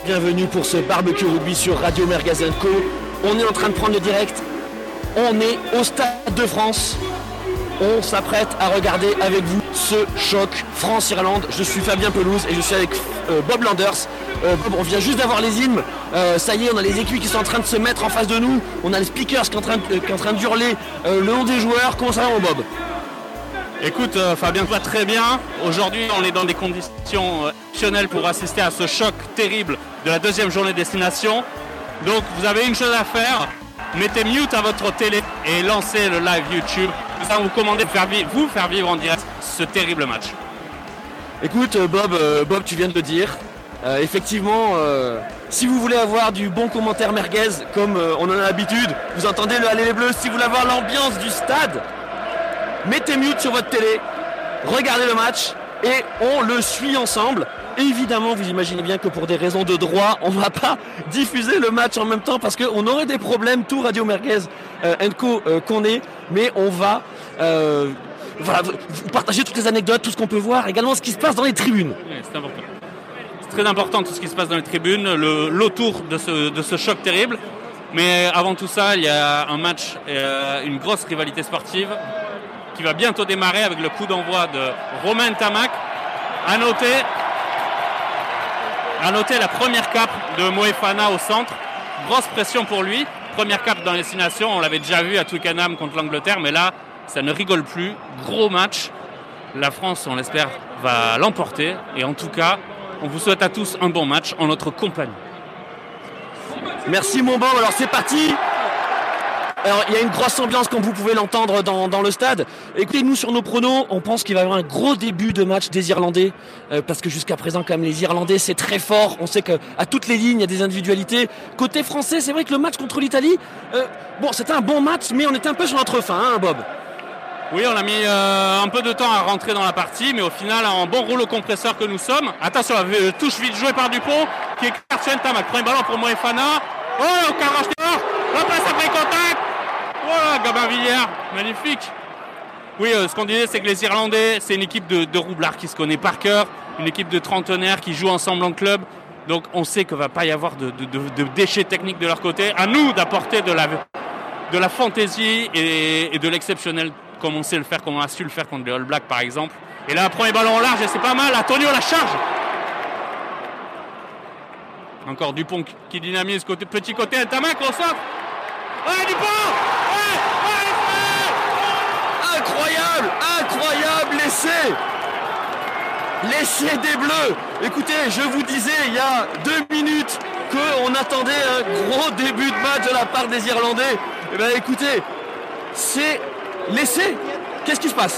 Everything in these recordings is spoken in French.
Bienvenue pour ce barbecue rugby sur Radio Merguez & Co. On est en train de prendre le direct. On est au Stade de France. On s'apprête à regarder avec vous ce choc France-Irlande. Je suis Fabien Pelouse et je suis avec Bob Landers. Bob, on vient juste d'avoir les hymnes. Ça y est, on a les équipes qui sont en train de se mettre en face de nous. On a les speakers qui sont en train d'hurler le nom des joueurs. Comment ça va, mon Bob ? Écoute, Fabien, va très bien. Aujourd'hui, on est dans des conditions exceptionnelles pour assister à ce choc terrible de la deuxième journée de destination. Donc, vous avez une chose à faire. Mettez mute à votre télé et lancez le live YouTube. Nous allons vous commander de vous faire vivre en direct ce terrible match. Écoute, Bob, tu viens de le dire. Effectivement, si vous voulez avoir du bon commentaire merguez, comme on en a l'habitude, vous entendez le Allez les Bleus. Si vous voulez avoir l'ambiance du stade, mettez mute sur votre télé, regardez le match et on le suit ensemble. Évidemment, vous imaginez bien que pour des raisons de droit, on ne va pas diffuser le match en même temps parce qu'on aurait des problèmes, tout Radio Merguez & Co qu'on est, mais on va vous partager toutes les anecdotes, tout ce qu'on peut voir, également ce qui se passe dans les tribunes. Oui, c'est important. C'est très important tout ce qui se passe dans les tribunes, l'autour de ce choc terrible. Mais avant tout ça, il y a un match, une grosse rivalité sportive qui va bientôt démarrer avec le coup d'envoi de Romain Ntamack. À noter la première cape de Moefana au centre. Grosse pression pour lui. Première cape dans les destination. On l'avait déjà vu à Twickenham contre l'Angleterre, mais là, ça ne rigole plus. Gros match. La France, on l'espère, va l'emporter. Et en tout cas, on vous souhaite à tous un bon match en notre compagnie. Merci mon Bob. Alors c'est parti. Alors, il y a une grosse ambiance comme vous pouvez l'entendre dans le stade. Écoutez, nous sur nos pronos, on pense qu'il va y avoir un gros début de match des Irlandais parce que jusqu'à présent quand même les Irlandais c'est très fort. On sait qu'à toutes les lignes il y a des individualités. Côté français, c'est vrai que le match contre l'Italie, c'était un bon match mais on était un peu sur notre fin, hein, Bob. Oui, on a mis un peu de temps à rentrer dans la partie, mais au final, un bon rouleau compresseur que nous sommes. Attention, touche vite jouée par Dupont, qui écarte sur Ntamack. Premier ballon pour Moefana. Oh, Carrange dehors. Repasse après contact. Voilà, Gabin Villiers, magnifique. Oui, ce qu'on disait, c'est que les Irlandais, c'est une équipe de roublards qui se connaît par cœur, une équipe de trentenaires qui jouent ensemble en club. Donc on sait qu'il ne va pas y avoir de déchets techniques de leur côté. À nous d'apporter de la fantaisie et de l'exceptionnel, comme on sait le faire, comme on a su le faire contre les All Blacks par exemple. Et là, premier ballon en large, et c'est pas mal. Antonio la charge. Encore Dupont qui dynamise, petit côté, Ntamack au centre. Ouais, Dupont. Incroyable l'essai des Bleus. Écoutez, je vous disais il y a 2 minutes qu'on attendait un gros début de match de la part des Irlandais. Eh bien écoutez, c'est l'essai. Qu'est-ce qui se passe ?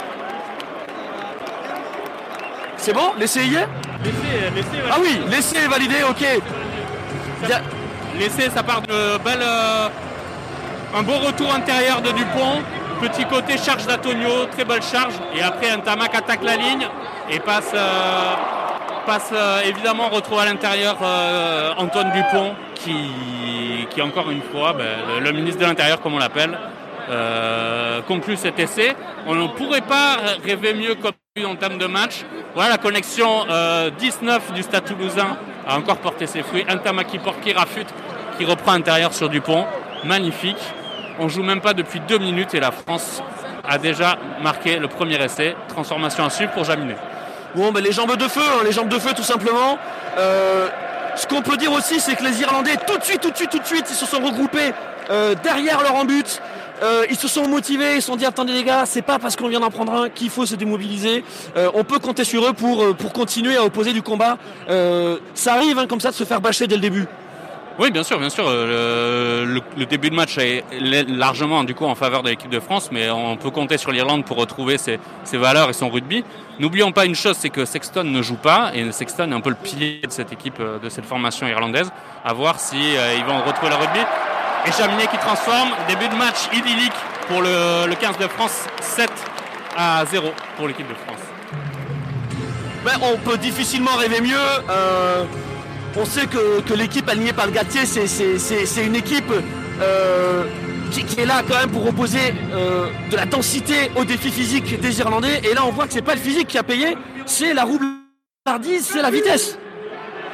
C'est bon ? L'essai y est ? L'essai Ah oui, l'essai est validé, ok. L'essai, ça part de un beau retour intérieur de Dupont. Petit côté charge d'Antonio, très belle charge. Et après, Ntamack attaque la ligne et passe évidemment, on retrouve à l'intérieur Antoine Dupont qui encore une fois, le ministre de l'Intérieur comme on l'appelle, conclut cet essai. On ne pourrait pas rêver mieux comme lui en termes de match. Voilà, la connexion 19 du Stade Toulousain a encore porté ses fruits. Ntamack qui rafute, qui reprend intérieur sur Dupont. Magnifique. On joue même pas depuis 2 minutes et la France a déjà marqué le premier essai. Transformation à suivre pour Jaminet. Bon, les jambes de feu tout simplement. Ce qu'on peut dire aussi, c'est que les Irlandais, tout de suite, ils se sont regroupés derrière leur en-but. Ils se sont motivés, ils se sont dit attendez les gars, c'est pas parce qu'on vient d'en prendre un qu'il faut se démobiliser. On peut compter sur eux pour continuer à opposer du combat. Ça arrive comme ça de se faire bâcher dès le début. Oui, bien sûr. Le début de match est largement du coup en faveur de l'équipe de France, mais on peut compter sur l'Irlande pour retrouver ses valeurs et son rugby. N'oublions pas une chose, c'est que Sexton ne joue pas, et Sexton est un peu le pilier de cette équipe, de cette formation irlandaise. À voir si ils vont retrouver le rugby. Et Jaminet qui transforme. Début de match idyllique pour le 15 de France, 7-0 pour l'équipe de France. On peut difficilement rêver mieux. On sait que l'équipe alignée par le Galtier, c'est une équipe qui est là quand même pour opposer de la densité au défi physique des Irlandais. Et là, on voit que c'est pas le physique qui a payé, c'est la roublardise, c'est la vitesse.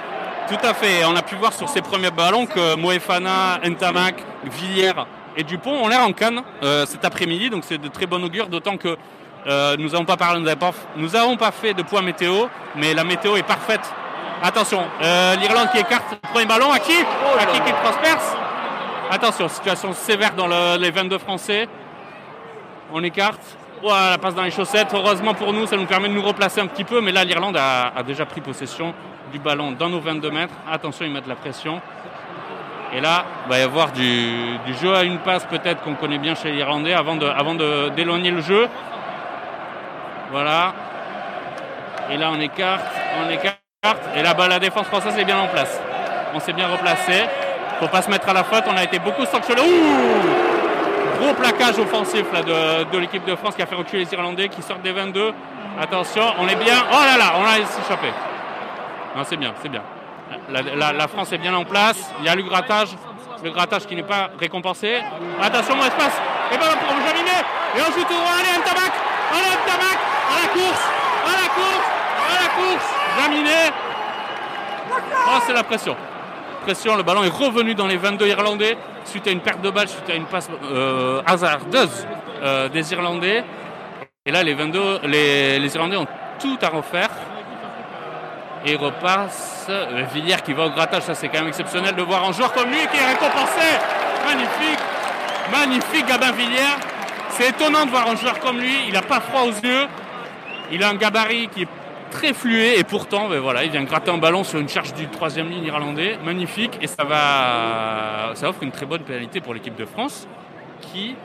Tout à fait. On a pu voir sur ces premiers ballons que Moefana, Ntamak, Villiers et Dupont ont l'air en canne cet après-midi. Donc c'est de très bon augure, d'autant que nous n'avons pas parlé, nous n'avons pas fait de point météo, mais la météo est parfaite. Attention, l'Irlande qui écarte le premier ballon. À qui qui transperce. Attention, situation sévère dans les 22 Français. On écarte. Voilà, la passe dans les chaussettes. Heureusement pour nous, ça nous permet de nous replacer un petit peu. Mais là, l'Irlande a déjà pris possession du ballon dans nos 22 mètres. Attention, ils mettent la pression. Et là, il va y avoir du jeu à une passe peut-être qu'on connaît bien chez les Irlandais avant d'éloigner le jeu. Voilà. Et là, on écarte. Et là, la défense française est bien en place. On s'est bien replacé. Il ne faut pas se mettre à la faute. On a été beaucoup sanctionnés. Gros plaquage offensif là, de l'équipe de France qui a fait reculer les Irlandais qui sortent des 22. Attention, on est bien. Oh là là, on a échappé. Non, c'est bien. La France est bien en place. Il y a le grattage qui n'est pas récompensé. Attention, mon espace. Et ballon pour Jaminet. Et on joue tout droit. Allez, Ntamak. À la course. Jaminet. Oh, c'est la pression. Le ballon est revenu dans les 22 Irlandais suite à une perte de balle, suite à une passe hasardeuse des Irlandais. Et là, les Irlandais ont tout à refaire. Et repasse. Villiers qui va au grattage, ça c'est quand même exceptionnel de voir un joueur comme lui qui est récompensé. Magnifique Gabin Villiers. C'est étonnant de voir un joueur comme lui, il n'a pas froid aux yeux. Il a un gabarit qui est très fluet et pourtant, il vient gratter un ballon sur une charge du 3e ligne irlandais. Magnifique, et ça offre une très bonne pénalité pour l'équipe de France qui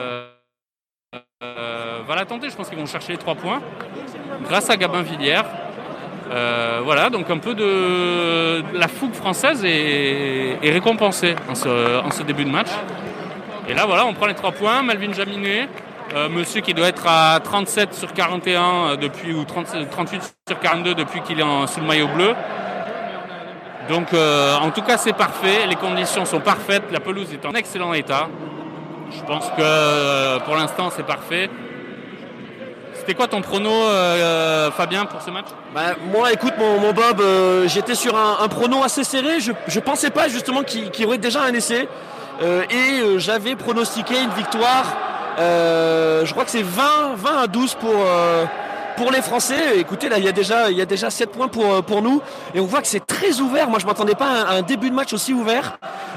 va la tenter. Je pense qu'ils vont chercher les 3 points grâce à Gabin Villiers. Donc un peu de la fougue française est récompensée en ce début de match. Et là, on prend les 3 points. Melvin Jaminet, monsieur qui doit être à 37 sur 41 depuis, ou 38 sur 42 depuis qu'il est sous le maillot bleu. Donc, en tout cas, c'est parfait. Les conditions sont parfaites. La pelouse est en excellent état. Je pense que pour l'instant, c'est parfait. C'était quoi ton prono, Fabien, pour ce match ? Moi, écoute, mon Bob, j'étais sur un prono assez serré. Je pensais pas justement qu'il y aurait déjà un essai. J'avais pronostiqué une victoire. Je crois que c'est 20 à 12 pour les Français. Écoutez, là, il y a déjà 7 points pour nous. Et on voit que c'est très ouvert. Moi, je m'attendais pas à un début de match aussi ouvert.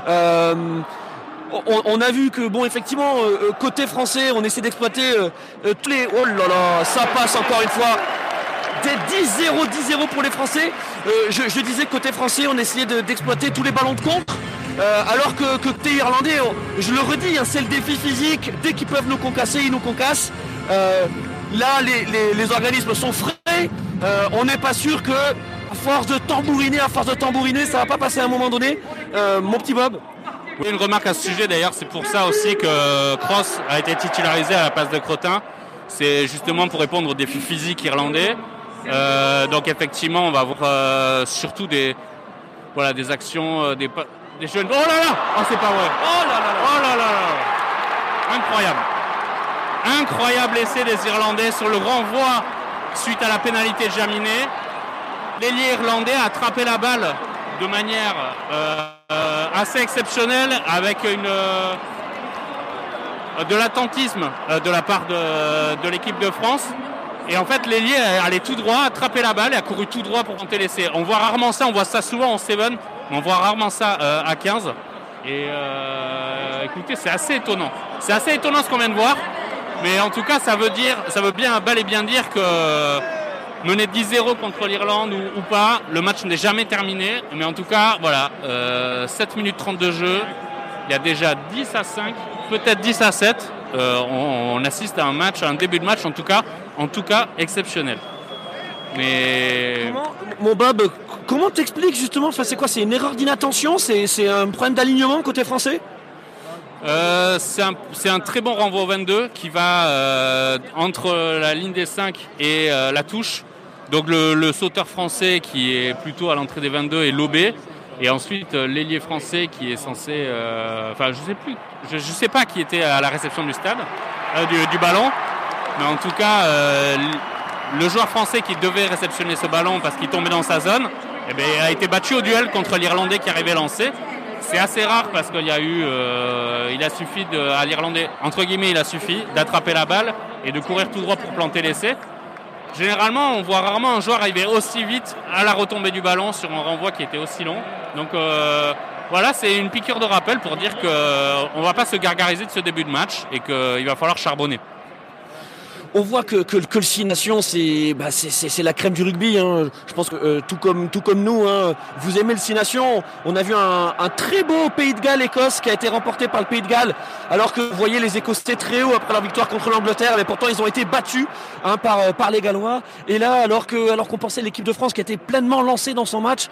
On a vu que, effectivement, côté français, on essaie d'exploiter tous les... Oh là là, ça passe encore une fois. Des 10-0 pour les Français. Je disais que côté français, on essayait d'exploiter tous les ballons de contre. Alors que côté irlandais, je le redis, c'est le défi physique. Dès qu'ils peuvent nous concasser, ils nous concassent. Là, les organismes sont frais. On n'est pas sûr que, à force de tambouriner, ça va pas passer à un moment donné. Mon petit Bob. Oui, une remarque à ce sujet d'ailleurs, c'est pour ça aussi que Cross a été titularisé à la place de Crotin. C'est justement pour répondre aux défis physiques irlandais. Donc effectivement, on va avoir surtout des actions, des jeunes. Oh là là, oh c'est pas vrai. Oh là là. Incroyable essai des Irlandais sur le renvoi suite à la pénalité de Jaminet. L'ailier irlandais a attrapé la balle de manière assez exceptionnelle avec de l'attentisme de la part de l'équipe de France. Et en fait, l'ailier allait tout droit, attraper la balle et a couru tout droit pour tenter l'essai. On voit rarement ça, on voit ça souvent en 7, mais on voit rarement ça à 15. Et écoutez, c'est assez étonnant. C'est assez étonnant ce qu'on vient de voir. Mais en tout cas, ça veut bien bel et bien dire que mener 10-0 contre l'Irlande ou pas, le match n'est jamais terminé. Mais en tout cas, 7 minutes 30 de jeu. Il y a déjà 10 à 5, peut-être 10 à 7. On assiste à un début de match en tout cas exceptionnel. Mais mon Bob, comment t'expliques justement, c'est quoi, c'est une erreur d'inattention, c'est un problème d'alignement côté français? C'est un très bon renvoi au 22 qui va entre la ligne des 5 et la touche. Donc le sauteur français qui est plutôt à l'entrée des 22 est lobé. Et ensuite l'ailier français qui est censé... je sais pas qui était à la réception du ballon. Mais en tout cas, le joueur français qui devait réceptionner ce ballon parce qu'il tombait dans sa zone a été battu au duel contre l'Irlandais qui arrivait lancé. C'est assez rare parce qu'il y a eu, il a suffi à l'Irlandais, entre guillemets, il a suffi d'attraper la balle et de courir tout droit pour planter l'essai. Généralement, on voit rarement un joueur arriver aussi vite à la retombée du ballon sur un renvoi qui était aussi long. Donc voilà, c'est une piqûre de rappel pour dire qu'on ne va pas se gargariser de ce début de match et qu'il va falloir charbonner. On voit que le Six Nations, c'est la crème du rugby. Hein. Je pense que tout comme nous, hein, vous aimez le Six Nations. On a vu un très beau Pays de Galles-Écosse qui a été remporté par le Pays de Galles. Alors que vous voyez les Écossais très haut après leur victoire contre l'Angleterre, mais pourtant ils ont été battus par les Gallois. Et là, alors qu'on pensait l'équipe de France qui était pleinement lancée dans son match,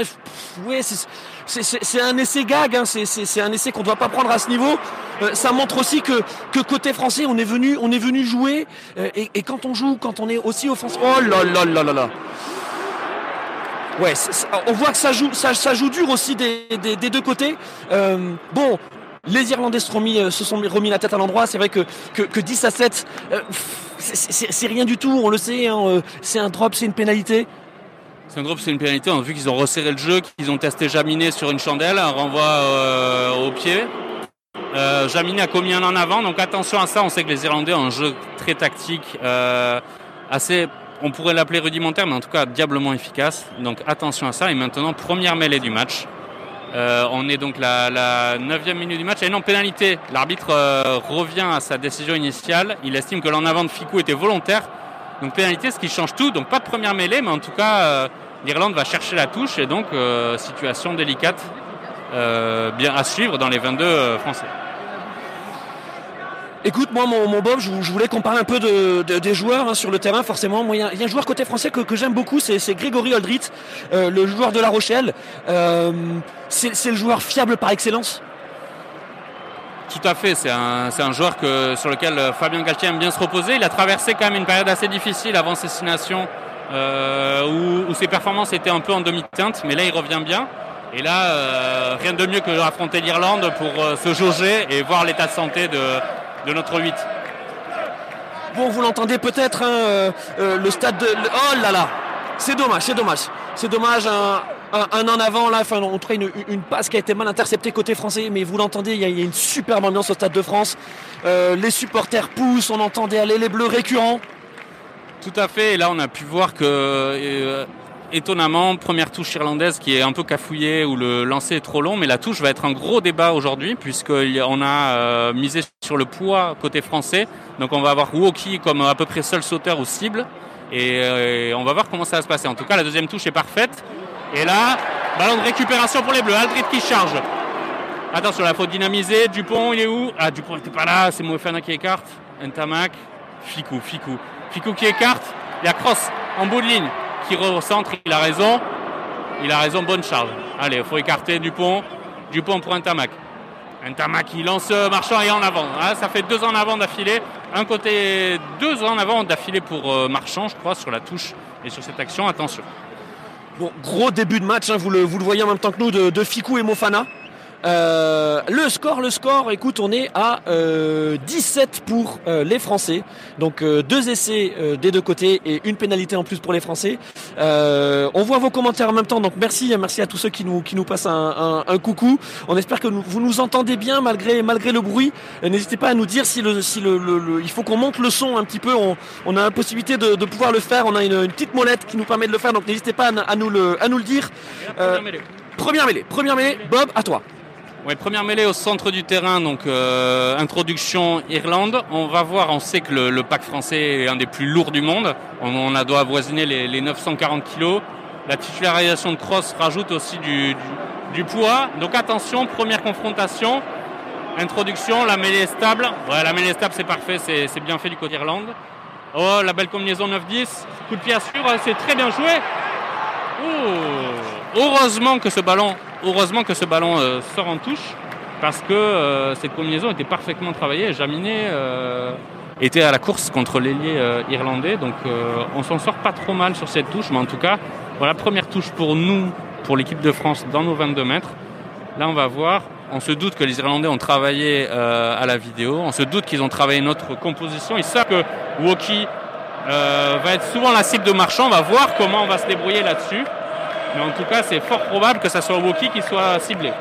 c'est un essai gag. Hein. C'est un essai qu'on ne doit pas prendre à ce niveau. Ça montre aussi que côté français, on est venu jouer. Et quand on joue, quand on est aussi offensif, oh là là là là là. Ouais, on voit que ça joue dur aussi des deux côtés. Bon, les Irlandais se sont remis la tête à l'endroit. C'est vrai que 10-7, c'est rien du tout. On le sait. Hein, c'est un drop, c'est une pénalité. C'est un drop, c'est une pénalité. On a vu qu'ils ont resserré le jeu, qu'ils ont testé Jaminet sur une chandelle, un renvoi au pied. Jaminet a commis un en avant, donc attention à ça. On sait que les Irlandais ont un jeu très tactique, assez, on pourrait l'appeler rudimentaire, mais en tout cas diablement efficace. Donc attention à ça. Et maintenant, première mêlée du match. On est donc la 9e minute du match. Et non, pénalité. L'arbitre revient à sa décision initiale. Il estime que l'en avant de Ficou était volontaire. Donc pénalité, ce qui change tout. Donc pas de première mêlée, mais en tout cas, l'Irlande va chercher la touche. Et donc, situation délicate. Bien à suivre dans les 22 Français. Écoute, moi, mon Bob, je voulais qu'on parle un peu des joueurs hein, sur le terrain, forcément. Moi, il y a un joueur côté français que j'aime beaucoup, c'est Grégory Aldrit, le joueur de La Rochelle. C'est le joueur fiable par excellence. Tout à fait, c'est un joueur sur lequel Fabien Galtier aime bien se reposer. Il a traversé quand même une période assez difficile avant ses 6 nations, où ses performances étaient un peu en demi-teinte, mais là, il revient bien. Et là, rien de mieux que d'affronter l'Irlande pour se jauger et voir l'état de santé de notre 8. Bon, vous l'entendez peut-être, hein, le stade de... Oh là là, c'est dommage. C'est dommage, un en avant, là, enfin, on trouve une passe qui a été mal interceptée côté français, mais vous l'entendez, il y a une superbe ambiance au Stade de France. Les supporters poussent, on entendait aller les Bleus récurrents. Tout à fait, et là on a pu voir que... étonnamment, première touche irlandaise qui est un peu cafouillée où le lancer est trop long, mais la touche va être un gros débat aujourd'hui puisqu'on a misé sur le poids côté français. Donc on va avoir Woki comme à peu près seul sauteur ou cible et on va voir comment ça va se passer. En tout cas, la deuxième touche est parfaite. Et là, ballon de récupération pour les Bleus. Aldrit qui charge. Attention, il faut dynamiser. Dupont, il est où? Ah, Dupont n'était pas là. C'est Moefana qui écarte. Ntamak. Ficou qui écarte. Il y a Cross en bout de ligne qui recentre. Il a raison, bonne charge. Allez, il faut écarter Dupont pour Ntamak. Ntamak qui lance Marchand et en avant. Ah, ça fait 2 en avant d'affilée. 2 en avant d'affilée pour Marchand, je crois, sur la touche et sur cette action. Attention. Bon, gros début de match, hein, vous le voyez en même temps que nous, de Ficou et Moefana. Le score, écoute, on est à 17 pour les Français. Donc 2 essais des deux côtés et une pénalité en plus pour les Français. On voit vos commentaires en même temps, donc merci à tous ceux qui nous passent un coucou. On espère que vous nous entendez bien malgré le bruit. N'hésitez pas à nous dire si il faut qu'on monte le son un petit peu. On a la possibilité de pouvoir le faire. On a une petite molette qui nous permet de le faire, donc n'hésitez pas à nous le dire. Première mêlée. Bob, à toi. Ouais, première mêlée au centre du terrain, donc introduction Irlande. On sait que le pack français est un des plus lourds du monde. On doit avoisiner les 940 kilos. La titularisation de Cross rajoute aussi du poids. Donc attention, première confrontation. Introduction, la mêlée est stable. Ouais, la mêlée est stable, c'est parfait, c'est bien fait du côté Irlande. Oh, la belle combinaison 9-10. Coup de pied assure, c'est très bien joué. Oh, heureusement que ce ballon sort en touche parce que cette combinaison était parfaitement travaillée. Jaminet était à la course contre l'ailier irlandais, donc on s'en sort pas trop mal sur cette touche, mais en tout cas, voilà, première touche pour nous, pour l'équipe de France dans nos 22 mètres. Là, on va voir, on se doute que les Irlandais ont travaillé à la vidéo, on se doute qu'ils ont travaillé notre composition. Ils savent que Woki va être souvent la cible de Marchand. On va voir comment on va se débrouiller là-dessus. Mais en tout cas, c'est fort probable que ça soit Woki qui soit ciblé.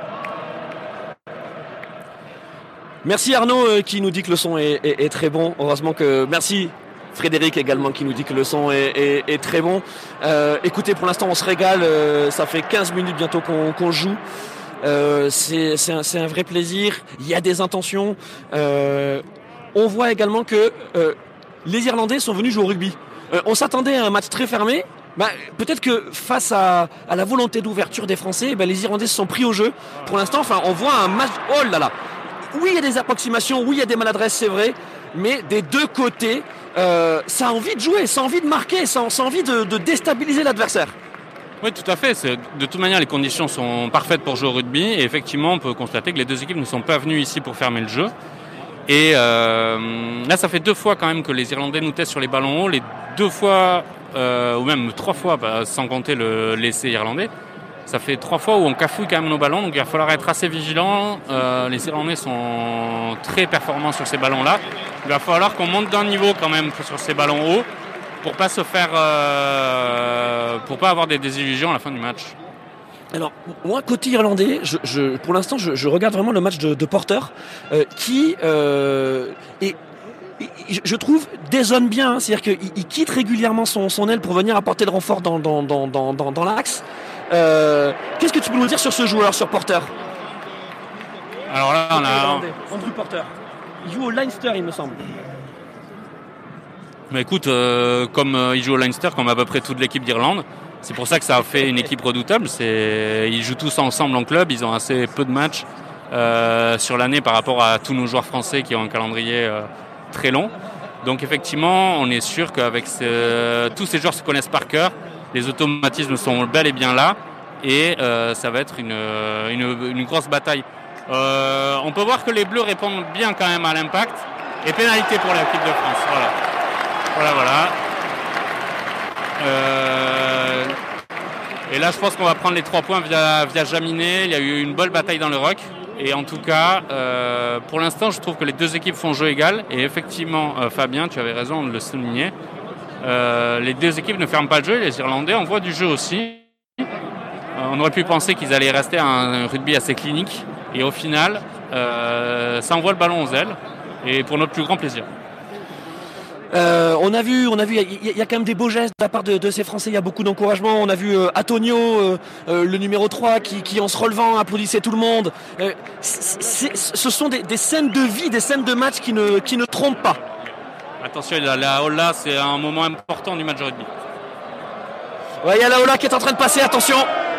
Merci Arnaud qui nous dit que le son est très bon. Heureusement que... Merci Frédéric également qui nous dit que le son est très bon. Écoutez, pour l'instant on se régale. Ça fait 15 minutes bientôt qu'on joue. C'est un vrai plaisir. Il y a des intentions. On voit également que les Irlandais sont venus jouer au rugby. On s'attendait à un match très fermé. Peut-être que face à la volonté d'ouverture des Français, les Irlandais se sont pris au jeu. Pour l'instant, on voit un match... Oh là là. Oui, il y a des approximations, oui, il y a des maladresses, c'est vrai. Mais des deux côtés, ça a envie de jouer, ça a envie de marquer, ça a envie de déstabiliser l'adversaire. Oui, tout à fait. De toute manière, les conditions sont parfaites pour jouer au rugby. Et effectivement, on peut constater que les deux équipes ne sont pas venues ici pour fermer le jeu. Et là, ça fait 2 fois quand même que les Irlandais nous testent sur les ballons hauts. Les 2 fois, ou même 3 fois, sans compter l'essai irlandais. Ça fait 3 fois où on cafouille quand même nos ballons, donc il va falloir être assez vigilant. Les Irlandais sont très performants sur ces ballons-là. Il va falloir qu'on monte d'un niveau quand même sur ces ballons hauts pour pas se faire, pour pas avoir des désillusions à la fin du match. Alors, moi, côté irlandais, pour l'instant, je regarde vraiment le match de Porter, qui je trouve dézone bien, hein, c'est-à-dire qu'il quitte régulièrement son aile pour venir apporter le renfort dans l'axe. Qu'est-ce que tu peux nous dire sur ce joueur, sur Porter? Alors là, on a Andrew Porter. Il joue au Leinster, il me semble. Mais écoute, comme il joue au Leinster, comme à peu près toute l'équipe d'Irlande, c'est pour ça que ça a fait une équipe redoutable. Ils jouent tous ensemble en club, ils ont assez peu de matchs sur l'année par rapport à tous nos joueurs français qui ont un calendrier très long. Donc effectivement, on est sûr qu'avec tous ces joueurs se connaissent par cœur, les automatismes sont bel et bien là, et ça va être une grosse bataille. On peut voir que les Bleus répondent bien quand même à l'impact, et pénalité pour l'équipe de France. Voilà. Et là, je pense qu'on va prendre les 3 points via Jaminet. Il y a eu une bonne bataille dans le ruck. Et en tout cas, pour l'instant, je trouve que les deux équipes font jeu égal. Et effectivement, Fabien, tu avais raison de le souligner. Les deux équipes ne ferment pas le jeu. Les Irlandais envoient du jeu aussi. On aurait pu penser qu'ils allaient rester à un rugby assez clinique. Et au final, ça envoie le ballon aux ailes. Et pour notre plus grand plaisir. On a vu, il y a quand même des beaux gestes de la part de ces Français, il y a beaucoup d'encouragement. On a vu Antonio, le numéro 3, qui en se relevant applaudissait tout le monde. Ce sont des scènes de vie, des scènes de match qui ne trompent pas. Attention, la Ola, c'est un moment important du match de rugby. Ouais, il y a la Ola qui est en train de passer, attention.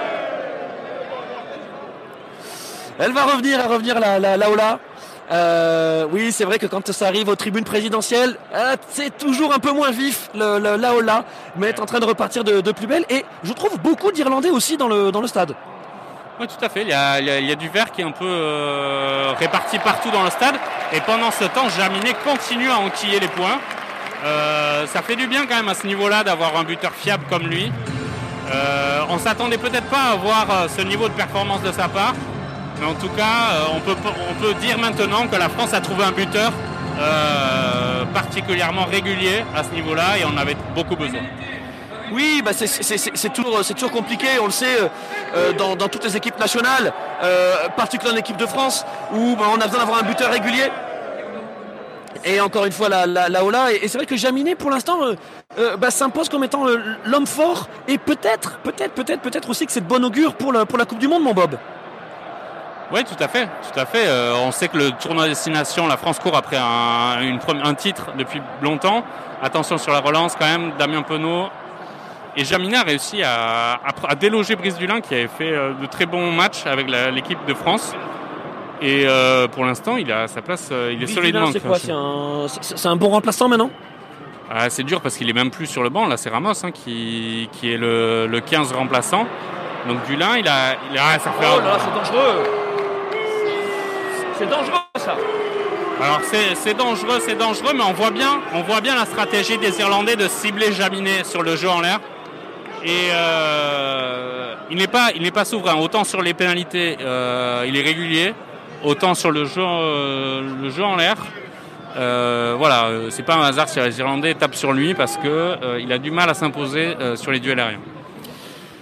Elle va revenir, la Ola. Oui, c'est vrai que quand ça arrive aux tribunes présidentielles, c'est toujours un peu moins vif, la Ola, mais est en train de repartir de plus belle. Et je trouve beaucoup d'Irlandais aussi dans le stade. Oui, tout à fait. Il y a du vert qui est un peu réparti partout dans le stade. Et pendant ce temps, Jaminet continue à enquiller les points. Ça fait du bien quand même à ce niveau-là d'avoir un buteur fiable comme lui. On s'attendait peut-être pas à voir ce niveau de performance de sa part. Mais en tout cas, on peut dire maintenant que la France a trouvé un buteur particulièrement régulier à ce niveau-là et on avait beaucoup besoin. Oui, c'est toujours compliqué, on le sait, dans toutes les équipes nationales, particulièrement l'équipe de France, où on a besoin d'avoir un buteur régulier. Et encore une fois, la Ola. Et c'est vrai que Jaminet, pour l'instant, s'impose comme étant l'homme fort. Et peut-être aussi que c'est de bon augure pour la Coupe du Monde, mon Bob. Oui, tout à fait. On sait que le tournoi destination, la France court après un titre depuis longtemps. Attention sur la relance quand même, Damien Penaud. Et Jaminet a réussi à déloger Brice Dulin qui avait fait de très bons matchs avec l'équipe de France. Et pour l'instant, il a sa place, il est solidement. C'est quoi, c'est un bon remplaçant maintenant? C'est dur parce qu'il est même plus sur le banc. Là, c'est Ramos qui est le 15 remplaçant. Donc Dulin, ça fait. Oh là, c'est dangereux. C'est dangereux ça. Alors c'est dangereux, mais on voit bien la stratégie des Irlandais de cibler Jaminet sur le jeu en l'air. Et il n'est pas souverain. Autant sur les pénalités, il est régulier. Autant sur le jeu en l'air. C'est pas un hasard si les Irlandais tapent sur lui parce que il a du mal à s'imposer sur les duels aériens.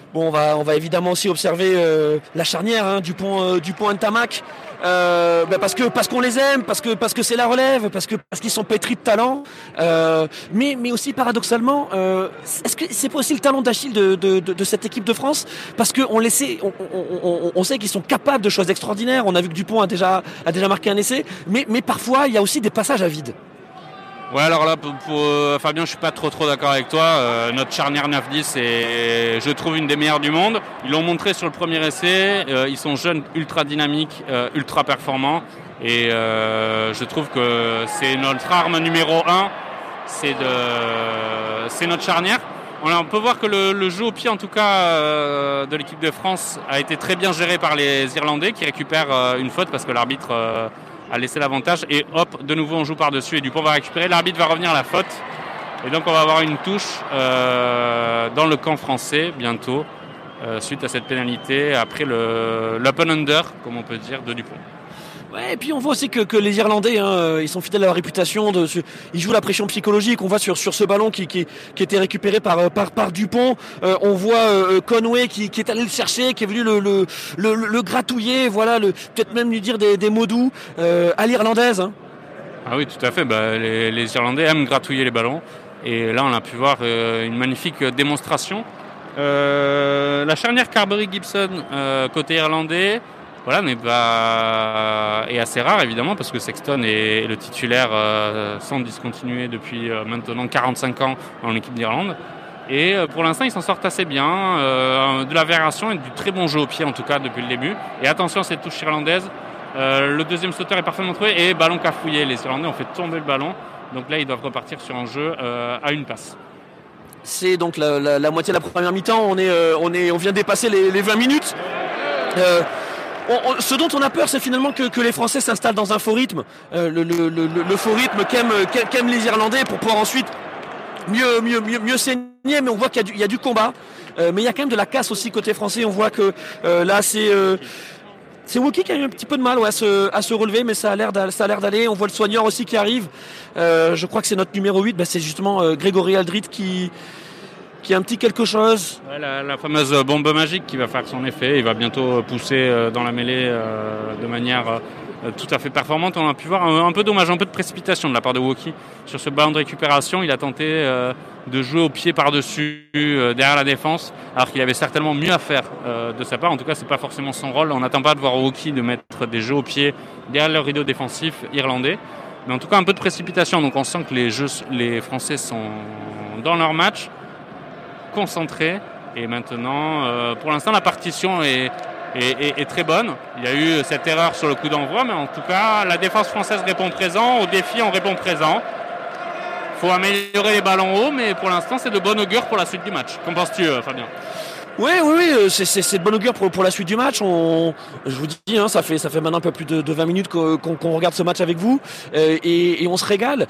Bon, on va évidemment aussi observer la charnière Dupont Ntamak. Parce qu'on les aime, parce que c'est la relève, parce qu'ils sont pétris de talent, mais aussi paradoxalement, est-ce que c'est pas aussi le talent d'Achille de cette équipe de France, parce que on sait qu'ils sont capables de choses extraordinaires. On a vu que Dupont a déjà marqué un essai, mais parfois il y a aussi des passages à vide. Ouais, alors là, pour Fabien, je suis pas trop d'accord avec toi. Notre charnière 9-10 est, je trouve, une des meilleures du monde. Ils l'ont montré sur le premier essai. Ils sont jeunes, ultra dynamiques, ultra performants. Et je trouve que c'est notre arme numéro 1. C'est notre charnière. On peut voir que le jeu au pied, en tout cas, de l'équipe de France a été très bien géré par les Irlandais qui récupèrent une faute parce que l'arbitre a laissé l'avantage. Et hop, de nouveau, on joue par-dessus et Dupont va récupérer. L'arbitre va revenir à la faute. Et donc, on va avoir une touche dans le camp français bientôt suite à cette pénalité après l'open under, comme on peut dire, de Dupont. Ouais, et puis on voit aussi que les Irlandais, ils sont fidèles à leur réputation. Ils jouent la pression psychologique. On voit sur ce ballon qui était récupéré par Dupont. On voit Conway qui est allé le chercher, qui est venu le gratouiller. Voilà, peut-être même lui dire des mots doux à l'irlandaise. Ah oui, tout à fait. Les Irlandais aiment gratouiller les ballons. Et là, on a pu voir une magnifique démonstration. La charnière Carbery-Gibson côté irlandais. Voilà, est assez rare évidemment parce que Sexton est le titulaire sans discontinuer depuis maintenant 45 ans dans l'équipe d'Irlande. Et pour l'instant, ils s'en sortent assez bien. De la variation et du très bon jeu au pied en tout cas depuis le début. Et attention à cette touche irlandaise. Le deuxième sauteur est parfaitement trouvé et ballon cafouillé. Les Irlandais ont fait tomber le ballon. Donc là, ils doivent repartir sur un jeu à une passe. C'est donc la moitié de la première mi-temps. On vient dépasser les 20 minutes. Ce dont on a peur, c'est finalement que les Français s'installent dans un faux rythme, le faux rythme qu'aiment les Irlandais pour pouvoir ensuite mieux saigner. Mais on voit qu'il y a du combat, mais il y a quand même de la casse aussi côté français. On voit que là c'est Woki qui a eu un petit peu de mal à se relever, mais ça a l'air d'aller. On voit le soigneur aussi qui arrive. Je crois que c'est notre numéro 8, c'est justement Grégory Aldrit qui a un petit quelque chose. Ouais, la fameuse bombe magique qui va faire son effet. Il va bientôt pousser dans la mêlée de manière tout à fait performante. On a pu voir un peu dommage, un peu de précipitation de la part de Woki sur ce ballon de récupération. Il a tenté de jouer au pied par-dessus derrière la défense, alors qu'il avait certainement mieux à faire de sa part. En tout cas, c'est pas forcément son rôle. On n'attend pas de voir Woki de mettre des jeux au pied derrière le rideau défensif irlandais. Mais en tout cas, un peu de précipitation. Donc on sent que les Français sont dans leur match, concentré et maintenant pour l'instant la partition est très bonne. Il y a eu cette erreur sur le coup d'envoi, mais en tout cas la défense française répond présent, au défi on répond présent. Il faut améliorer les ballons hauts, mais pour l'instant c'est de bon augure pour la suite du match. Qu'en penses-tu, Fabien ? Oui, c'est de bon augure pour la suite du match. Je vous dis, ça fait maintenant un peu plus de 20 minutes qu'on regarde ce match avec vous et on se régale.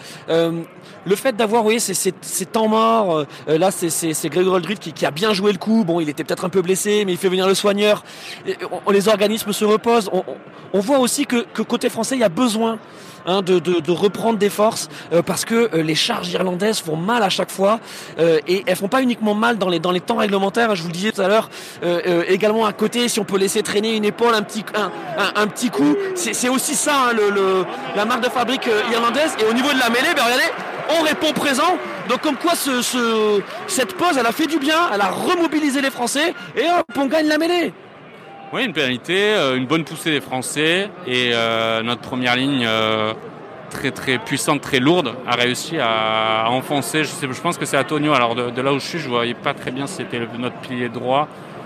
Le fait d'avoir, ces temps morts, là c'est Grégory Aldrit qui a bien joué le coup. Bon, il était peut-être un peu blessé, mais il fait venir le soigneur. Les organismes se reposent. On voit aussi que côté français, il y a besoin de reprendre des forces parce que les charges irlandaises font mal à chaque fois et elles font pas uniquement mal dans les temps réglementaires. Je vous le disais tout à l'heure, également à côté, si on peut laisser traîner une épaule, un petit coup, c'est aussi ça la marque de fabrique irlandaise. Et au niveau de la mêlée, regardez, on répond présent. Donc comme quoi cette pause, elle a fait du bien, elle a remobilisé les Français et hop, on gagne la mêlée. Oui, une pénalité, une bonne poussée des Français et notre première ligne très très puissante, très lourde, a réussi à enfoncer. Je pense que c'est Antonio. Alors de là où je suis, je ne voyais pas très bien si c'était notre pilier droit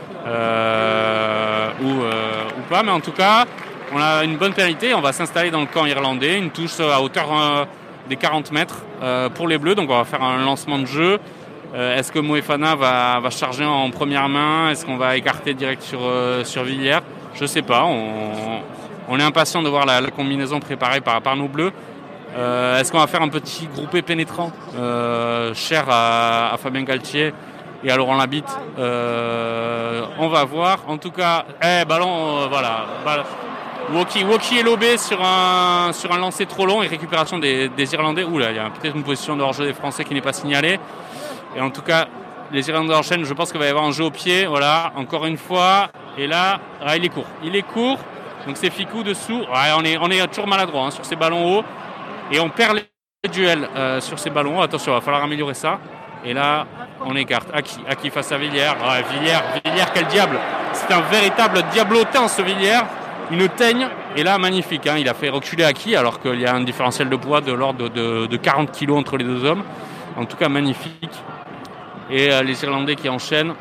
ou pas, mais en tout cas, on a une bonne pénalité. On va s'installer dans le camp irlandais, une touche à hauteur des 40 mètres pour les Bleus. Donc on va faire un lancement de jeu. Est-ce que Moefana va charger en première main ? Est-ce qu'on va écarter direct sur Villiers ? Je ne sais pas. On est impatient de voir la combinaison préparée par nos Bleus. Est-ce qu'on va faire un petit groupé pénétrant cher à Fabien Galtier et à Laurent Labitte ? On va voir. En tout cas, ballon, voilà. Woki est lobé sur un lancer trop long et récupération des Irlandais. Oula, il y a peut-être une position de hors-jeu des Français qui n'est pas signalée. Et en tout cas, Les Irlandais enchaînent, je pense qu'il va y avoir un jeu au pied. Voilà, encore une fois. Et là, il est court. Donc c'est Ficou dessous. Ouais, on est toujours maladroit sur ces ballons hauts. Et on perd les duels sur ces ballons hauts. Attention, il va falloir améliorer ça. Et là, on écarte. Aki face à Villiers. Ouais, Villiers, quel diable. C'est un véritable diablotin, ce Villiers. Une teigne. Et là, magnifique. Il a fait reculer Aki alors qu'il y a un différentiel de poids de l'ordre de 40 kilos entre les deux hommes. En tout cas, magnifique. Et les Irlandais qui enchaînent.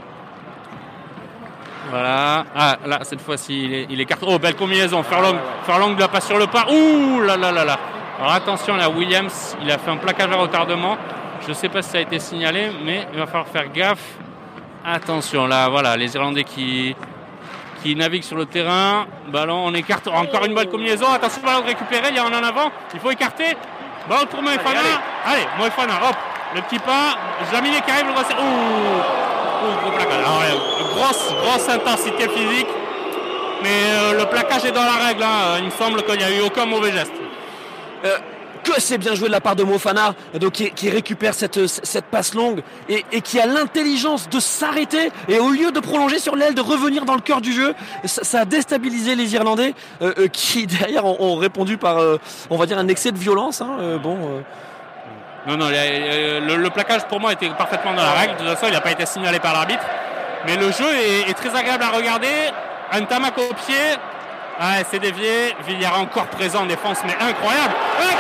Voilà. Là, cette fois-ci, il écarte. Oh, belle combinaison. Furlong la passe sur le pas. Ouh là. Alors attention, là, Williams, il a fait un plaquage à retardement. Je ne sais pas si ça a été signalé, mais il va falloir faire gaffe. Attention, là, voilà, les Irlandais qui naviguent sur le terrain. Ballon, on écarte. Encore une belle combinaison. Attention, ballon récupéré. Il y en a en avant. Il faut écarter. Ballon pour Moefana. Allez, Moefana, hop. Le petit pas. Jaminet qui arrive, le voici. Gros plaquage. Alors, grosse intensité physique. Mais le plaquage est dans la règle. Il me semble qu'il n'y a eu aucun mauvais geste. Que c'est bien joué de la part de Moefana, donc qui récupère cette passe longue et qui a l'intelligence de s'arrêter et au lieu de prolonger sur l'aile, de revenir dans le cœur du jeu. Ça a déstabilisé les Irlandais qui derrière ont répondu par on va dire un excès de violence. Non, le plaquage pour moi était parfaitement dans la règle. De toute façon, il n'a pas été signalé par l'arbitre. Mais le jeu est très agréable à regarder. Un tamac au pied. C'est dévié. Villiers encore présent en défense, mais incroyable.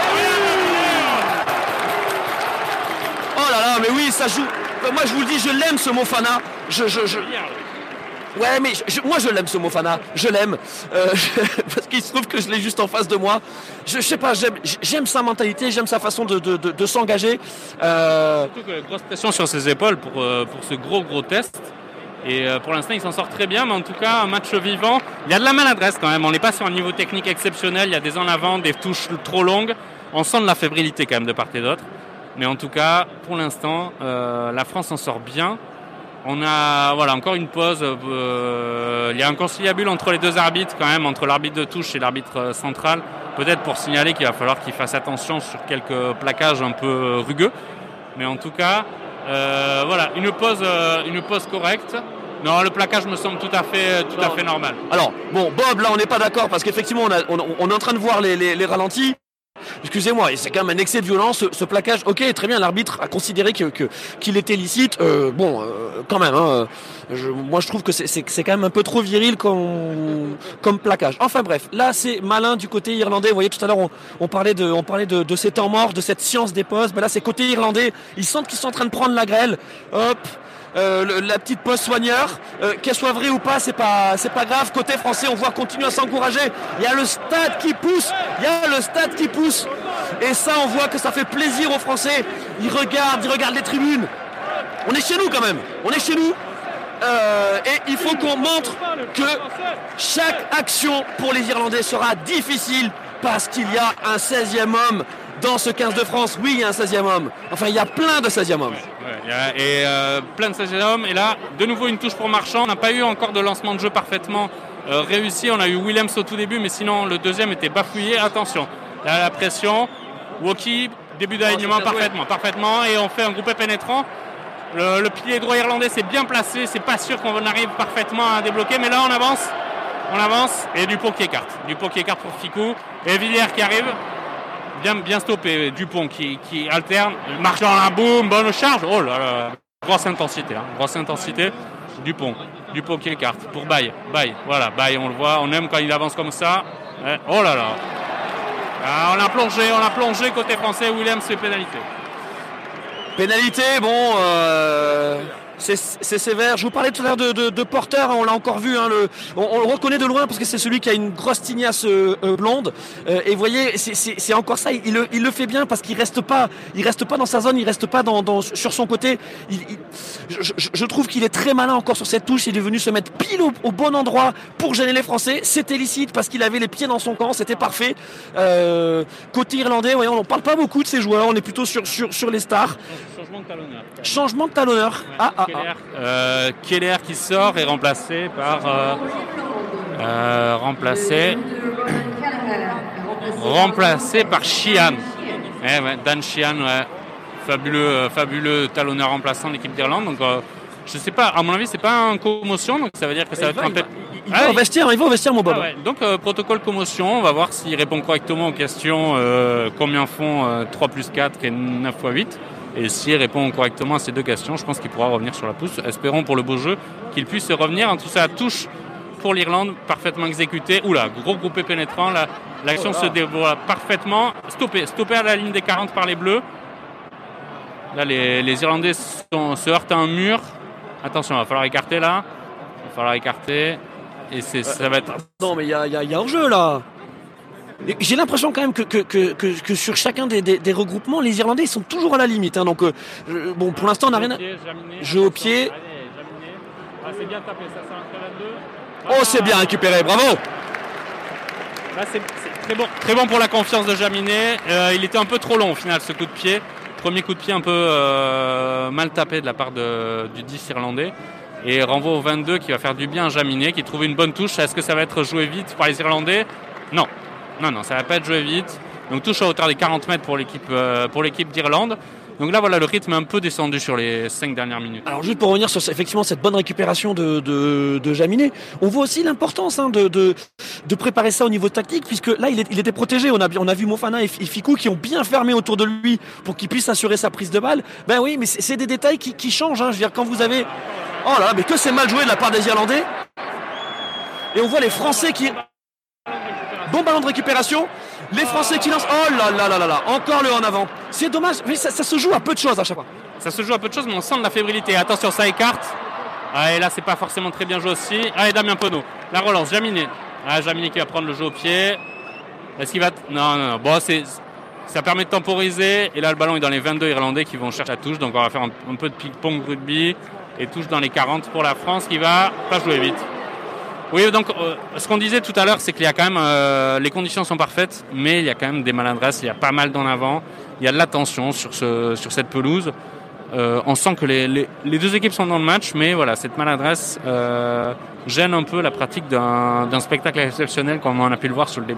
Oh là, mais oui, ça joue. Moi, je vous le dis, je l'aime ce Moefana. Ouais, mais moi je l'aime ce Moefana, je l'aime parce qu'il se trouve que je l'ai juste en face de moi. Je sais pas, j'aime sa mentalité, j'aime sa façon de s'engager. Surtout que grosse pression sur ses épaules pour ce gros test. Et pour l'instant, il s'en sort très bien, mais en tout cas, un match vivant. Il y a de la maladresse quand même. On n'est pas sur un niveau technique exceptionnel. Il y a des en avant, des touches trop longues. On sent de la fébrilité quand même de part et d'autre. Mais en tout cas, pour l'instant, la France s'en sort bien. On a encore une pause. Il y a un conciliabule entre les deux arbitres quand même, entre l'arbitre de touche et l'arbitre central. Peut-être pour signaler qu'il va falloir qu'il fasse attention sur quelques plaquages un peu rugueux. Mais en tout cas, une pause correcte. Non, le plaquage me semble tout à fait normal. Alors, bon, Bob, là, on n'est pas d'accord parce qu'effectivement, on est en train de voir les ralentis. Excusez-moi, c'est quand même un excès de violence, ce plaquage. Ok, très bien, l'arbitre a considéré qu'il était licite. Quand même, moi je trouve que c'est quand même un peu trop viril comme plaquage. Enfin bref, là c'est malin du côté irlandais. Vous voyez, tout à l'heure on parlait de ces temps morts, de cette science des postes. Là c'est côté irlandais. Ils sentent qu'ils sont en train de prendre la grêle. Hop. La petite pause soigneur, qu'elle soit vraie ou pas, c'est pas grave. Côté français, on voit continuer à s'encourager. Il y a le stade qui pousse. Et ça, on voit que ça fait plaisir aux Français. Ils regardent les tribunes. On est chez nous quand même. Et il faut qu'on montre que chaque action pour les Irlandais sera difficile parce qu'il y a un 16e homme dans ce 15 de France. Oui, il y a un 16e homme. Enfin, il y a plein de 16e hommes. Plein de 16e hommes. Et là, de nouveau une touche pour Marchand. On n'a pas eu encore de lancement de jeu parfaitement réussi. On a eu Williams au tout début, mais sinon le deuxième était bafouillé. Attention, là, la pression. Woki, début d'alignement parfaitement. Et on fait un groupé pénétrant. Le pilier droit irlandais s'est bien placé. C'est pas sûr qu'on arrive parfaitement à débloquer. Mais là, on avance. Et Dupont qui écarte. Pour Ficou. Et Villiers qui arrive. Bien stoppé, Dupont qui alterne, Marchand dans la boum, bonne charge, oh là là, grosse intensité, Dupont qui écarte pour Baye, voilà, Baye on le voit, on aime quand il avance comme ça, oh là là, on a plongé côté français, Williams fait pénalité, bon, c'est sévère. Je vous parlais tout à l'heure de Porter, on l'a encore vu, on le reconnaît de loin parce que c'est celui qui a une grosse tignasse blonde. Et vous voyez, c'est encore ça, il le fait bien parce qu'il reste pas dans sa zone, il reste pas sur son côté. Je trouve qu'il est très malin encore sur cette touche, il est venu se mettre pile au bon endroit pour gêner les Français. C'était licite parce qu'il avait les pieds dans son camp, c'était parfait. Côté irlandais, voyons, on parle pas beaucoup de ces joueurs, on est plutôt sur les stars. Changement de talonneur. Keller qui sort et remplacé par Sheehan. Dan Sheehan, fabuleux talonneur remplaçant de l'équipe d'Irlande. Donc Je sais pas, à mon avis, c'est pas une commotion, donc ça veut dire que ça va être un peu... Il va au vestiaire, mon Bob. Ouais. Donc, protocole commotion, on va voir s'il répond correctement aux questions combien font 3 plus 4 et 9 fois 8. Et s'il répond correctement à ces deux questions, je pense qu'il pourra revenir sur la pousse. Espérons pour le beau jeu qu'il puisse revenir. En tout cas, touche pour l'Irlande, parfaitement exécutée. Oula, gros groupé pénétrant, l'action se dévoile parfaitement. Stoppé à la ligne des 40 par les Bleus. Là, les Irlandais se heurtent à un mur. Attention, il va falloir écarter là. Il va falloir écarter. Et ça va être... Non, mais il y a hors-jeu là. J'ai l'impression quand même que sur chacun des regroupements, les Irlandais ils sont toujours à la limite. Hein, donc, bon, pour l'instant, on n'a rien à... Jeu au pied. Ah, c'est bien tapé, ça entre les deux. Oh, c'est bien récupéré, bravo. Là, c'est très bon pour la confiance de Jaminet. Il était un peu trop long au final, ce coup de pied. Premier coup de pied un peu mal tapé de la part du 10 irlandais. Et renvoi au 22 qui va faire du bien à Jaminet, qui trouve une bonne touche. Est-ce que ça va être joué vite par les Irlandais ? Non, ça va pas être joué vite. Donc touche à hauteur des 40 mètres pour l'équipe d'Irlande. Donc là, voilà, le rythme est un peu descendu sur les 5 dernières minutes. Alors juste pour revenir sur effectivement cette bonne récupération de Jaminet, on voit aussi l'importance de préparer ça au niveau tactique, puisque là, il était protégé. On a vu Mofana et Fickou qui ont bien fermé autour de lui pour qu'il puisse assurer sa prise de balle. Ben oui, mais c'est des détails qui changent. Hein. Je veux dire, quand vous avez... Oh là, mais que c'est mal joué de la part des Irlandais. Et on voit les Français qui... Bon ballon de récupération. Les Français qui lancent. Oh là là là là là. Encore le en avant. C'est dommage. Mais ça se joue à peu de choses à chaque fois. Ça se joue à peu de choses, mais on sent de la fébrilité. Attention, ça écarte. Ah, et là, c'est pas forcément très bien joué aussi. Allez, Damien Penaud. La relance. Jaminet. Jaminet qui va prendre le jeu au pied. Est-ce qu'il va... Non. Bon, ça permet de temporiser. Et là, le ballon est dans les 22 Irlandais qui vont chercher la touche. Donc, on va faire un peu de ping-pong rugby. Et touche dans les 40 pour la France qui va pas jouer vite. Oui, donc ce qu'on disait tout à l'heure, c'est qu'il y a quand même... les conditions sont parfaites, mais il y a quand même des maladresses. Il y a pas mal d'en avant. Il y a de la tension sur cette pelouse. On sent que les deux équipes sont dans le match, mais voilà, cette maladresse gêne un peu la pratique d'un spectacle exceptionnel comme on a pu le voir sur les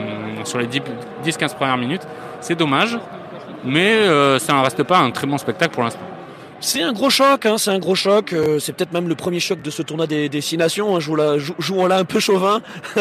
10-15 premières minutes. C'est dommage, mais ça n'en reste pas un très bon spectacle pour l'instant. C'est un gros choc, hein, c'est peut-être même le premier choc de ce tournoi des 6 nations, hein, jouons là un peu chauvin.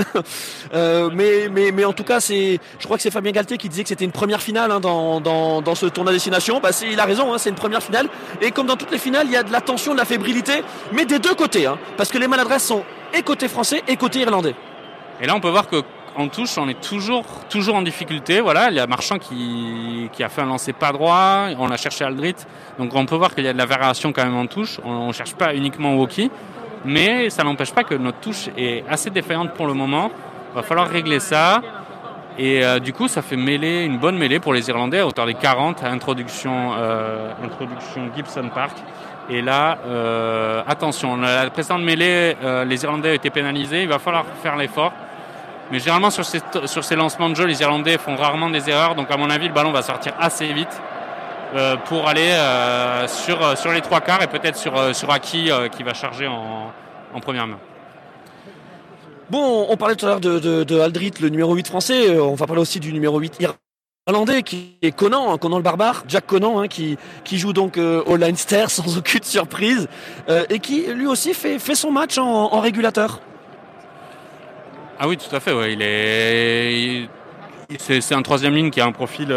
mais en tout cas, je crois que c'est Fabien Galtier qui disait que c'était une première finale hein, dans ce tournoi des 6 nations. Bah, il a raison, hein, c'est une première finale. Et comme dans toutes les finales, il y a de la tension, de la fébrilité, mais des deux côtés, hein, parce que les maladresses sont et côté français et côté irlandais. Et là, on peut voir que en touche, on est toujours en difficulté. Voilà, il y a Marchand qui a fait un lancer pas droit. On a cherché Aldrit. Donc on peut voir qu'il y a de la variation quand même en touche. On ne cherche pas uniquement au hockey. Mais ça n'empêche pas que notre touche est assez défaillante pour le moment. Il va falloir régler ça. Et du coup, ça fait une bonne mêlée pour les Irlandais à hauteur des 40 à introduction Gibson Park. Et là, attention, la précédente mêlée, les Irlandais ont été pénalisés. Il va falloir faire l'effort. Mais généralement, sur ces lancements de jeu, les Irlandais font rarement des erreurs. Donc, à mon avis, le ballon va sortir assez vite pour aller sur les 3/4 et peut-être sur Aki qui va charger en première main. Bon, on parlait tout à l'heure de Aldrit, le numéro 8 français. On va parler aussi du numéro 8 irlandais qui est Conan le barbare, Jack Conan, hein, qui joue donc au Leinster sans aucune surprise et qui lui aussi fait son match en régulateur. Ah oui, tout à fait. Ouais. C'est un troisième ligne qui a un profil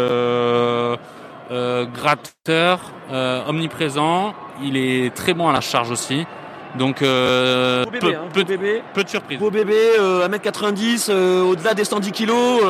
gratteur, omniprésent. Il est très bon à la charge aussi. Donc peu de surprises. Beau bébé, 1m90, au-delà des 110 kg.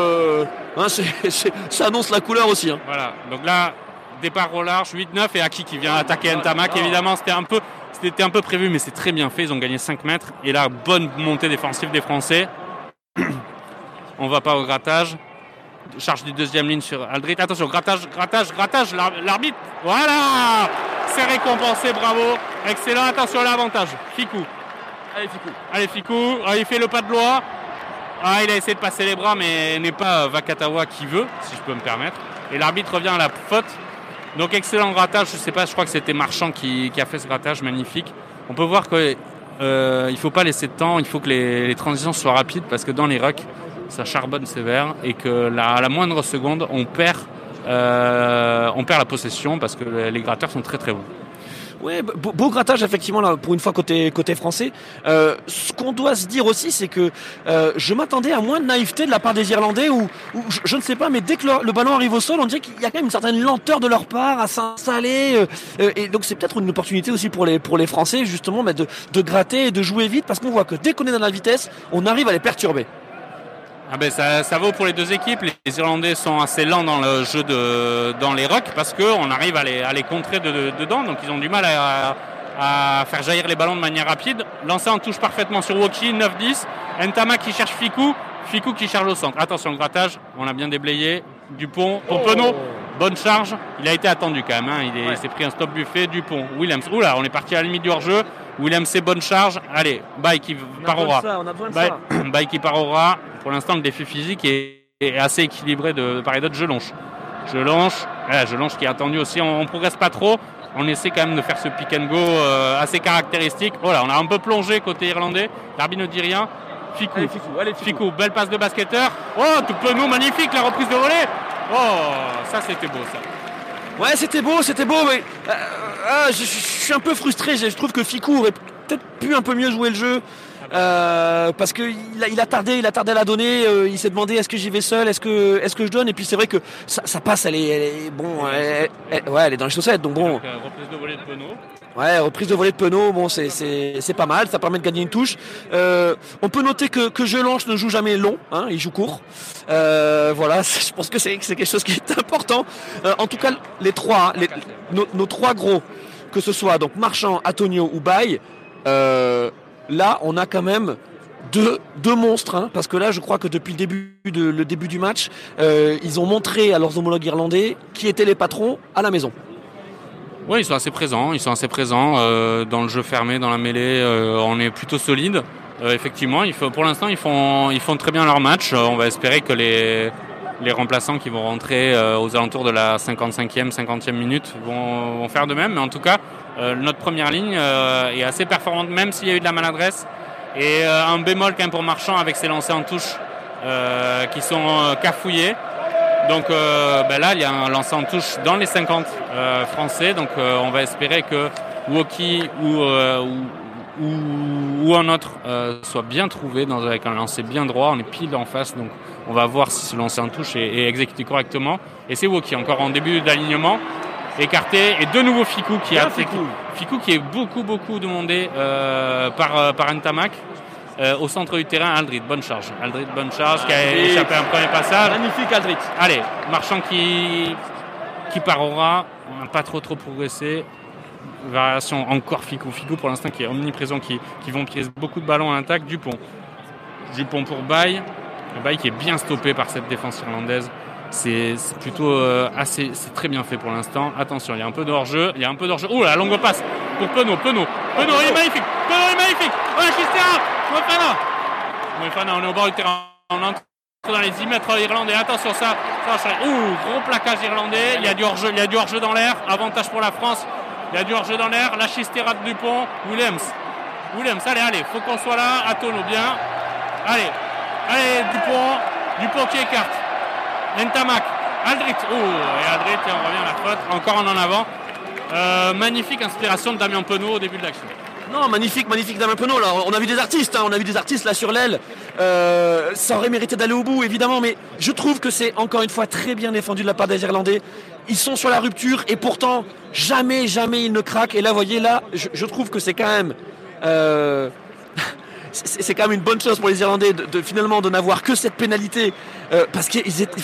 Ça annonce la couleur aussi. Hein. Voilà. Donc là, départ au large, 8-9 et Aki qui vient attaquer Ntamak. Évidemment, c'était un peu prévu, mais c'est très bien fait. Ils ont gagné 5 mètres. Et là, bonne montée défensive des Français. On va pas au grattage. Charge du deuxième ligne sur Aldrit. Attention, grattage. L'arbitre, voilà, c'est récompensé, bravo. Excellent, attention à l'avantage. Fickou. Allez, Fickou. Il fait le pas de loi. Il a essayé de passer les bras, mais n'est pas Vakatawa qui veut, si je peux me permettre. Et l'arbitre revient à la faute. Donc, excellent grattage. Je sais pas, je crois que c'était Marchand qui a fait ce grattage magnifique. On peut voir que il faut pas laisser de temps, il faut que les transitions soient rapides parce que dans les rucks, ça charbonne sévère et que à la moindre seconde, on perd la possession parce que les gratteurs sont très très bons. Ouais, beau grattage effectivement là pour une fois côté français. Ce qu'on doit se dire aussi, c'est que je m'attendais à moins de naïveté de la part des Irlandais, où je ne sais pas, mais dès que le ballon arrive au sol, on dirait qu'il y a quand même une certaine lenteur de leur part à s'installer. Et donc c'est peut-être une opportunité aussi pour les Français justement, de gratter et de jouer vite, parce qu'on voit que dès qu'on est dans la vitesse, on arrive à les perturber. Ah ben ça vaut pour les deux équipes. Les Irlandais sont assez lents dans le jeu dans les rucks, parce qu'on arrive à les contrer dedans, donc ils ont du mal à faire jaillir les ballons de manière rapide. Lancé en touche parfaitement sur Woki, 9-10. Ntamak qui cherche Ficou qui charge au centre. Attention, le grattage, on a bien déblayé. Dupont, Penaud, bonne charge. Il a été attendu quand même, il s'est pris un stop buffet. Dupont, Williams, oula, on est parti à la limite du hors-jeu. Williams, c'est bonne charge. Allez, Baye qui part au ras. Baye qui part au ras. Pour l'instant, le défi physique est assez équilibré de part et d'autre. Jelonche qui est attendu aussi. On ne progresse pas trop. On essaie quand même de faire ce pick and go assez caractéristique. Voilà, on a un peu plongé côté irlandais. L'arbitre ne dit rien. Ficou, belle passe de basketteur. Oh, tout Penaud, magnifique la reprise de volée. Oh, ça c'était beau ça. Ouais, c'était beau, mais je suis un peu frustré. Je trouve que Ficou aurait peut-être pu un peu mieux jouer le jeu. Parce que il a tardé à la donner. Il s'est demandé est-ce que j'y vais seul, est-ce que je donne, et puis c'est vrai que ça passe, elle est dans les chaussettes, donc bon. Reprise de volée de Penaud. Ouais, reprise de volée de Penaud, bon c'est pas mal, ça permet de gagner une touche. On peut noter que Jelonche ne joue jamais long, hein, il joue court. Voilà, je pense que c'est quelque chose qui est important. En tout cas, nos trois gros, que ce soit donc Marchand, Antonio ou Baye, là, on a quand même deux monstres, hein, parce que là, je crois que depuis le début du match, ils ont montré à leurs homologues irlandais qui étaient les patrons à la maison. Oui, ils sont assez présents dans le jeu fermé, dans la mêlée. On est plutôt solide. Effectivement, pour l'instant, ils font très bien leur match. On va espérer que les remplaçants qui vont rentrer aux alentours de la 55e, 50e minute vont faire de même. Mais en tout cas, notre première ligne est assez performante, même s'il y a eu de la maladresse. Et un bémol quand même pour Marchand avec ses lancers en touche qui sont cafouillés. Donc là, il y a un lancer en touche dans les 50 français. Donc on va espérer que Woki ou un autre soit bien trouvé avec un lancer bien droit. On est pile en face, donc on va voir si ce lancer en touche est exécuté correctement. Et c'est Woki encore en début d'alignement, écarté, et de nouveau Ficou qui est beaucoup demandé par Ntamak. Au centre du terrain, Aldrit, bonne charge qui a échappé un premier passage. Magnifique Aldrit. Allez, Marchand qui part au ras. On n'a pas trop progressé. Variation encore Ficou pour l'instant qui est omniprésent, qui vampirise beaucoup de ballons à l'attaque. Dupont pour Baye qui est bien stoppé par cette défense irlandaise. C'est plutôt c'est très bien fait pour l'instant. Attention, il y a un peu de hors-jeu. Oh, la longue passe pour Penaud, il est magnifique. Oh, la Chistera, Moefana, on est au bord du terrain. On entre dans les 10 mètres irlandais. Attention, ça va changer. Gros plaquage irlandais. Il y a du hors-jeu dans l'air. Avantage pour la France. Il y a du hors-jeu dans l'air. La Chistera de Dupont. Williams, allez, faut qu'on soit là. Antonio, bien. Allez, Dupont qui écarte. Ntamak, Aldrit. Et Aldrit, on revient à la faute. Encore en avant. Magnifique inspiration de Damien Penaud au début de l'action. Non, magnifique Damien Penaud. Là, on a vu des artistes, là sur l'aile. Ça aurait mérité d'aller au bout, évidemment, mais je trouve que c'est encore une fois très bien défendu de la part des Irlandais. Ils sont sur la rupture et pourtant jamais ils ne craquent. Et là, vous voyez, je trouve que c'est quand même c'est quand même une bonne chose pour les Irlandais de finalement de n'avoir que cette pénalité parce qu'ils étaient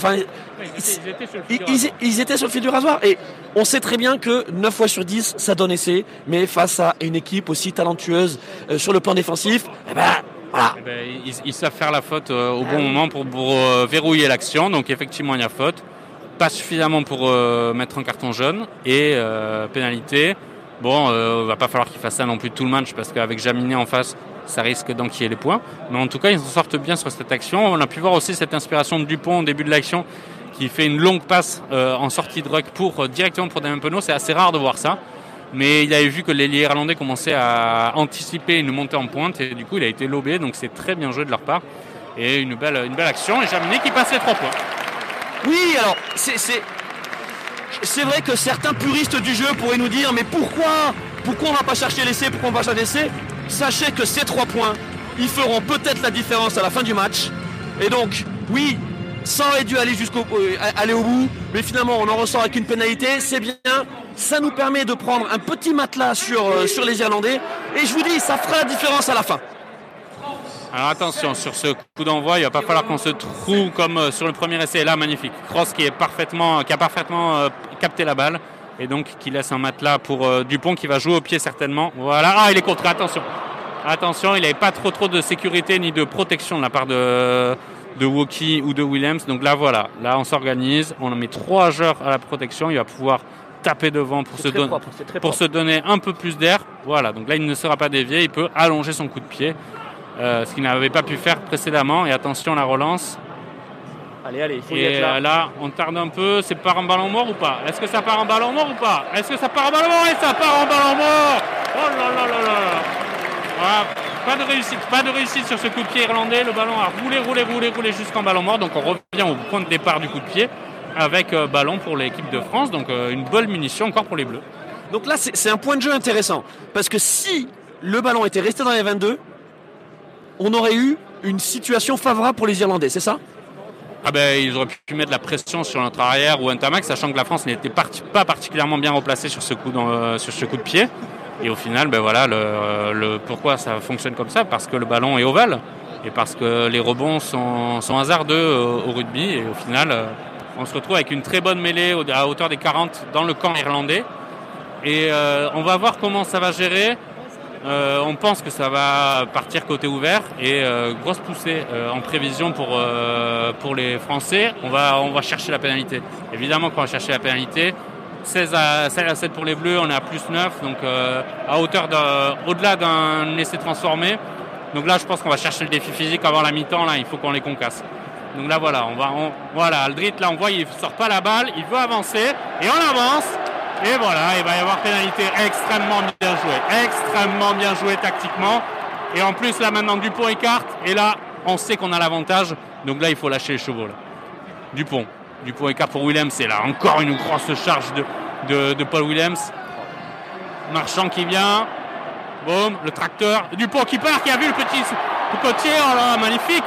sur le fil du rasoir, et on sait très bien que 9 fois sur 10 ça donne essai, mais face à une équipe aussi talentueuse sur le plan défensif, voilà. Ils savent faire la faute au bon moment pour verrouiller l'action. Donc effectivement il y a faute, pas suffisamment pour mettre un carton jaune et pénalité. Bon, va pas falloir qu'ils fassent ça non plus tout le match, parce qu'avec Jaminet en face, ça risque d'enquiller les points. Mais en tout cas, ils en sortent bien sur cette action. On a pu voir aussi cette inspiration de Dupont au début de l'action, qui fait une longue passe en sortie de ruck directement pour Damien Penaud. C'est assez rare de voir ça. Mais il avait vu que l'ailier irlandais commençait à anticiper une montée en pointe, et du coup, il a été lobé. Donc c'est très bien joué de leur part. Et une belle action. Et Jaminet qui passe les 3 points. Oui, alors, c'est vrai que certains puristes du jeu pourraient nous dire mais pourquoi Pourquoi on ne va pas chercher l'essai? Pourquoi on va chercher l'essai? Sachez que ces 3 points, ils feront peut-être la différence à la fin du match. Et donc, oui, ça aurait dû aller aller au bout, mais finalement on en ressort avec une pénalité, c'est bien, ça nous permet de prendre un petit matelas sur les Irlandais, et je vous dis, ça fera la différence à la fin. Alors attention, sur ce coup d'envoi, il va pas falloir qu'on se trouve comme sur le premier essai. Là, magnifique. Cross qui a parfaitement capté la balle, et donc qui laisse un matelas pour Dupont qui va jouer au pied certainement. Voilà, il est contré, attention, il n'avait pas trop de sécurité ni de protection de la part de Woki ou de Williams. Donc là, voilà, là on s'organise, on met 3 joueurs à la protection, il va pouvoir taper devant pour se donner un peu plus d'air. Voilà, donc là il ne sera pas dévié, il peut allonger son coup de pied, ce qu'il n'avait pas pu faire précédemment. Et attention, la relance. Allez, il faut y être là. Là, on tarde un peu, c'est part en ballon mort ou pas? Est-ce que ça part en ballon mort ou pas? Est-ce que ça part en ballon mort? Et ça part en ballon mort! Oh là là là là! Voilà. Pas de réussite sur ce coup de pied irlandais. Le ballon a roulé jusqu'en ballon mort. Donc on revient au point de départ du coup de pied avec ballon pour l'équipe de France. Donc une bonne munition encore pour les Bleus. Donc là, c'est un point de jeu intéressant. Parce que si le ballon était resté dans les 22, on aurait eu une situation favorable pour les Irlandais, c'est ça? Ils auraient pu mettre la pression sur notre arrière ou Ntamak, sachant que la France n'était pas particulièrement bien replacée sur ce coup de pied. Et au final, pourquoi ça fonctionne comme ça? Parce que le ballon est ovale et parce que les rebonds sont hasardeux au rugby. Et au final, on se retrouve avec une très bonne mêlée à hauteur des 40 dans le camp irlandais. Et on va voir comment ça va gérer. On pense que ça va partir côté ouvert et grosse poussée en prévision pour les Français. On va chercher la pénalité. Évidemment qu'on va chercher la pénalité. 16 à 7 pour les Bleus, on est à plus 9, donc à hauteur au-delà d'un essai transformé. Donc là, je pense qu'on va chercher le défi physique avant la mi-temps. Là, il faut qu'on les concasse. Donc là, voilà, voilà, Aldrit, là, on voit, il sort pas la balle, il veut avancer et on avance. Et voilà, il va y avoir pénalité extrêmement bien joué tactiquement. Et en plus, là, maintenant, Dupont écarte. Et là, on sait qu'on a l'avantage. Donc là, il faut lâcher les chevaux. Là. Dupont écart pour Williams, c'est là encore une grosse charge de Paul Williams. Marchand qui vient, boum, le tracteur, Dupont qui part, qui a vu le petit côtier, oh là, magnifique.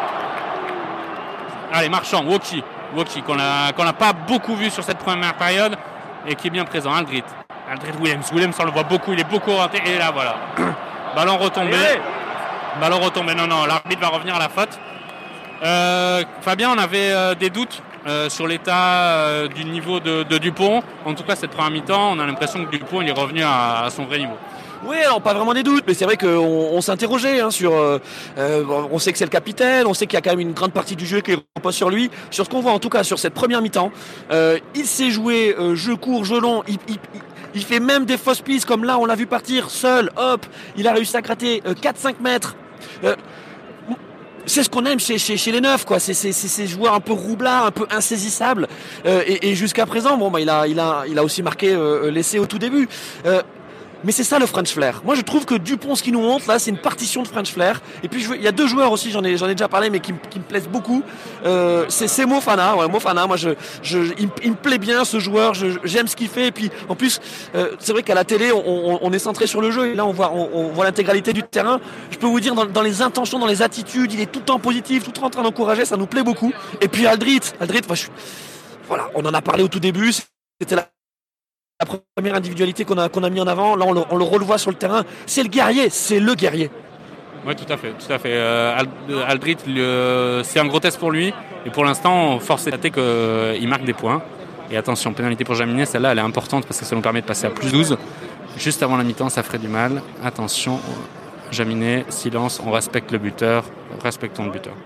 Allez, Marchand, Woki qu'on a pas beaucoup vu sur cette première période et qui est bien présent. Aldrit Williams, on le voit beaucoup, il est beaucoup orienté et là voilà, ballon retombé, non, l'arbitre va revenir à la faute. Fabien, on avait des doutes sur l'état du niveau de Dupont. En tout cas, cette première mi-temps, on a l'impression que Dupont il est revenu à son vrai niveau. Oui, alors pas vraiment des doutes, mais c'est vrai qu'on s'interrogeait sur. On sait que c'est le capitaine, on sait qu'il y a quand même une grande partie du jeu qui repose sur lui. Sur ce qu'on voit en tout cas sur cette première mi-temps, il s'est joué jeu court, jeu long. Il fait même des fausses pistes, comme là on l'a vu partir seul, hop, il a réussi à gratter 4-5 mètres. C'est ce qu'on aime chez les neufs, quoi. C'est ces joueurs un peu roublards, un peu insaisissables. Et jusqu'à présent, il a aussi marqué l'essai au tout début. Mais c'est ça le French Flair. Moi je trouve que Dupont, ce qu'il nous montre là, c'est une partition de French Flair. Et puis il y a 2 joueurs aussi, j'en ai déjà parlé, mais qui me plaisent beaucoup. C'est Mofana. Ouais, Mofana, moi il me plaît bien ce joueur. J'aime ce qu'il fait. Et puis en plus, c'est vrai qu'à la télé, on est centré sur le jeu. Et là on voit l'intégralité du terrain. Je peux vous dire dans les intentions, dans les attitudes, il est tout le temps positif, tout le temps en train d'encourager. Ça nous plaît beaucoup. Et puis Aldrit, voilà, on en a parlé au tout début. C'était la première individualité qu'on a mis en avant. Là on le revoit sur le terrain, c'est le guerrier. Oui, tout à fait. Aldrit, c'est un gros test pour lui et pour l'instant force est de constater qu'il marque des points. Et attention, pénalité pour Jaminet, celle-là elle est importante parce que ça nous permet de passer à plus 12 juste avant la mi-temps. Ça ferait du mal. Attention, Jaminet, silence, on respecte le buteur, respectons le buteur.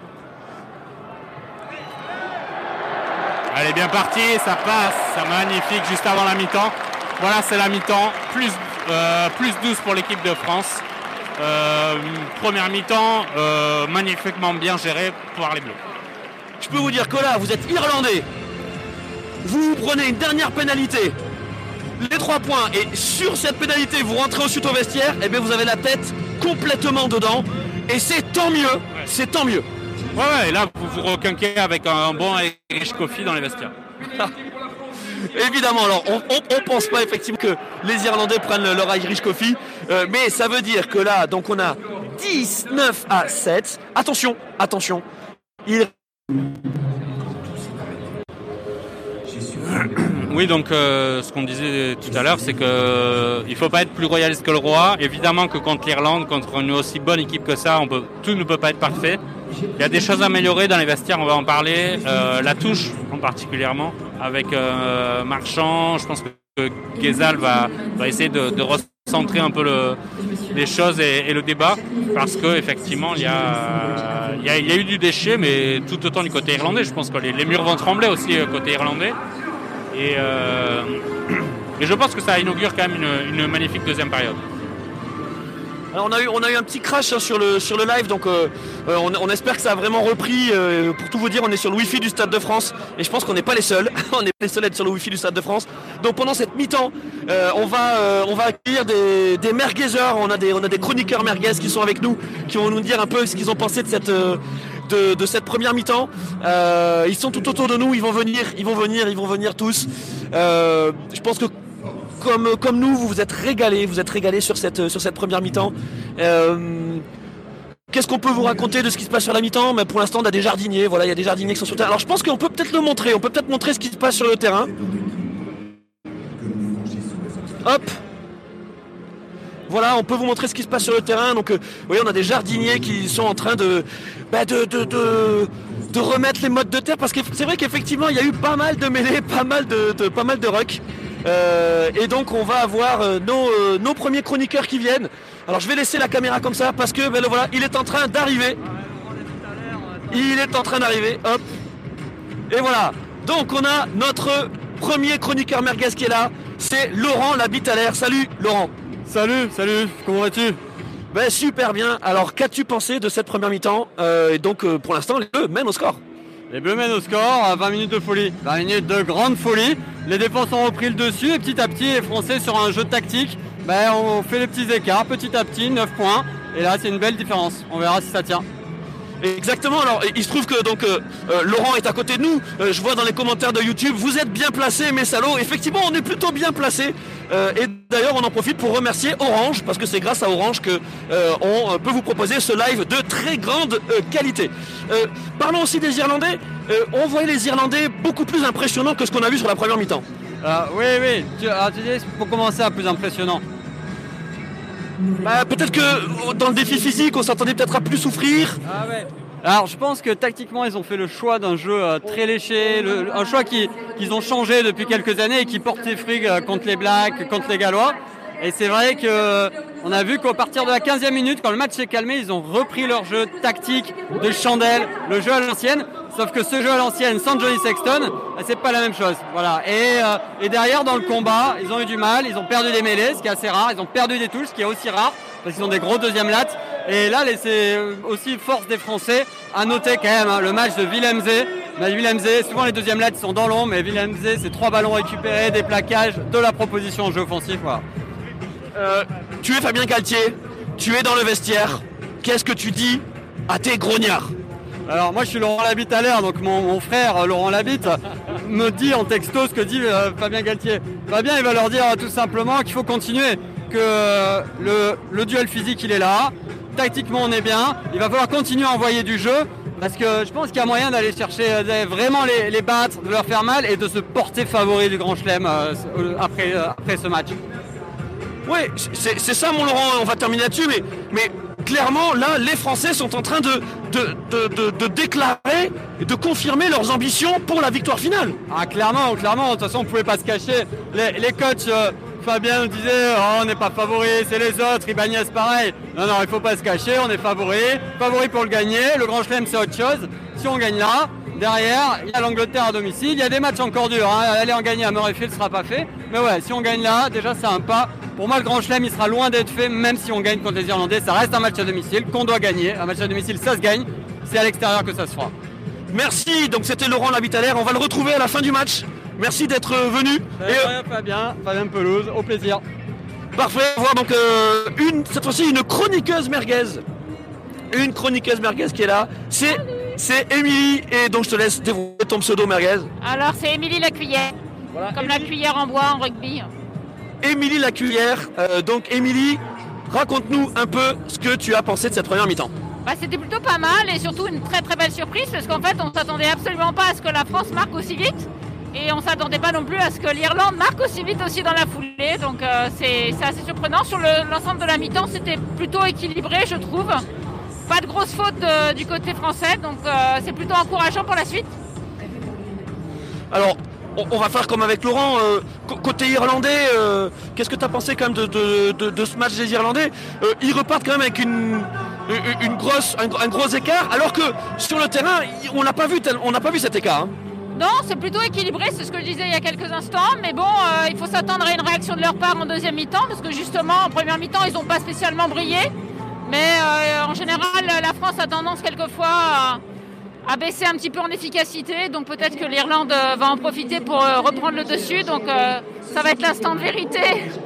Elle est bien partie, ça passe, c'est magnifique juste avant la mi-temps. Voilà, c'est la mi-temps, plus 12 pour l'équipe de France. Première mi-temps, magnifiquement bien gérée par les Bleus. Je peux vous dire que là, vous êtes Irlandais. Vous prenez une dernière pénalité, les 3 points, et sur cette pénalité, vous rentrez ensuite au vestiaire, et bien vous avez la tête complètement dedans. Et c'est tant mieux, c'est tant mieux. Ouais, et là vous requinquez avec un bon Erich Kofi dans les vestiaires. Évidemment, alors on pense pas effectivement que les Irlandais prennent leur Irish Coffee, mais ça veut dire que là, donc on a 19-7. Attention, Oui, donc ce qu'on disait tout à l'heure, c'est que il faut pas être plus royaliste que le roi. Évidemment que contre l'Irlande, contre une aussi bonne équipe que ça, tout ne peut pas être parfait. Il y a des choses à améliorer dans les vestiaires, on va en parler. La touche, en particulièrement, avec Marchand. Je pense que Ghezal va essayer de recentrer un peu les choses et le débat, parce que effectivement il y a eu du déchet, mais tout autant du côté irlandais. Je pense que les murs vont trembler aussi côté irlandais. Et je pense que ça inaugure quand même une magnifique deuxième période. Alors on a eu un petit crash sur le live, donc on espère que ça a vraiment repris. Pour tout vous dire, on est sur le Wi-Fi du Stade de France et je pense qu'on n'est pas les seuls. On n'est pas les seuls à être sur le Wi-Fi du Stade de France. Donc pendant cette mi-temps, on va accueillir des merguezers. On a des chroniqueurs merguez qui sont avec nous, qui vont nous dire un peu ce qu'ils ont pensé de cette première mi-temps. Ils sont tout autour de nous, ils vont venir tous. Je pense que comme nous, vous vous êtes régalés sur cette première mi-temps. Qu'est-ce qu'on peut vous raconter de ce qui se passe sur la mi-temps? Mais pour l'instant, on a des jardiniers. Voilà, il y a des jardiniers qui sont sur le terrain. Alors, je pense qu'on peut peut-être le montrer. On peut peut-être montrer ce qui se passe sur le terrain. Hop. Voilà, on peut vous montrer ce qui se passe sur le terrain. Donc, vous voyez, on a des jardiniers qui sont en train de remettre les mottes de terre, parce que c'est vrai qu'effectivement, il y a eu pas mal de mêlées, pas mal de rucks. Et donc on va avoir nos premiers chroniqueurs qui viennent. Alors je vais laisser la caméra comme ça parce que voilà, il est en train d'arriver. Hop. Et voilà. Donc on a notre premier chroniqueur merguez qui est là. C'est Laurent Labitalaire. Salut Laurent. Salut, comment vas-tu? Super bien. Alors qu'as-tu pensé de cette première mi-temps? Et donc pour l'instant les Bleus mènent au score. Les Bleus mènent au score à 20 minutes de folie. 20 minutes de grande folie. Les défenses ont repris le dessus et petit à petit les Français sur un jeu tactique, on fait les petits écarts petit à petit, 9 points. Et là c'est une belle différence. On verra si ça tient. Exactement, alors il se trouve que donc Laurent est à côté de nous, je vois dans les commentaires de YouTube, vous êtes bien placés mes salauds, effectivement on est plutôt bien placés, et d'ailleurs on en profite pour remercier Orange, parce que c'est grâce à Orange que on peut vous proposer ce live de très grande qualité. Parlons aussi des Irlandais, on voyait les Irlandais beaucoup plus impressionnants que ce qu'on a vu sur la première mi-temps. Oui, tu dis pour commencer à plus impressionnant. Peut-être que dans le défi physique, on s'attendait peut-être à plus souffrir. Ah ouais. Alors je pense que tactiquement ils ont fait le choix d'un jeu très léché, un choix qu'ils ont changé depuis quelques années et qui porte ses fruits contre les Blacks, contre les Gallois. Et c'est vrai qu'on a vu qu'à partir de la 15e minute, quand le match s'est calmé, ils ont repris leur jeu tactique de chandelle, le jeu à l'ancienne. Sauf que ce jeu à l'ancienne sans Johnny Sexton, c'est pas la même chose. Voilà. Et derrière, dans le combat, ils ont eu du mal, ils ont perdu des mêlées, ce qui est assez rare. Ils ont perdu des touches, ce qui est aussi rare, parce qu'ils ont des gros deuxièmes lattes. Et là, c'est aussi force des Français à noter quand même le match de Willemse. Willemse, souvent les deuxièmes lattes sont dans l'ombre, mais Willemse, c'est 3 ballons récupérés, des plaquages, de la proposition en jeu offensif. Voilà. Tu es Fabien Galtier, tu es dans le vestiaire. Qu'est-ce que tu dis à tes grognards? Alors moi je suis Laurent Labitalaire, donc mon frère Laurent Labitte me dit en texto ce que dit Fabien Galtier. Fabien il va leur dire tout simplement qu'il faut continuer, que le duel physique il est là, tactiquement on est bien, il va falloir continuer à envoyer du jeu, parce que je pense qu'il y a moyen d'aller chercher vraiment les battre, de leur faire mal et de se porter favori du Grand Chelem après ce match. Oui, c'est ça mon Laurent, on va terminer là-dessus, mais clairement là les Français sont en train de déclarer et de confirmer leurs ambitions pour la victoire finale. Ah clairement, de toute façon on ne pouvait pas se cacher. Les coachs, Fabien nous disait on n'est pas favori, c'est les autres, Ibanez pareil. Non, il ne faut pas se cacher, on est favori pour le gagner, le Grand Chelem c'est autre chose. Si on gagne là, derrière, il y a l'Angleterre à domicile, il y a des matchs encore durs, aller en gagner à Murrayfield ne sera pas fait. Mais ouais, si on gagne là, déjà c'est un pas. Pour moi, le Grand Chelem, il sera loin d'être fait, même si on gagne contre les Irlandais. Ça reste un match à domicile qu'on doit gagner. Un match à domicile, ça se gagne. C'est à l'extérieur que ça se fera. Merci. Donc c'était Laurent Labitalaire. On va le retrouver à la fin du match. Merci d'être venu. Fabien Pelouse, au plaisir. Parfait. On va voir donc cette fois-ci une chroniqueuse merguez. Une chroniqueuse merguez qui est là. C'est Émilie. Et donc je te laisse dévoiler ton pseudo merguez. Alors c'est Émilie la cuillère. Voilà. Comme la cuillère en bois en rugby. Émilie Lacuillère. Donc Émilie, raconte-nous un peu ce que tu as pensé de cette première mi-temps. C'était plutôt pas mal et surtout une très très belle surprise parce qu'en fait on s'attendait absolument pas à ce que la France marque aussi vite et on s'attendait pas non plus à ce que l'Irlande marque aussi vite aussi dans la foulée. Donc c'est assez surprenant. Sur l'ensemble de la mi-temps c'était plutôt équilibré je trouve. Pas de grosses fautes du côté français donc c'est plutôt encourageant pour la suite. Alors on va faire comme avec Laurent, côté irlandais, qu'est-ce que tu as pensé quand même de ce match des Irlandais? Ils repartent quand même avec un gros écart, alors que sur le terrain, on n'a pas vu cet écart. Hein. Non, c'est plutôt équilibré, c'est ce que je disais il y a quelques instants, mais bon, il faut s'attendre à une réaction de leur part en deuxième mi-temps, parce que justement, en première mi-temps, ils n'ont pas spécialement brillé, mais en général, la France a tendance quelquefois à baisser un petit peu en efficacité, donc peut-être que l'Irlande va en profiter pour reprendre le dessus, donc ça va être l'instant de vérité.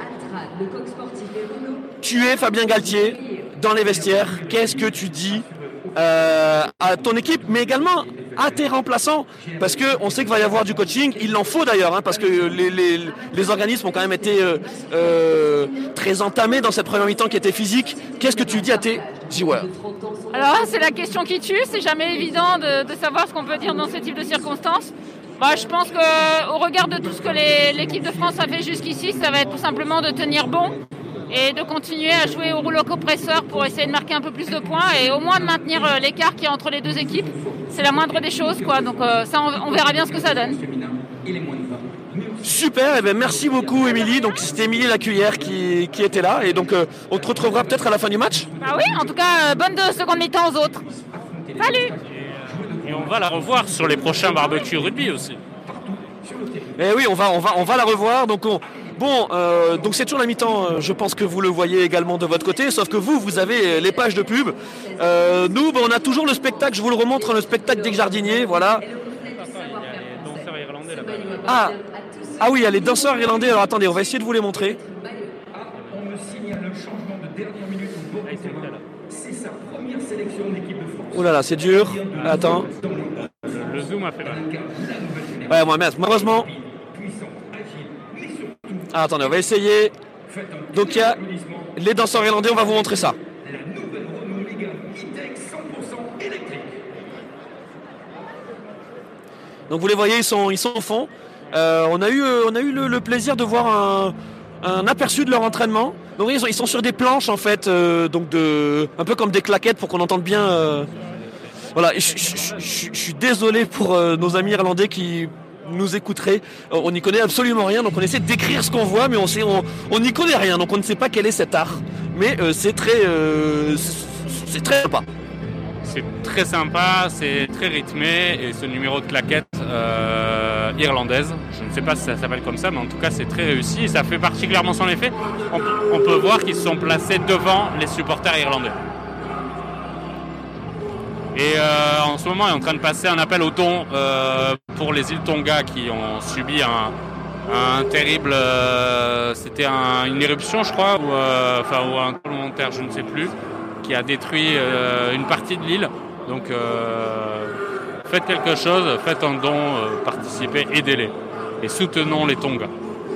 Tu es Fabien Galtier dans les vestiaires, qu'est-ce que tu dis à ton équipe, mais également à tes remplaçants, parce qu'on sait qu'il va y avoir du coaching, il en faut d'ailleurs, hein, parce que les organismes ont quand même été très entamés dans cette première mi-temps qui était physique. Qu'est-ce que tu dis à tes joueurs? Alors c'est la question qui tue, c'est jamais évident de savoir ce qu'on peut dire dans ce type de circonstances. Je pense qu'au regard de tout ce que l'équipe de France a fait jusqu'ici, ça va être tout simplement de tenir bon et de continuer à jouer au rouleau compresseur pour essayer de marquer un peu plus de points et au moins de maintenir l'écart qu'il y a entre les deux équipes. C'est la moindre des choses, quoi. Donc ça, on verra bien ce que ça donne. Super, et bien merci beaucoup Émilie. Donc c'était Émilie Lacuillère qui était là et donc on te retrouvera peut-être à la fin du match. Ah oui, en tout cas, bonne seconde mi-temps aux autres. Salut. Et on va la revoir sur les prochains barbecues rugby aussi. Eh oui, on va la revoir. Donc donc c'est toujours la mi-temps. Je pense que vous le voyez également de votre côté, sauf que vous avez les pages de pub. Nous, on a toujours le spectacle. Je vous le remontre, le spectacle des jardiniers. Voilà. Il y a les danseurs irlandais là-bas. Ah oui, il y a les danseurs irlandais. Alors attendez, on va essayer de vous les montrer. On me signale le changement de dernière minute au Boris. C'est sa première sélection en équipe de France. Oh là là, c'est dur. Attends. Le zoom a fait mal. Ouais, moi, malheureusement. Ah, attendez, on va essayer. Donc il y a les danseurs irlandais, on va vous montrer ça. La nouvelle Renault Mégane E-Tech 100% électrique. Donc vous les voyez, ils sont au fond. On a eu le plaisir de voir un aperçu de leur entraînement. Donc ils sont sur des planches en fait, donc un peu comme des claquettes pour qu'on entende bien. Voilà, je suis désolé pour nos amis irlandais qui nous écouteraient. On n'y connaît absolument rien, donc on essaie de décrire ce qu'on voit, mais on n'y connaît rien, donc on ne sait pas quel est cet art. Mais c'est très sympa. C'est très sympa, c'est très rythmé et ce numéro de claquette irlandaise, je ne sais pas si ça s'appelle comme ça, mais en tout cas c'est très réussi et ça fait particulièrement son effet. On peut voir qu'ils se sont placés devant les supporters irlandais. Et en ce moment, il est en train de passer un appel au don pour les îles Tonga qui ont subi un terrible... c'était une éruption, je crois, ou un tremblement de terre, je ne sais plus, qui a détruit une partie de l'île. Donc faites quelque chose, faites un don, participez, aidez-les. Et soutenons les Tonga.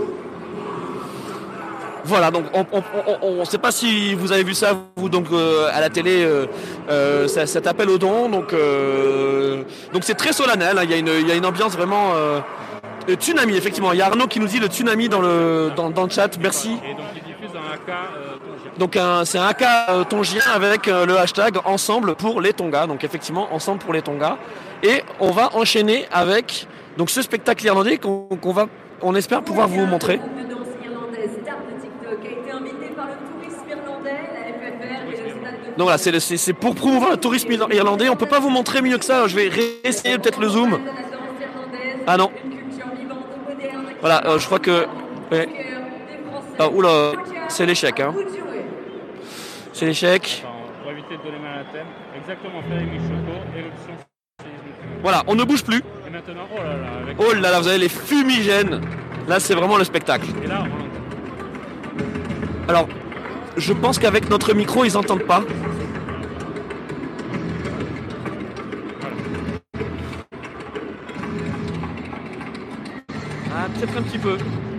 Voilà, donc on ne sait pas si vous avez vu ça vous donc à la télé, cet appel au don. Donc c'est très solennel. Hein, il y a une ambiance vraiment tsunami. Effectivement, il y a Arnaud qui nous dit le tsunami dans le chat. Merci. Et donc il diffuse un AK tongien. Donc c'est un AK tongien avec le hashtag ensemble pour les Tonga. Donc effectivement ensemble pour les Tonga. Et on va enchaîner avec donc ce spectacle irlandais qu'on espère pouvoir vous montrer. Donc voilà, c'est pour promouvoir le tourisme irlandais. On peut pas vous montrer mieux que ça. Je vais réessayer peut-être le zoom. Ah non. Voilà, je crois que... Ouais. Ah, oula, c'est l'échec. Hein. C'est l'échec. Pour éviter de donner mal à thème, exactement fait avec Michoko, éruption. Voilà, on ne bouge plus. Et maintenant, oh là là, avec... Oh là là, vous avez les fumigènes. Là, c'est vraiment le spectacle. Et là, alors, je pense qu'avec notre micro, ils n'entendent pas. peut-être un petit peu.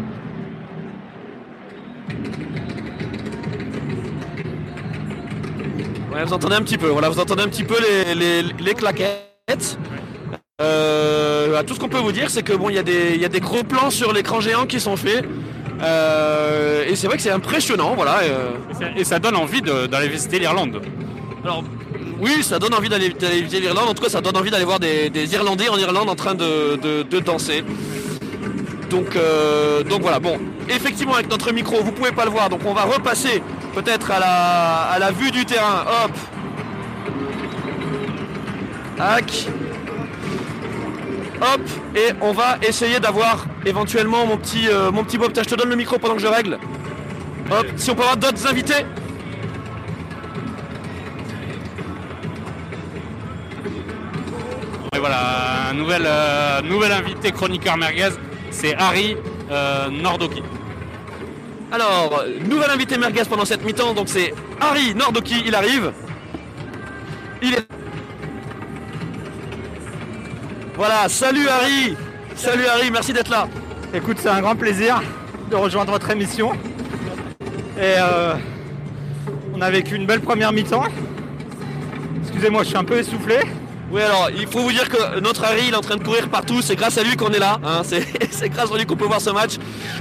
Ouais, vous entendez un petit peu, voilà, vous entendez un petit peu les claquettes. Tout ce qu'on peut vous dire, c'est que bon, il y a des gros plans sur l'écran géant qui sont faits. Et c'est vrai que c'est impressionnant, voilà. Et ça donne envie d'aller visiter l'Irlande. Alors, oui, ça donne envie d'aller visiter l'Irlande. En tout cas, ça donne envie d'aller voir des Irlandais en Irlande en train de danser. Donc voilà, bon, effectivement avec notre micro, vous pouvez pas le voir, donc on va repasser peut-être à la vue du terrain. Hop. Hack. Hop, et on va essayer d'avoir éventuellement mon petit Bob. Je te donne le micro pendant que je règle. Hop, si on peut avoir d'autres invités. Et voilà, un nouvel invité chroniqueur merguez, c'est Harry Nordoki. Alors, nouvel invité merguez pendant cette mi-temps, donc c'est Harry Nordoki, il arrive. Il est... Voilà, salut Harry. Salut Harry, merci d'être là. Écoute, c'est un grand plaisir de rejoindre votre émission. Et on a vécu une belle première mi-temps. Excusez-moi, je suis un peu essoufflé. Oui, alors, il faut vous dire que notre Harry, il est en train de courir partout. C'est grâce à lui qu'on est là. Hein. C'est grâce à lui qu'on peut voir ce match.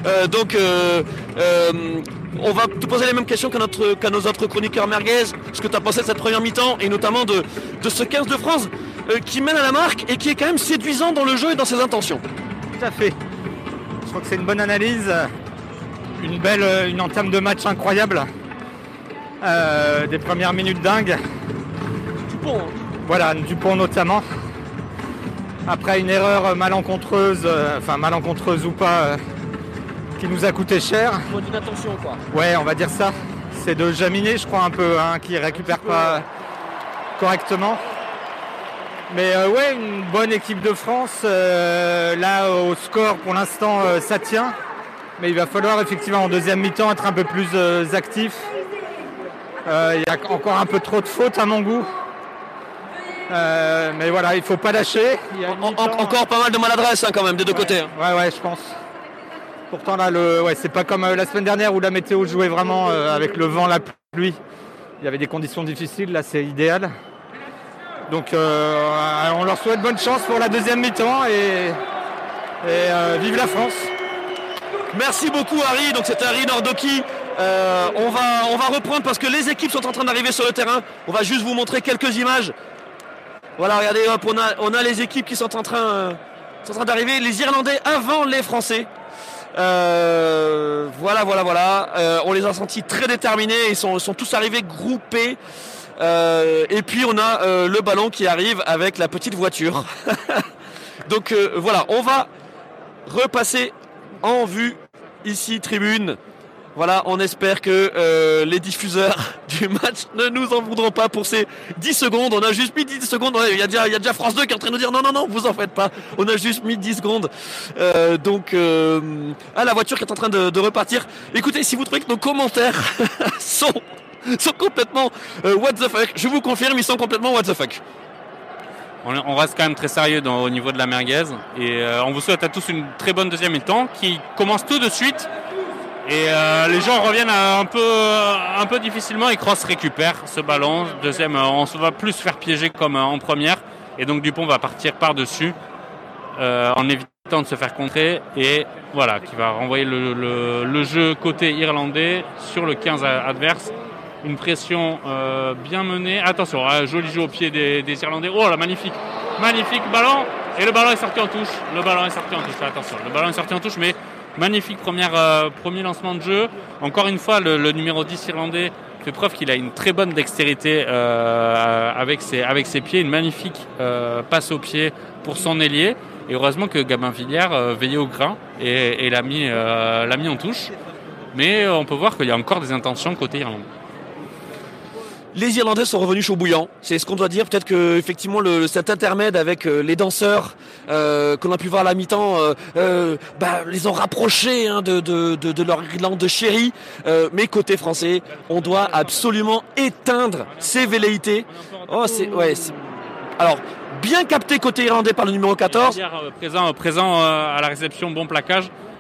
On va te poser les mêmes questions qu'à nos autres chroniqueurs merguez. Ce que tu as pensé de cette première mi-temps et notamment de ce 15 de France qui mène à la marque et qui est quand même séduisant dans le jeu et dans ses intentions. Tout à fait. Je crois que c'est une bonne analyse. Une entame de match incroyable. Des premières minutes dingues. Dupont. Voilà, Dupont notamment. Après une erreur malencontreuse ou pas, qui nous a coûté cher. Bon, d'une attention quoi. Ouais, on va dire ça. C'est de Jaminet, je crois, un peu, qui récupère pas correctement. Mais ouais, une bonne équipe de France. Là, au score, pour l'instant, ça tient. Mais il va falloir effectivement en deuxième mi-temps être un peu plus actif. Il y a encore un peu trop de fautes à mon goût. Mais voilà, il faut pas lâcher. Encore pas mal de maladresse quand même des deux côtés. Ouais, je pense. Pourtant là, c'est pas comme la semaine dernière où la météo jouait vraiment avec le vent, la pluie. Il y avait des conditions difficiles, là c'est idéal. Donc on leur souhaite bonne chance pour la deuxième mi-temps et vive la France. Merci beaucoup Harry, donc c'était Harry Nordoki. On va reprendre parce que les équipes sont en train d'arriver sur le terrain. On va juste vous montrer quelques images. Voilà, regardez, hop, on a les équipes qui sont en train d'arriver. Les Irlandais avant les Français. Voilà. On les a sentis très déterminés. Ils sont tous arrivés groupés. Et puis on a le ballon qui arrive avec la petite voiture. Donc voilà, on va repasser en vue ici, tribune. Voilà, on espère que les diffuseurs du match ne nous en voudront pas pour ces 10 secondes. On a juste mis 10 secondes. Il y a déjà France 2 qui est en train de nous dire non, vous en faites pas. On a juste mis 10 secondes. La voiture qui est en train de repartir. Écoutez, si vous trouvez que nos commentaires sont complètement what the fuck, je vous confirme, ils sont complètement what the fuck. On reste quand même très sérieux au niveau de la merguez. Et on vous souhaite à tous une très bonne deuxième mi-temps qui commence tout de suite. Et les gens reviennent un peu difficilement et Cross récupère ce ballon. Deuxième, on se va plus faire piéger comme en première. Et donc Dupont va partir par-dessus en évitant de se faire contrer. Et voilà, qui va renvoyer le jeu côté irlandais sur le 15 adverse. Une pression bien menée. Attention, joli jeu au pied des Irlandais. Oh là, magnifique ballon. Et le ballon est sorti en touche. Attention, le ballon est sorti en touche, mais... Magnifique premier lancement de jeu. Encore une fois, le numéro 10 irlandais fait preuve qu'il a une très bonne dextérité avec ses pieds. Une magnifique passe au pied pour son ailier. Et heureusement que Gabin Villiers veillait au grain et l'a mis en touche. Mais on peut voir qu'il y a encore des intentions côté irlandais. Les Irlandais sont revenus chaud bouillant, c'est ce qu'on doit dire. Peut-être que effectivement cet intermède avec les danseurs qu'on a pu voir à la mi-temps les ont rapprochés de leur Irlande chérie. Mais côté français, on doit absolument éteindre ces velléités. Alors, bien capté côté irlandais par le numéro 14. Présent à la réception, bon plaquage.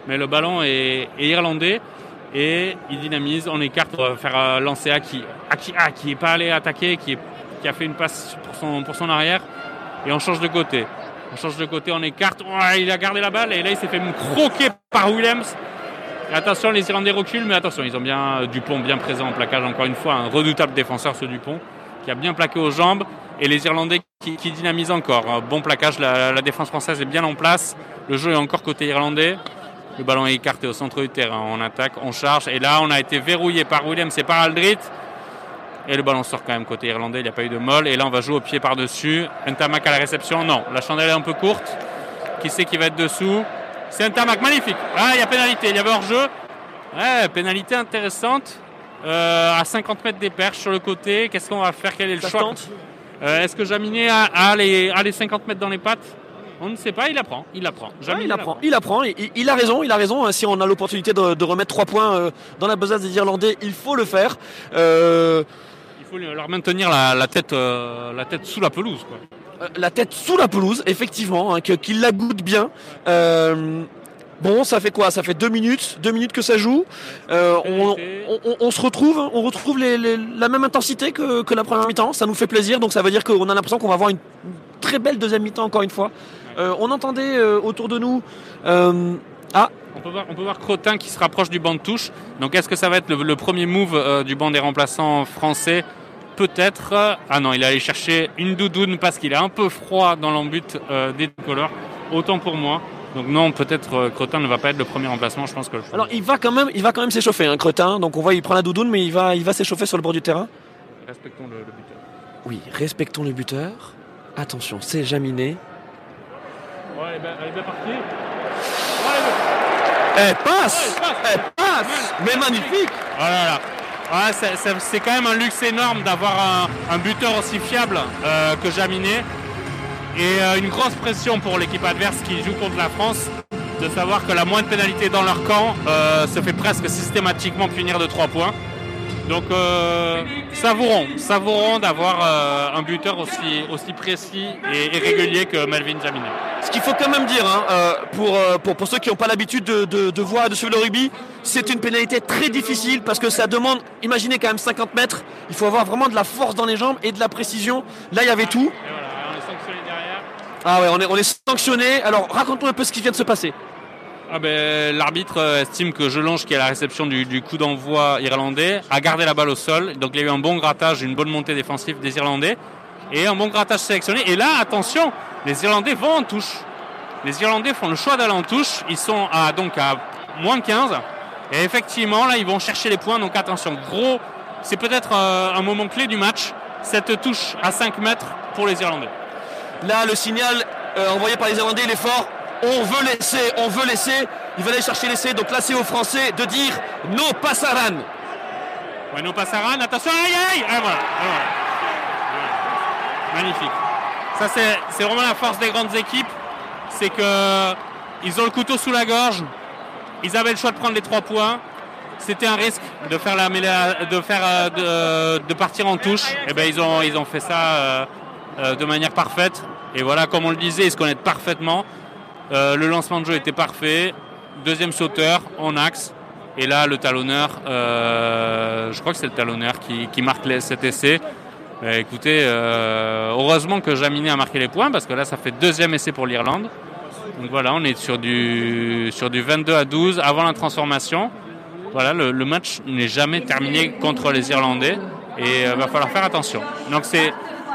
mais le ballon est irlandais et il dynamise, on écarte pour faire lancer Aki est pas allé attaquer, qui a fait une passe pour son arrière et on change de côté. On écarte, il a gardé la balle et là il s'est fait croquer par Williams. Et attention, les Irlandais reculent, mais attention, ils ont bien Dupont bien présent en plaquage, encore une fois, un redoutable défenseur ce Dupont, qui a bien plaqué aux jambes, et les Irlandais qui dynamisent encore. Bon plaquage, la défense française est bien en place, le jeu est encore côté irlandais, le ballon est écarté au centre du terrain, on attaque, on charge, et là on a été verrouillé par Williams et par Aldrit, et le ballon sort quand même côté irlandais, il n'y a pas eu de molle, et là on va jouer au pied par-dessus. Ntamak à la réception, non, la chandelle est un peu courte, qui sait qui va être dessous? C'est Ntamak, magnifique. Ah, il y a pénalité, il y avait hors-jeu. Ouais, pénalité intéressante. À 50 mètres des perches sur le côté, qu'est-ce qu'on va faire? Quel est le choix? Est-ce que Jaminet a les 50 mètres dans les pattes? On ne sait pas, il apprend. Il a raison. Si on a l'opportunité de remettre 3 points dans la besace des Irlandais, il faut le faire. Il faut leur maintenir la tête sous la pelouse, quoi. La tête sous la pelouse, effectivement, qu'il la goûte bien. Bon, ça fait quoi? Ça fait 2 minutes que ça joue. On se retrouve, la même intensité que la première mi-temps. Ça nous fait plaisir, donc ça veut dire qu'on a l'impression qu'on va avoir une très belle deuxième mi-temps encore une fois. On entendait autour de nous. On peut voir Crotin qui se rapproche du banc de touche. Donc est-ce que ça va être le premier move du banc des remplaçants français? Peut-être. Ah non, il est allé chercher une doudoune parce qu'il est un peu froid dans l'embut des tricolores. Autant pour moi. Donc non, peut-être Crotin ne va pas être le premier remplacement. Je pense que. Alors il va quand même s'échauffer, Crotin. Donc on voit, il prend la doudoune, mais il va s'échauffer sur le bord du terrain. Respectons le buteur. Oui, respectons le buteur. Attention, c'est Jaminet. Ouais, elle est bien partie. Elle passe. Mais magnifique. Oh là là. Ouais, c'est quand même un luxe énorme d'avoir un buteur aussi fiable que Jaminet. Et une grosse pression pour l'équipe adverse qui joue contre la France, de savoir que la moindre pénalité dans leur camp se fait presque systématiquement punir de 3 points. Donc savourons d'avoir un buteur aussi précis et régulier que Melvin Jaminet. Ce qu'il faut quand même dire, pour ceux qui n'ont pas l'habitude de voir et de suivre le rugby, c'est une pénalité très difficile parce que ça demande, imaginez quand même 50 mètres, il faut avoir vraiment de la force dans les jambes et de la précision. Là, il y avait tout. Et voilà, on est sanctionné derrière. Ah ouais, on est sanctionné. Alors raconte-nous un peu ce qui vient de se passer. L'arbitre estime que Jelonge, qui est à la réception du coup d'envoi irlandais, a gardé la balle au sol. Donc il y a eu un bon grattage, une bonne montée défensive des Irlandais et un bon grattage sélectionné. Et là, attention, les Irlandais vont en touche. Les Irlandais font le choix d'aller en touche. Ils sont à moins 15. Et effectivement, là, ils vont chercher les points. Donc attention, c'est peut-être un moment clé du match. Cette touche à 5 mètres pour les Irlandais. Là, le signal envoyé par les Irlandais, il est fort. On veut laisser. Il va aller chercher l'essai. Donc là, c'est aux Français de dire no passaran. Ouais, no passaran. Attention, aïe. Ah, voilà. Magnifique. Ça, c'est vraiment la force des grandes équipes. C'est qu'ils ont le couteau sous la gorge. Ils avaient le choix de prendre les 3 points. C'était un risque de faire la mêlée, de partir en touche. Et ben ils ont fait ça de manière parfaite. Et voilà, comme on le disait, ils se connaissent parfaitement. Le lancement de jeu était parfait. Deuxième sauteur en axe. Et là, le talonneur, je crois que c'est le talonneur qui marque cet essai. Écoutez, heureusement que Jaminet a marqué les points parce que là, ça fait 2e essai pour l'Irlande. Donc voilà, on est sur du 22-12 avant la transformation. Voilà, le match n'est jamais terminé contre les Irlandais et va falloir faire attention. Donc c'était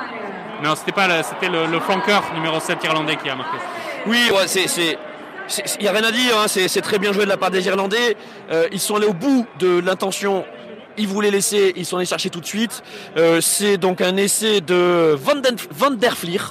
le flanqueur numéro 7 irlandais qui a marqué. Oui, ouais, il n'y a rien à dire, c'est très bien joué de la part des Irlandais. Ils sont allés au bout de l'intention. Ils voulaient laisser, ils sont allés chercher tout de suite. C'est donc un essai de Van der Vlier.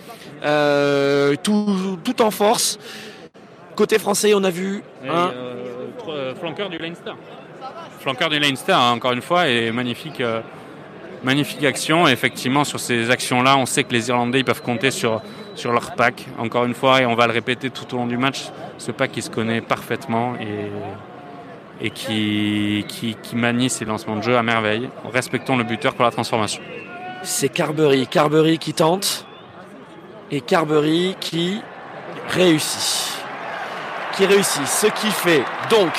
Tout en force. Côté français, on a vu flanqueur du Leinster. Flanqueur du Leinster, encore une fois, et magnifique action. Et effectivement, sur ces actions-là, on sait que les Irlandais ils peuvent compter sur leur pack. Encore une fois, et on va le répéter tout au long du match, ce pack qui se connaît parfaitement et qui manie ses lancements de jeu à merveille. Respectons le buteur pour la transformation. C'est Carbery qui tente et Carbery qui réussit. qui est réussi. Ce qui fait donc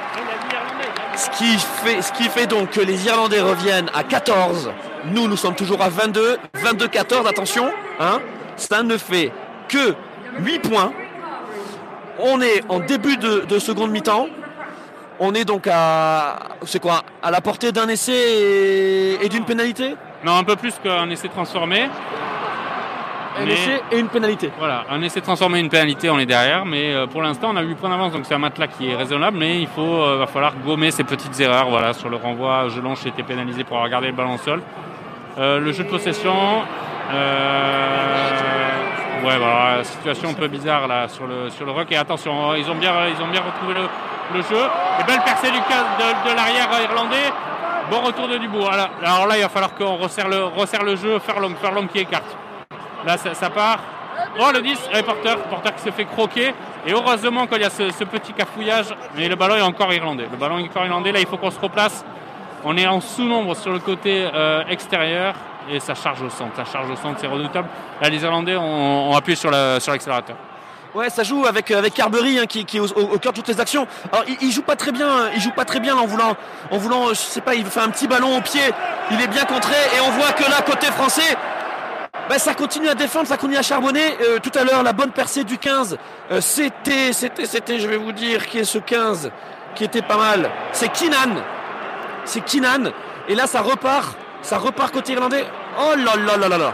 que les Irlandais reviennent à 14. Nous sommes toujours à 22. 22-14, attention. Hein, ça ne fait que 8 points. On est en début de seconde mi-temps. On est donc à la portée d'un essai et d'une pénalité ? Non, un peu plus qu'un essai transformé. Essai et une pénalité. Voilà, un essai transformé, une pénalité, on est derrière. Mais pour l'instant, on a 8 points d'avance. Donc c'est un matelas qui est raisonnable. Mais il va falloir gommer ces petites erreurs. Voilà, sur le renvoi, Jelonche a été pénalisé pour avoir gardé le ballon au sol. Le jeu de possession... la situation un peu bizarre là sur le ruck. Et attention, ils ont bien retrouvé le jeu. Et belle percée de l'arrière irlandais. Bon retour de Dubourg. Alors là, il va falloir qu'on resserre le jeu. Furlong qui écarte. Là, ça part. Oh, le 10, Porter qui se fait croquer. Et heureusement qu'il y a ce petit cafouillage. Mais le ballon est encore irlandais. Là, il faut qu'on se replace. On est en sous-nombre sur le côté extérieur. Et ça charge au centre, c'est redoutable. Là, les Irlandais ont appuyé sur l'accélérateur. Ouais, ça joue avec Carbery, hein, qui est au cœur de toutes les actions. Alors, il joue pas très bien là, en voulant, je sais pas, il fait un petit ballon au pied. Il est bien contré et on voit que là, côté français, ça continue à défendre, ça continue à charbonner. Tout à l'heure, la bonne percée du 15, c'était, je vais vous dire, qui est ce 15 qui était pas mal. C'est Keenan. Et là, ça repart côté irlandais. Oh là là là là là.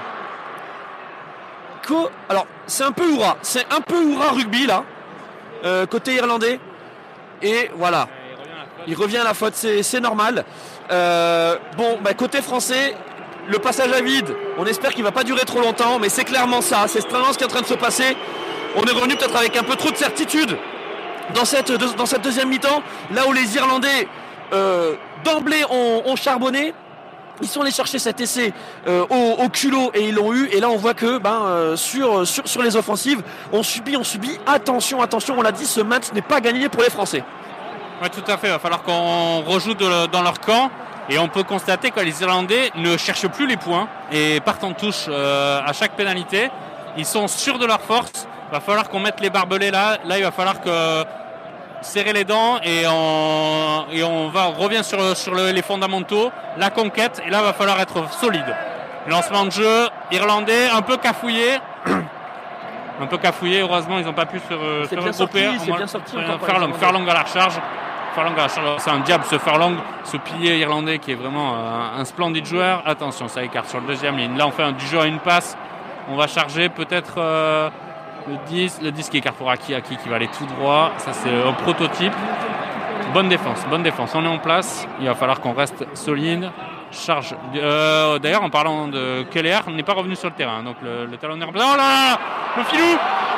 Alors, c'est un peu hurrah rugby là, côté irlandais. Et voilà, il revient à la faute, c'est normal. Côté français, le passage à vide, on espère qu'il ne va pas durer trop longtemps, mais c'est clairement ça, c'est vraiment ce qui est en train de se passer. On est revenu peut-être avec un peu trop de certitude dans cette deuxième mi-temps, là où les Irlandais d'emblée ont charbonné. Ils sont allés chercher cet essai au culot et ils l'ont eu. Et là, on voit que sur les offensives, on subit. Attention, on l'a dit, ce match n'est pas gagné pour les Français. Oui, tout à fait. Il va falloir qu'on rejoue dans leur camp. Et on peut constater que les Irlandais ne cherchent plus les points et partent en touche à chaque pénalité. Ils sont sûrs de leur force. Il va falloir qu'on mette les barbelés là. Là, il va falloir serrer les dents et on revient sur les fondamentaux, la conquête, et là il va falloir être solide. Lancement de jeu irlandais, un peu cafouillé, heureusement ils n'ont pas pu se regrouper. Furlong à la recharge. C'est un diable ce Furlong, ce pilier irlandais qui est vraiment un splendide joueur. Attention, ça écarte sur le deuxième ligne. Là on fait du jeu à une passe, on va charger peut-être le 10 qui écarte pour Aki qui va aller tout droit. Ça c'est un prototype. Bonne défense, on est en place. Il va falloir qu'on reste solide. Charge. D'ailleurs, en parlant de Keller, n'est pas revenu sur le terrain. Donc le talonneur. Oh là là, le filou.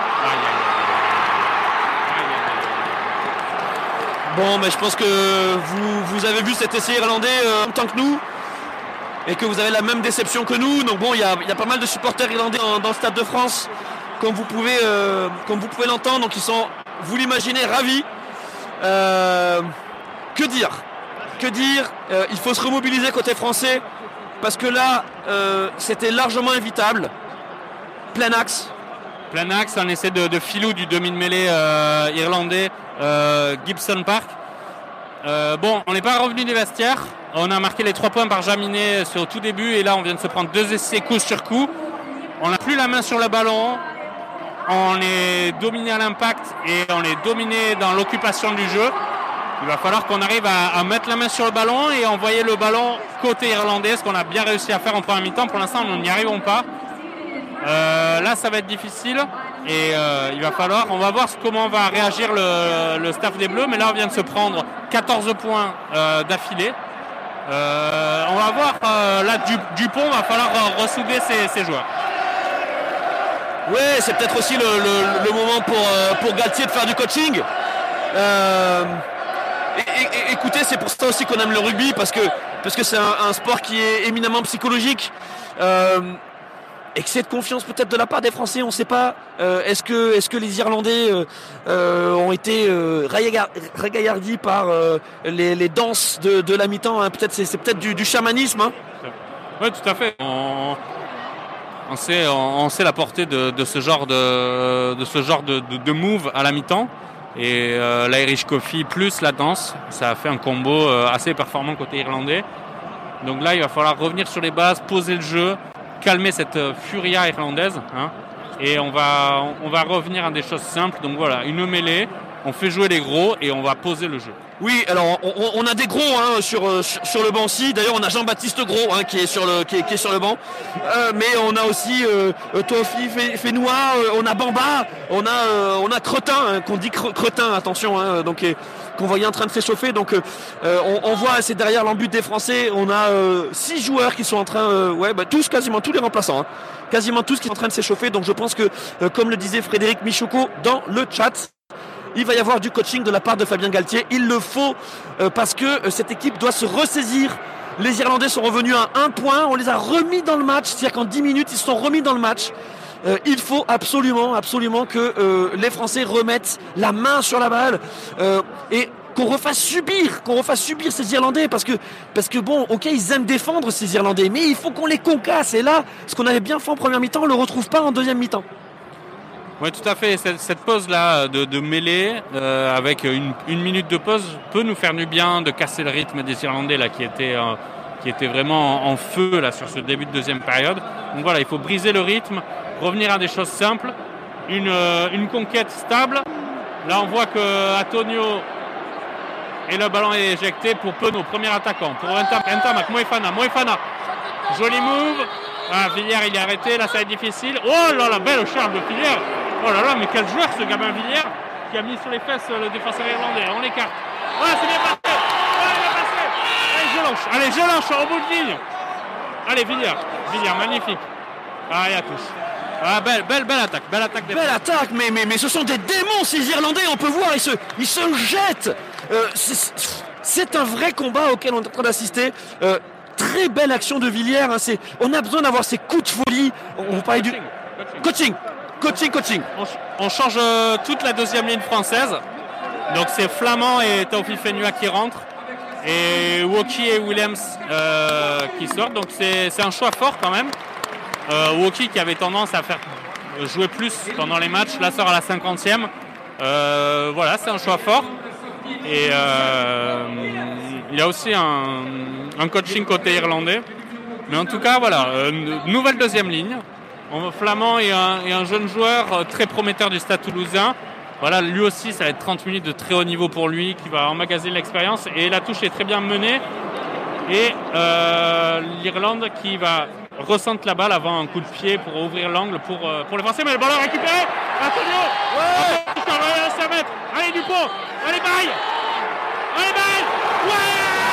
Bon, mais je pense que vous avez vu cet essai irlandais en même temps que nous et que vous avez la même déception que nous. Donc bon, il y a pas mal de supporters irlandais dans le Stade de France, comme vous pouvez l'entendre. Donc ils sont, vous l'imaginez, ravis. Que dire il faut se remobiliser côté français parce que là c'était largement évitable. Plein axe, un essai de filou du demi-mêlée irlandais Gibson Park. On n'est pas revenu des vestiaires. On a marqué les 3 points par Jaminet au tout début et là on vient de se prendre 2 essais coup sur coup. On n'a plus la main sur le ballon. On est dominé à l'impact et on est dominé dans l'occupation du jeu. Il va falloir qu'on arrive à mettre la main sur le ballon et envoyer le ballon côté irlandais, ce qu'on a bien réussi à faire en première mi-temps. Pour l'instant, nous n'y arrivons pas. Là, ça va être difficile et il va falloir, on va voir comment va réagir le staff des Bleus. Mais là, on vient de se prendre 14 points d'affilée. On va voir, là, Dupont va falloir ressouder ses joueurs. Oui, c'est peut-être aussi le moment pour Galtier de faire du coaching. Écoutez, c'est pour ça aussi qu'on aime le rugby, parce que c'est un sport qui est éminemment psychologique. Excès de confiance peut-être de la part des Français, on ne sait pas. Est-ce que les Irlandais ont été ragaillardis par les danses de la mi-temps, hein. Peut-être c'est peut-être du chamanisme, hein. Oui, tout à fait. On sait la portée de ce genre de move à la mi-temps. Et l'Irish Coffee plus la danse, ça a fait un combo assez performant côté irlandais. Donc là, il va falloir revenir sur les bases, poser le jeu, calmer cette furia irlandaise. Hein, et on va revenir à des choses simples. Donc voilà, une mêlée, on fait jouer les gros et on va poser le jeu. Oui, alors on a des gros sur le banc aussi. D'ailleurs, on a Jean-Baptiste Gros qui est sur le banc. Mais on a aussi Tofi Fenoua, on a Bamba, on a Cretin, qu'on dit Cretin, attention, donc qu'on voyait en train de s'échauffer. Donc on voit, c'est derrière l'embut des Français, on a 6 joueurs qui sont en train, quasiment tous les remplaçants, quasiment tous qui sont en train de s'échauffer. Donc je pense que, comme le disait Frédéric Michoko dans le chat, il va y avoir du coaching de la part de Fabien Galtier. Il le faut parce que cette équipe doit se ressaisir. Les Irlandais sont revenus à 1 point. On les a remis dans le match. C'est-à-dire qu'en 10 minutes, ils se sont remis dans le match. Il faut absolument que les Français remettent la main sur la balle et qu'on refasse subir ces Irlandais parce que bon, ok, ils aiment défendre ces Irlandais, mais il faut qu'on les concasse. Et là, ce qu'on avait bien fait en première mi-temps, on ne le retrouve pas en deuxième mi-temps. Oui, tout à fait. Cette pause-là de mêlée, avec une minute de pause, peut nous faire du bien de casser le rythme des Irlandais là, qui étaient vraiment en feu là, sur ce début de deuxième période. Donc voilà, il faut briser le rythme, revenir à des choses simples, une conquête stable. Là, on voit que Antonio et le ballon est éjecté pour Penaud, premier attaquant. Pour Ntamak, Moefana. Joli move. Ah, Villiers, il est arrêté. Là, ça va être difficile. Oh là là, belle charge de Villiers. Oh là là, mais quel joueur ce Gabin Villiers qui a mis sur les fesses le défenseur irlandais. On l'écarte. Ah, c'est bien passé. Oh, il est passé. Allez, je lance au bout de ligne. Allez, Villiers, magnifique. Ah, il y a touche. Ah, belle attaque. Belle attaque, mais ce sont des démons ces Irlandais. On peut voir, ils se jettent. C'est un vrai combat auquel on est en train d'assister. Très belle action de Villiers. On a besoin d'avoir ces coups de folie. On parlait du coaching. On change toute la deuxième ligne française. Donc c'est Flamand et Taoufik Fenua qui rentrent. Et Woki et Williams qui sortent. Donc c'est un choix fort quand même. Woki qui avait tendance à faire jouer plus pendant les matchs. Là sort à la 50e. Voilà, c'est un choix fort. Et il y a aussi un coaching côté irlandais. Mais en tout cas, voilà, nouvelle deuxième ligne. Flamand et un jeune joueur très prometteur du Stade Toulousain. Voilà, lui aussi, ça va être 30 minutes de très haut niveau pour lui, qui va emmagasiner l'expérience. Et la touche est très bien menée. Et l'Irlande qui va ressentir la balle avant un coup de pied pour ouvrir l'angle pour les Français. Mais le ballon récupéré. Antonio. Ouais. Allez, Dupont. Allez, Baille. Ouais.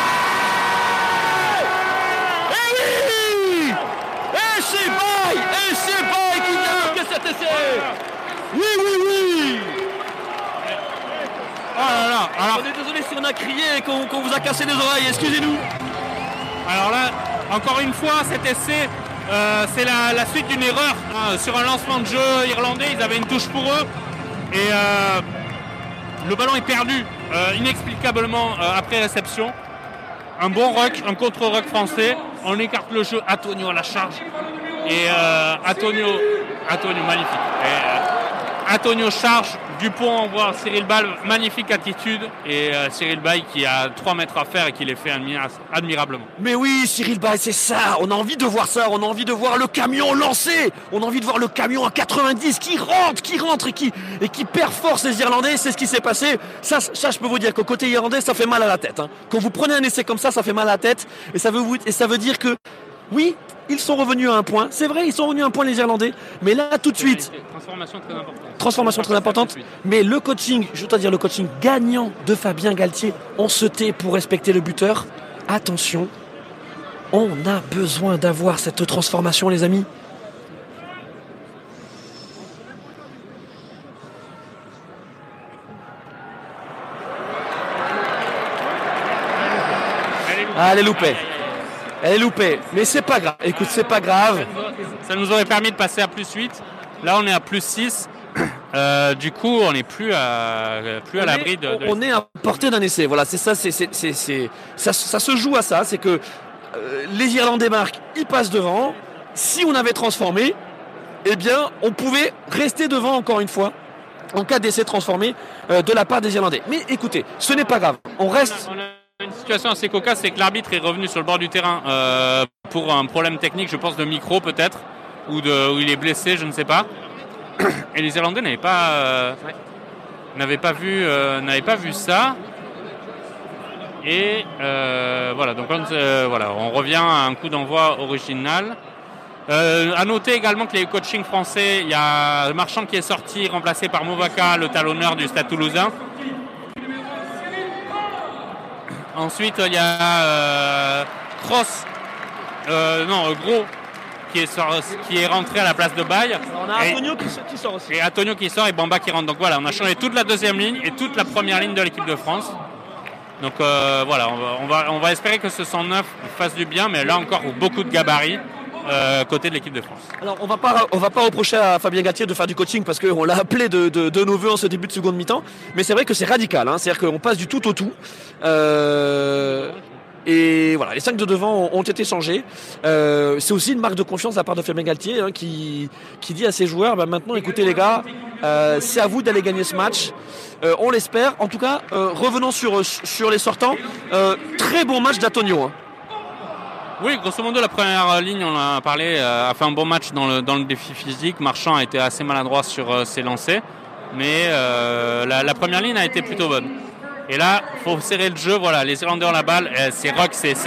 Et c'est Baille qui vient marquer cet essai. Oui. Oh là là. Alors, on est désolé si on a crié et qu'on vous a cassé les oreilles, excusez-nous. Alors là, encore une fois, cet essai, c'est la suite d'une erreur. Sur un lancement de jeu irlandais, ils avaient une touche pour eux. Et le ballon est perdu inexplicablement après réception. Un bon ruck, un contre-ruck français. On écarte le jeu. Antonio à la charge. Et Antonio magnifique. Antonio charge, Dupont envoie Cyril Baille, magnifique attitude. Et Cyril Baille qui a 3 mètres à faire et qui les fait admirablement. Mais oui, Cyril Baille, c'est ça. On a envie de voir ça. On a envie de voir le camion lancé. On a envie de voir le camion à 90 qui rentre et qui perd force les Irlandais. C'est ce qui s'est passé. Ça, je peux vous dire qu'au côté irlandais, ça fait mal à la tête. Quand vous prenez un essai comme ça fait mal à la tête. Et ça veut dire que, oui, ils sont revenus à 1 point. C'est vrai, ils sont revenus à 1 point les Irlandais. Mais là, tout de suite... Transformation très importante. Mais le coaching, je dois dire le coaching gagnant de Fabien Galtier, on se tait pour respecter le buteur. Attention, on a besoin d'avoir cette transformation, les amis. Elle est loupée, mais c'est pas grave. Écoute, c'est pas grave. Ça nous aurait permis de passer à +8. Là, on est à +6. Du coup, on n'est plus à l'abri de... On est à portée d'un essai. Voilà, c'est ça. Ça se joue à ça. C'est que les Irlandais marquent, ils passent devant. Si on avait transformé, eh bien, on pouvait rester devant encore une fois. en cas d'essai transformé de la part des Irlandais. Mais écoutez, ce n'est pas grave, on reste... On a une situation assez cocasse, c'est que l'arbitre est revenu sur le bord du terrain pour un problème technique, je pense de micro peut-être, ou il est blessé, je ne sais pas. Et les Irlandais n'avaient pas vu ça. Et voilà, donc on revient à un coup d'envoi original. À noter également que les coachings français, il y a Marchand qui est sorti, remplacé par Movaka, le talonneur du Stade Toulousain. Ensuite, il y a Gros qui est rentré à la place de Baye. On a Antonio qui sort aussi. Et Antonio qui sort et Bamba qui rentre. Donc voilà, on a changé toute la deuxième ligne et toute la première ligne de l'équipe de France. Donc voilà, on va espérer que ce 109 fasse du bien, mais là encore beaucoup de gabarits côté de l'équipe de France. Alors on va pas reprocher à Fabien Galtier de faire du coaching parce qu'on l'a appelé de nos voeux en ce début de seconde mi-temps, mais c'est vrai que c'est radical, hein, c'est-à-dire qu'on passe du tout au tout. Et voilà, les 5 de devant ont été changés. C'est aussi une marque de confiance de la part de Fabien Galtier, hein, qui dit à ses joueurs, maintenant écoutez les gars, c'est à vous d'aller gagner ce match. On l'espère. En tout cas, revenons sur les sortants. Très bon match d'Antonio. Hein. Oui, grosso modo, la première ligne, on en a parlé, a fait un bon match dans le défi physique. Marchand a été assez maladroit sur ses lancers, mais la première ligne a été plutôt bonne. Et là, il faut serrer le jeu. Voilà, les Irlandais ont la balle. C'est Rock,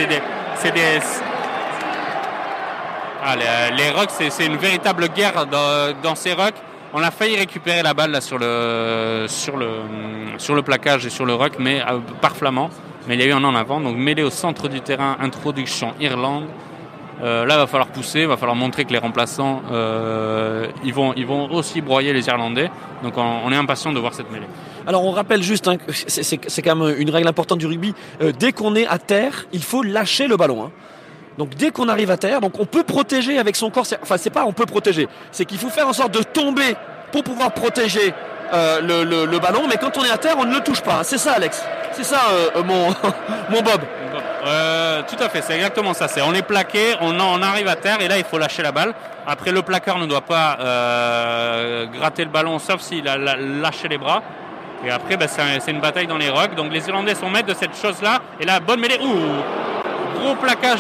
les Rocks, c'est une véritable guerre dans ces Rocks. On a failli récupérer la balle là, sur le plaquage et sur le Rock, mais par Flamand. Mais il y a eu un en avant, donc mêlée au centre du terrain, introduction Irlande. Là, il va falloir pousser, il va falloir montrer que les remplaçants, ils vont aussi broyer les Irlandais. Donc on est impatient de voir cette mêlée. Alors on rappelle juste, hein, c'est quand même une règle importante du rugby, dès qu'on est à terre, il faut lâcher le ballon. Hein. Donc dès qu'on arrive à terre, donc on peut protéger avec son corps, c'est pas on peut protéger, c'est qu'il faut faire en sorte de tomber pour pouvoir protéger le ballon, mais quand on est à terre, on ne le touche pas. Hein. C'est ça, Alex. C'est ça, mon Bob. Tout à fait, c'est exactement ça. On est plaqué, on arrive à terre et là il faut lâcher la balle. Après le plaqueur ne doit pas gratter le ballon sauf s'il a lâché les bras. Et après c'est une bataille dans les rocks. Donc les Irlandais sont maîtres de cette chose-là. Et là, bonne mêlée. Gros plaquage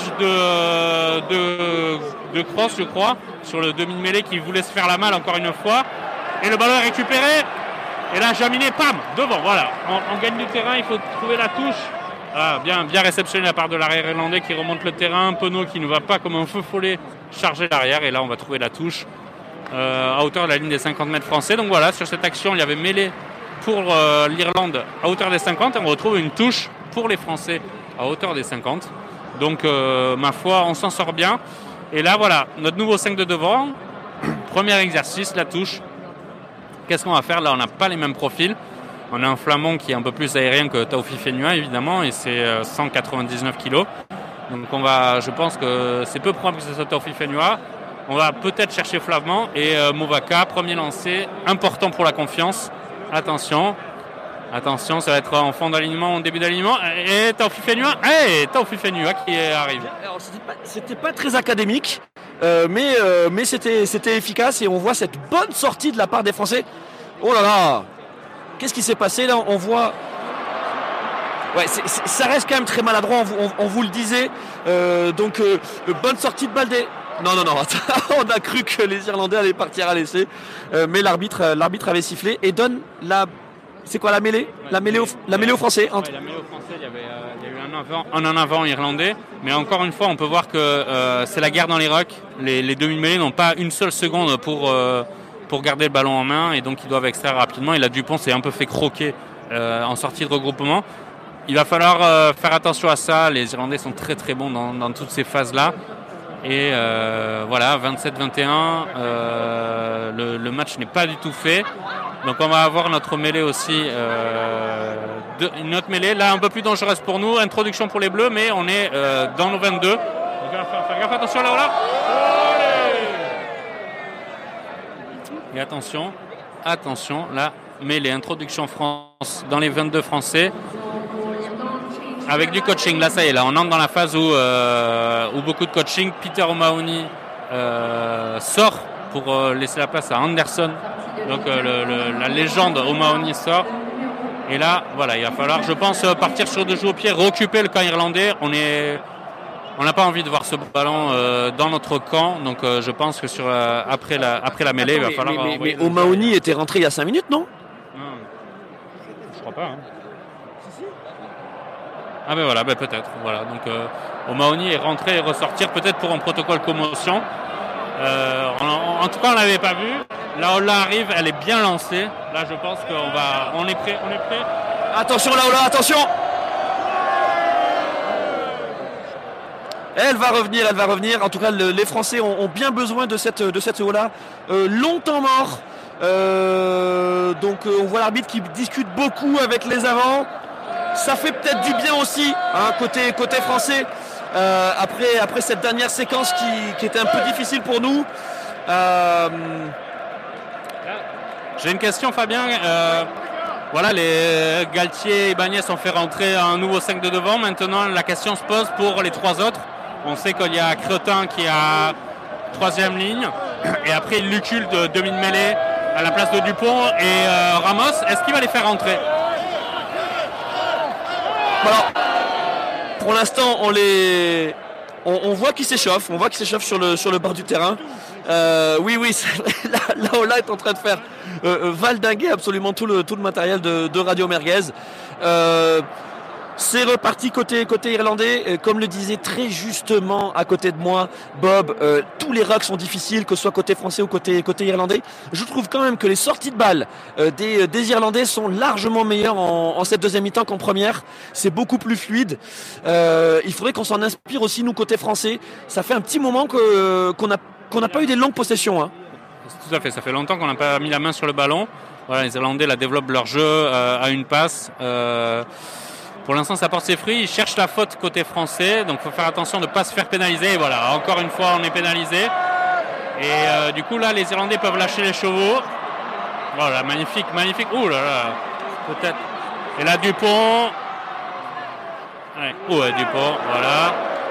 de Cross, je crois, sur le demi-mêlée qui voulait se faire la malle encore une fois. Et le ballon est récupéré. Et là, Jaminet, pam, devant, voilà. On gagne du terrain, il faut trouver la touche. Ah, bien réceptionné de la part de l'arrière irlandais qui remonte le terrain. Penaud qui ne va pas comme un feu follet charger l'arrière. Et là, on va trouver la touche à hauteur de la ligne des 50 mètres français. Donc voilà, sur cette action, il y avait mêlée pour l'Irlande à hauteur des 50. Et on retrouve une touche pour les Français à hauteur des 50. Donc, ma foi, on s'en sort bien. Et là, voilà, notre nouveau 5 de devant. Premier exercice, la touche. Qu'est-ce qu'on va faire? Là, on n'a pas les mêmes profils. On a un Flamand qui est un peu plus aérien que Taoufik Fenua, évidemment, et c'est 199 kg. Donc je pense que c'est peu probable que ce soit Taoufik Fenua. On va peut-être chercher Flamand et Movaka, premier lancé, important pour la confiance. Attention, ça va être en fond d'alignement, en début d'alignement. Et Taoufik Fenua, qui arrive. Alors, c'était pas très académique. Mais c'était efficace et on voit cette bonne sortie de la part des Français. Oh là là, qu'est-ce qui s'est passé là? On voit, ouais, ça reste quand même très maladroit. On vous le disait. Donc bonne sortie de balle des. Non. On a cru que les Irlandais allaient partir à l'essai, mais l'arbitre avait sifflé et donne la. C'est quoi la mêlée? La mêlée aux Français. Ouais, la mêlée aux Français, il y a eu un en avant irlandais, mais encore une fois, on peut voir que c'est la guerre dans les rocks. Les demi-mêlées n'ont pas une seule seconde pour garder le ballon en main, et donc ils doivent extraire rapidement. Et là, Dupont s'est un peu fait croquer en sortie de regroupement. Il va falloir faire attention à ça. Les Irlandais sont très très bons dans toutes ces phases-là. Et voilà, 27-21, le match n'est pas du tout fait. Donc on va avoir notre mêlée aussi, une autre mêlée, là un peu plus dangereuse pour nous. Introduction pour les Bleus, mais on est dans nos 22. Donc on va faire gaffe, attention là. Et attention, là, mêlée, introduction France dans les 22 Français. Avec du coaching, là ça y est, là on entre dans la phase où beaucoup de coaching. Peter O'Mahony sort pour laisser la place à Anderson Donc la légende O'Mahony sort. Et là, voilà, il va falloir, je pense, partir sur 2 jeux au pied, réoccuper le camp irlandais. On n'a pas envie de voir ce ballon dans notre camp. Donc je pense que après la mêlée, il va falloir... Mais O'Mahony était rentré il y a 5 minutes, non? Non, je crois pas. Hein. Ah ben voilà, peut-être. Voilà. Donc O'Mahony est rentré et ressortir peut-être pour un protocole commotion. En tout cas, on ne l'avait pas vu. La Ola arrive, elle est bien lancée. Là, je pense on est prêt. Attention la Ola, attention. Elle va revenir. En tout cas, les Français ont bien besoin de cette Ola. Longtemps mort. Donc on voit l'arbitre qui discute beaucoup avec les avants. Ça fait peut-être du bien aussi, hein, côté français. Après cette dernière séquence qui était un peu difficile pour nous. J'ai une question, Fabien. Voilà, les Galtier et Ibanez ont fait rentrer un nouveau 5 de devant. Maintenant, la question se pose pour les 3 autres. On sait qu'il y a Cretin qui est à 3e ligne. Et après, Lucu de demi-mêlée à la place de Dupont. Et Ramos, est-ce qu'il va les faire rentrer? Alors, pour l'instant, on voit qu'ils s'échauffent. On voit qu'ils s'échauffent sur le bord du terrain. Oui, la Ola est en train de faire valdinguer absolument tout le matériel de Radio Merguez. C'est reparti côté irlandais. Comme le disait très justement à côté de moi Bob, tous les rucks sont difficiles, que ce soit côté français ou côté irlandais. Je trouve quand même que les sorties de balles des Irlandais sont largement meilleures en cette deuxième mi-temps qu'en première. C'est beaucoup plus fluide. Il faudrait qu'on s'en inspire aussi, nous, côté français. Ça fait un petit moment qu'on n'a pas eu des longues possessions. Hein. Tout à fait, ça fait longtemps qu'on n'a pas mis la main sur le ballon. Voilà, les Irlandais développent leur jeu à une passe. Pour l'instant, ça porte ses fruits. Ils cherchent la faute côté français. Donc, il faut faire attention de ne pas se faire pénaliser. Et voilà, encore une fois, on est pénalisé. Et du coup, là, les Irlandais peuvent lâcher les chevaux. Voilà, magnifique. Ouh là là, peut-être. Et là, Dupont. Ouais, Dupont, voilà.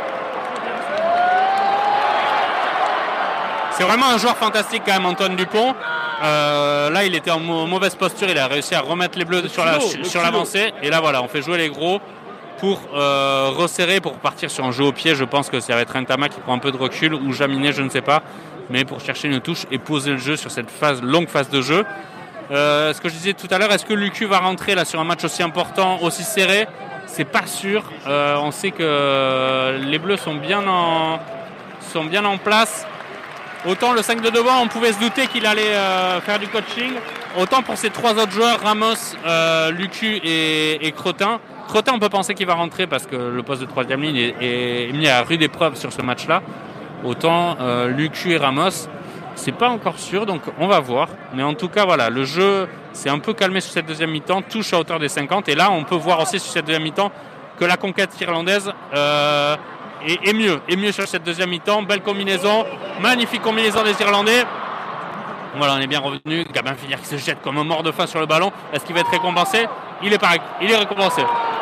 C'est vraiment un joueur fantastique quand même, Antoine Dupont. Là, il était en mauvaise posture. Il a réussi à remettre les Bleus sur l'avancée. Et là, voilà, on fait jouer les gros pour resserrer, pour partir sur un jeu au pied. Je pense que ça va être Ntama qui prend un peu de recul ou Jaminet, je ne sais pas. Mais pour chercher une touche et poser le jeu sur cette longue phase de jeu. Ce que je disais tout à l'heure, est-ce que Lucu va rentrer là sur un match aussi important, aussi serré? C'est pas sûr. On sait que les Bleus sont bien en place. Autant le 5 de devant, on pouvait se douter qu'il allait faire du coaching. Autant pour ces 3 autres joueurs, Ramos, Lucu et Cretin. Cretin, on peut penser qu'il va rentrer parce que le poste de 3e ligne est mis à rude épreuve sur ce match-là. Autant Lucu et Ramos, c'est pas encore sûr, donc on va voir. Mais en tout cas, voilà, le jeu s'est un peu calmé sur cette deuxième mi-temps, touche à hauteur des 50. Et là, on peut voir aussi sur cette deuxième mi-temps que la conquête irlandaise... Et mieux sur cette deuxième mi-temps. Belle combinaison, magnifique combinaison des Irlandais. Voilà, on est bien revenu. Gabin Villiers qui se jette comme un mort de faim sur le ballon. Est-ce qu'il va être récompensé? Il est récompensé.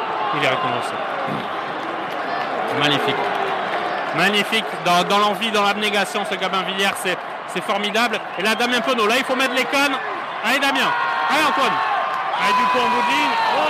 Magnifique dans l'envie, dans l'abnégation, ce Gabin Villiers, c'est formidable. Et là, Damien Penaud, là il faut mettre les cannes. Allez Damien, allez Antoine. Allez Dupont, Boudin.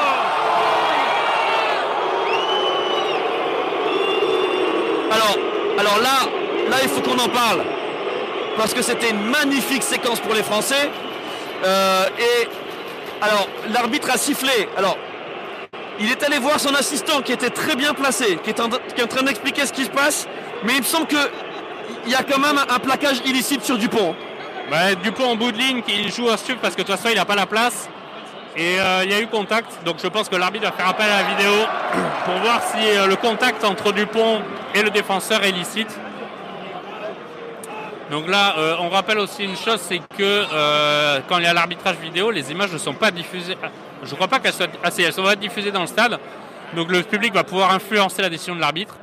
Alors là, il faut qu'on en parle. Parce que c'était une magnifique séquence pour les Français. Et alors, l'arbitre a sifflé. Alors, il est allé voir son assistant qui était très bien placé, qui est en train d'expliquer ce qui se passe. Mais il me semble qu'il y a quand même un plaquage illicite sur Dupont. Dupont en bout de ligne, il joue à sup parce que de toute façon, il n'a pas la place. Et il y a eu contact, donc je pense que l'arbitre va faire appel à la vidéo pour voir si le contact entre Dupont et le défenseur est licite. Donc là, on rappelle aussi une chose, c'est que quand il y a l'arbitrage vidéo, les images ne sont pas diffusées. Je ne crois pas qu'elles soient elles sont pas diffusées dans le stade. Donc le public va pouvoir influencer la décision de l'arbitre.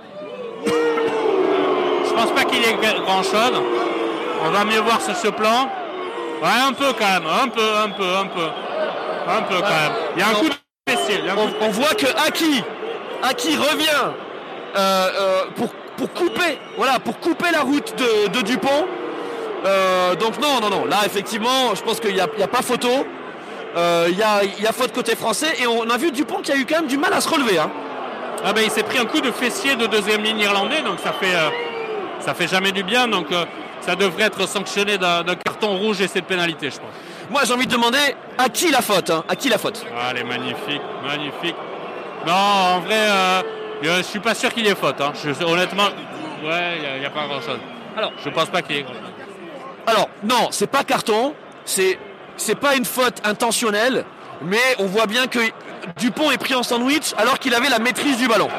Je pense pas qu'il y ait grand-chose. On va mieux voir sur ce plan. Ouais, un peu quand même, un peu quand même. Il y a un coup de fessier. On voit que Aki revient pour couper la route de Dupont. Donc non, là effectivement, je pense qu'il n'y a pas photo. Il y a faute côté français et on a vu Dupont qui a eu quand même du mal à se relever. Hein. Ah ben il s'est pris un coup de fessier de deuxième ligne irlandais, donc ça fait jamais du bien, donc ça devrait être sanctionné d'un carton rouge et c'est de pénalité, je pense. Moi j'ai envie de demander à qui la faute, hein, à qui la faute. Ah, elle est magnifique. Non, en vrai, je suis pas sûr qu'il y ait faute. Hein. Honnêtement, ouais, il n'y a pas grand-chose. Alors, je pense pas qu'il y ait. Alors, non, c'est pas carton, c'est pas une faute intentionnelle, mais on voit bien que Dupont est pris en sandwich alors qu'il avait la maîtrise du ballon.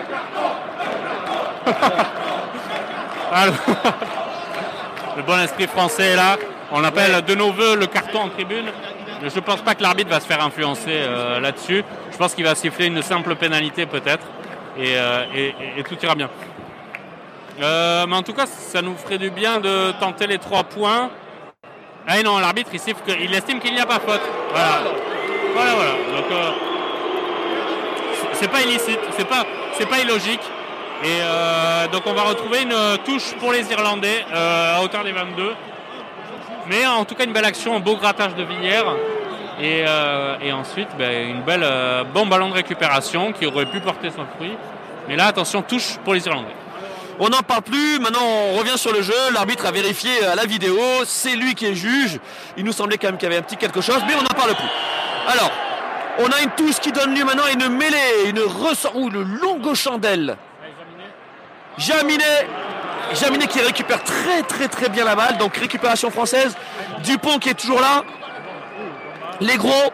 Alors, le bon esprit français est là. On appelle de nos voeux le carton en tribune. Je ne pense pas que l'arbitre va se faire influencer là-dessus. Je pense qu'il va siffler une simple pénalité peut-être et tout ira bien. Mais en tout cas, ça nous ferait du bien de tenter les 3 points. Ah non, l'arbitre il siffle qu'il estime qu'il n'y a pas faute. Voilà. Donc c'est pas illicite, c'est pas illogique. Et donc on va retrouver une touche pour les Irlandais à hauteur des 22. Mais en tout cas une belle action, un beau grattage de Villiers. Et ensuite bon ballon de récupération qui aurait pu porter son fruit. Mais là attention, touche pour les Irlandais. On n'en parle plus, maintenant on revient sur le jeu, l'arbitre a vérifié la vidéo, c'est lui qui est juge, il nous semblait quand même qu'il y avait un petit quelque chose, mais on n'en parle plus. Alors, on a une touche qui donne lieu maintenant à une mêlée, une longue chandelle. Jaminet qui récupère très bien la balle, donc récupération française, Dupont qui est toujours là, les gros,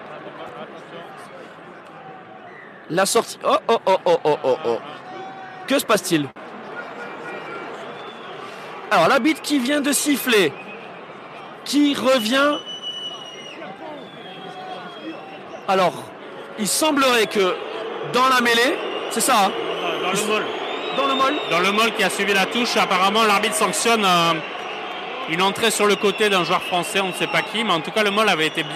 la sortie, oh. Que se passe-t-il ? Alors l'arbitre qui vient de siffler, qui revient. Alors, il semblerait que dans la mêlée, c'est ça hein ? Dans le môle qui a suivi la touche, apparemment l'arbitre sanctionne une entrée sur le côté d'un joueur français, on ne sait pas qui, mais en tout cas le môle avait été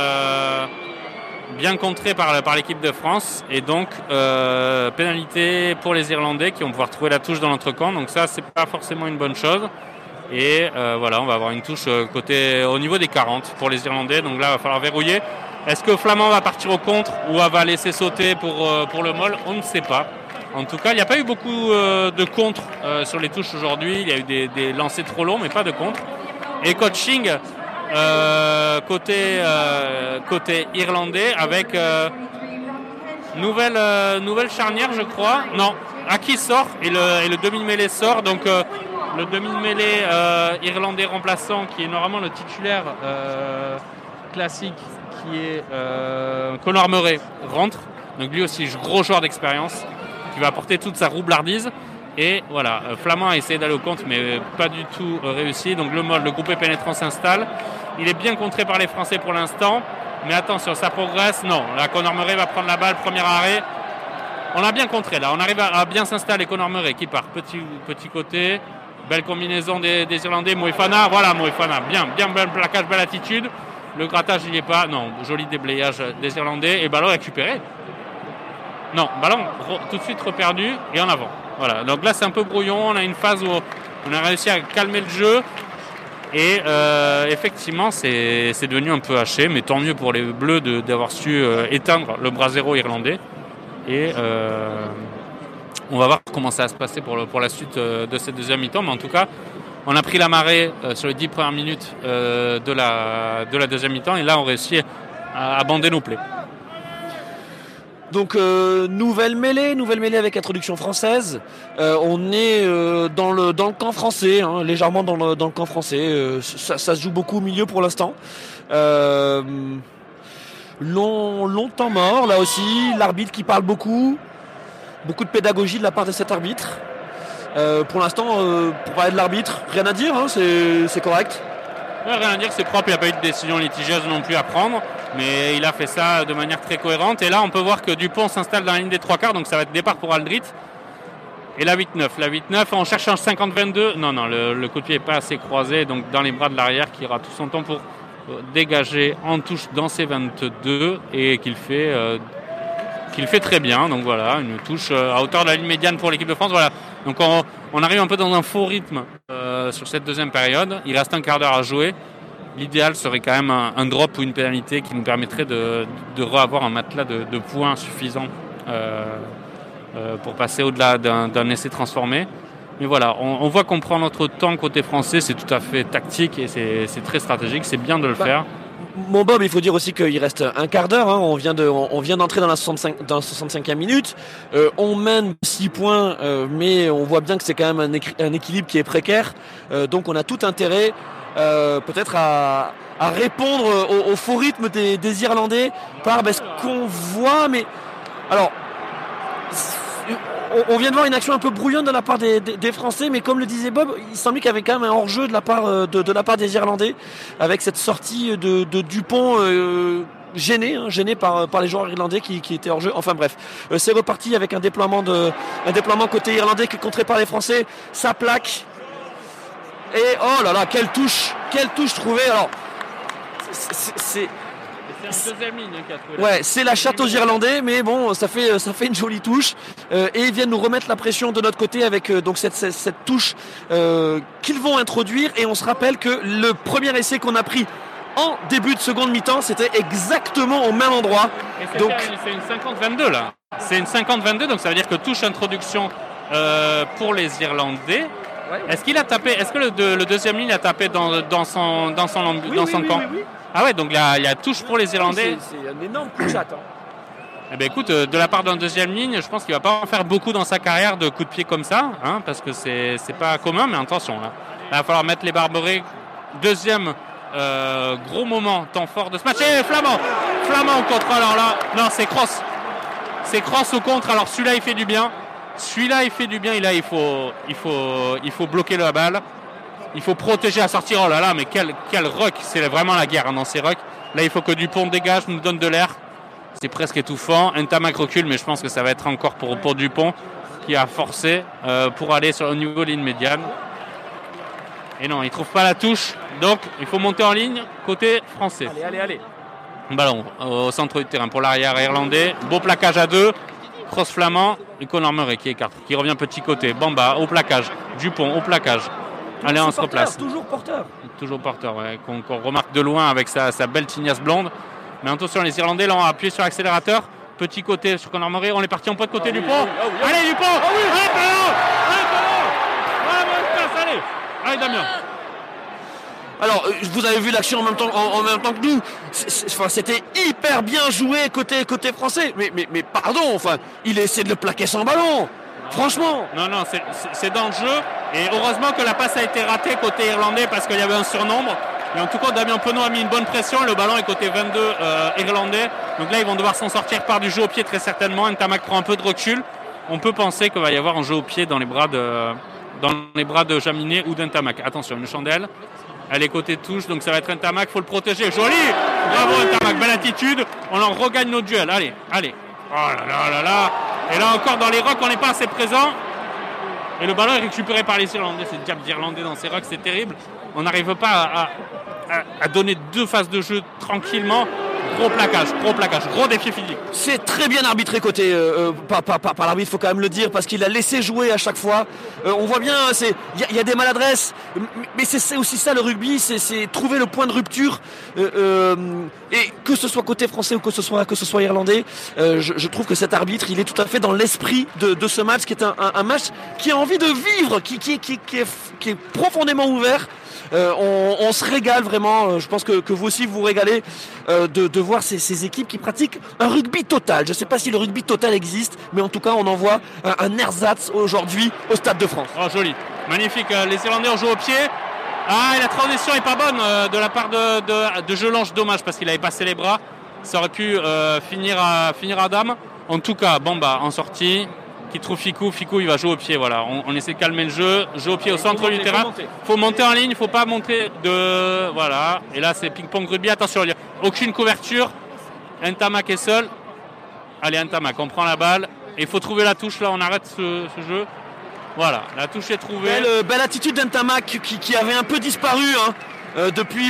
bien contré par l'équipe de France et donc pénalité pour les Irlandais qui vont pouvoir trouver la touche dans l'entrecamp, donc ça c'est pas forcément une bonne chose et voilà, on va avoir une touche au niveau des 40 pour les Irlandais, donc là il va falloir verrouiller. Est-ce que Flamand va partir au contre ou va laisser sauter pour le môle? On ne sait pas. En tout cas, il n'y a pas eu beaucoup de contre sur les touches aujourd'hui, il y a eu des lancers trop longs mais pas de contre. Et coaching côté irlandais avec nouvelle charnière je crois. Non, Aki sort et le demi-mêlée sort. Donc le demi-mêlée irlandais remplaçant qui est normalement le titulaire classique qui est Conor Murray rentre. Donc lui aussi gros joueur d'expérience qui va apporter toute sa roublardise. Et voilà, Flamand a essayé d'aller au contre mais pas du tout réussi. Donc le groupé pénétrant s'installe. Il est bien contré par les Français pour l'instant. Mais attention, ça progresse. Non, là Conor Murray va prendre la balle, premier arrêt. On a bien contré là, on arrive à bien s'installer. Conor Murray qui part, petit côté. Belle combinaison des Irlandais. Moefana, voilà Moefana, bien bel plaquage, belle attitude. Le grattage il n'y est pas. Non, joli déblayage des Irlandais. Et ballon récupéré. Non, ballon tout de suite reperdu et en avant. Voilà, donc là c'est un peu brouillon, on a une phase où on a réussi à calmer le jeu et effectivement c'est devenu un peu haché, mais tant mieux pour les Bleus d'avoir su éteindre le bras zéro irlandais et on va voir comment ça va se passer pour la suite de cette deuxième mi-temps, mais en tout cas on a pris la marée sur les 10 premières minutes de la deuxième mi-temps et là on réussit à bander nos plaies. Donc nouvelle mêlée avec introduction française. On est dans le camp français, hein, légèrement dans le camp français. Ça se joue beaucoup au milieu pour l'instant. Long temps mort là aussi. L'arbitre qui parle beaucoup de pédagogie de la part de cet arbitre. Pour l'instant, pour parler de l'arbitre, rien à dire, hein, c'est correct. Ouais, rien à dire, c'est propre, il n'y a pas eu de décision litigieuse non plus à prendre, mais il a fait ça de manière très cohérente. Et là, on peut voir que Dupont s'installe dans la ligne des 3/4, donc ça va être départ pour Aldrit. Et la 8-9, on cherche un 50-22. Non, le coup de pied n'est pas assez croisé, donc dans les bras de l'arrière, qui aura tout son temps pour dégager en touche dans ses 22 et qu'il fait très bien. Donc voilà, une touche à hauteur de la ligne médiane pour l'équipe de France. Voilà. Donc on arrive un peu dans un faux rythme sur cette deuxième période. Il reste un quart d'heure à jouer. L'idéal serait quand même un drop ou une pénalité qui nous permettrait de avoir un matelas de points suffisant pour passer au-delà d'un essai transformé. Mais voilà, on voit qu'on prend notre temps côté français, c'est tout à fait tactique et c'est très stratégique, c'est bien de le faire. Mon Bob, il faut dire aussi qu'il reste un quart d'heure, hein. On vient d'entrer dans la 65e minute. On mène 6 points, mais on voit bien que c'est quand même un équilibre qui est précaire. Donc on a tout intérêt peut-être à répondre au faux rythme des Irlandais par ce qu'on voit. Mais alors, on vient de voir une action un peu brouillonne de la part des Français, mais comme le disait Bob, il semblait qu'il y avait quand même un hors-jeu de la part des Irlandais, avec cette sortie de Dupont gêné par les joueurs irlandais qui étaient hors-jeu. Enfin bref, c'est reparti avec un déploiement côté irlandais qui est contré par les Français. Ça plaque. Et oh là là, quelle touche trouvée. Alors, c'est un deuxième ligne qui a trouvé. Ouais, c'est la chatte aux Irlandais, mais bon, ça fait une jolie touche. Et ils viennent nous remettre la pression de notre côté avec donc cette touche qu'ils vont introduire. Et on se rappelle que le premier essai qu'on a pris en début de seconde mi-temps, c'était exactement au même endroit. Et donc c'est une 50-22 là. C'est une 50-22, donc ça veut dire que touche introduction pour les Irlandais. Ouais. Est-ce qu'il a tapé? Est-ce que le deuxième ligne a tapé dans son camp? Oui. Ah ouais, donc il y a touche pour les Irlandais. C'est un énorme coup de chatte. Eh bien écoute, de la part d'un deuxième ligne, je pense qu'il va pas en faire beaucoup dans sa carrière de coups de pied comme ça, hein, parce que c'est pas commun, mais attention, là. Il va falloir mettre les Barberets. Deuxième gros moment, temps fort de ce match. Et Flamand au contre, alors là, non, c'est Cross. C'est Cross au contre, alors celui-là il fait du bien. Et là il faut bloquer la balle. Il faut protéger à sortir. Oh là là, mais quel ruck. C'est vraiment la guerre dans ces rucks. Là, il faut que Dupont dégage, nous donne de l'air. C'est presque étouffant. Ntamak recule, mais je pense que ça va être encore pour Dupont qui a forcé pour aller au niveau de ligne médiane. Et non, il ne trouve pas la touche. Donc, il faut monter en ligne côté français. Allez. Ballon au centre du terrain pour l'arrière irlandais. Beau plaquage à 2. Cross Flamand. Et Conor Murray qui écarte, qui revient petit côté. Bamba au plaquage. Dupont au plaquage. Allez, on se replace. Toujours porteur, ouais, qu'on remarque de loin avec sa belle tignasse blonde. Mais attention, les Irlandais l'ont appuyé sur l'accélérateur. Petit côté sur Conor Murray. On est parti en pointe côté Dupont. Allez, Dupont. Allez, Damien. Alors, vous avez vu l'action en même temps que nous. C'était hyper bien joué côté français. Mais pardon, enfin, il a essayé de le plaquer sans ballon. Franchement. Non, c'est dans le jeu. Et heureusement que la passe a été ratée côté irlandais parce qu'il y avait un surnombre. Et en tout cas, Damien Penaud a mis une bonne pression. Le ballon est côté 22 irlandais. Donc là, ils vont devoir s'en sortir par du jeu au pied très certainement. Ntamak prend un peu de recul. On peut penser qu'il va y avoir un jeu au pied dans les bras de Jaminet ou d'Ntamak. Attention, une chandelle. Elle est côté touche, donc ça va être Ntamak. Il faut le protéger. Joli. Bravo Ntamak, belle attitude. On en regagne notre duel. Allez. Oh là là. Et là encore dans les rocks, on n'est pas assez présent. Et le ballon est récupéré par les Irlandais. C'est le diable d'Irlandais dans ces rocks, c'est terrible. On n'arrive pas à donner 2 phases de jeu tranquillement. Gros plaquage, gros défi physique. C'est très bien arbitré côté par l'arbitre, il faut quand même le dire, parce qu'il a laissé jouer à chaque fois. On voit bien, il y a des maladresses, mais c'est aussi ça le rugby, c'est trouver le point de rupture. Et que ce soit côté français ou que ce soit irlandais, je trouve que cet arbitre, il est tout à fait dans l'esprit de ce match, qui est un match qui a envie de vivre, qui est profondément ouvert. On se régale vraiment, je pense que vous aussi vous régalez de voir ces équipes qui pratiquent un rugby total. Je ne sais pas si le rugby total existe, mais en tout cas on en voit un ersatz aujourd'hui au Stade de France. Oh joli, magnifique, les Irlandais ont joué au pied. Ah, et la transition est pas bonne de la part de Jelange, dommage parce qu'il avait passé les bras. Ça aurait pu finir à dame. En tout cas, Bamba en sortie. Qui trouve Ficou il va jouer au pied, voilà. On essaie de calmer le jeu au pied au centre du terrain. Faut monter en ligne, il faut pas monter voilà. Et là c'est ping-pong rugby, attention, il n'y a aucune couverture. Ntamak est seul. Allez Ntamak, on prend la balle. Et il faut trouver la touche là, on arrête ce jeu. Voilà, la touche est trouvée. Belle attitude d'Ntamak qui avait un peu disparu depuis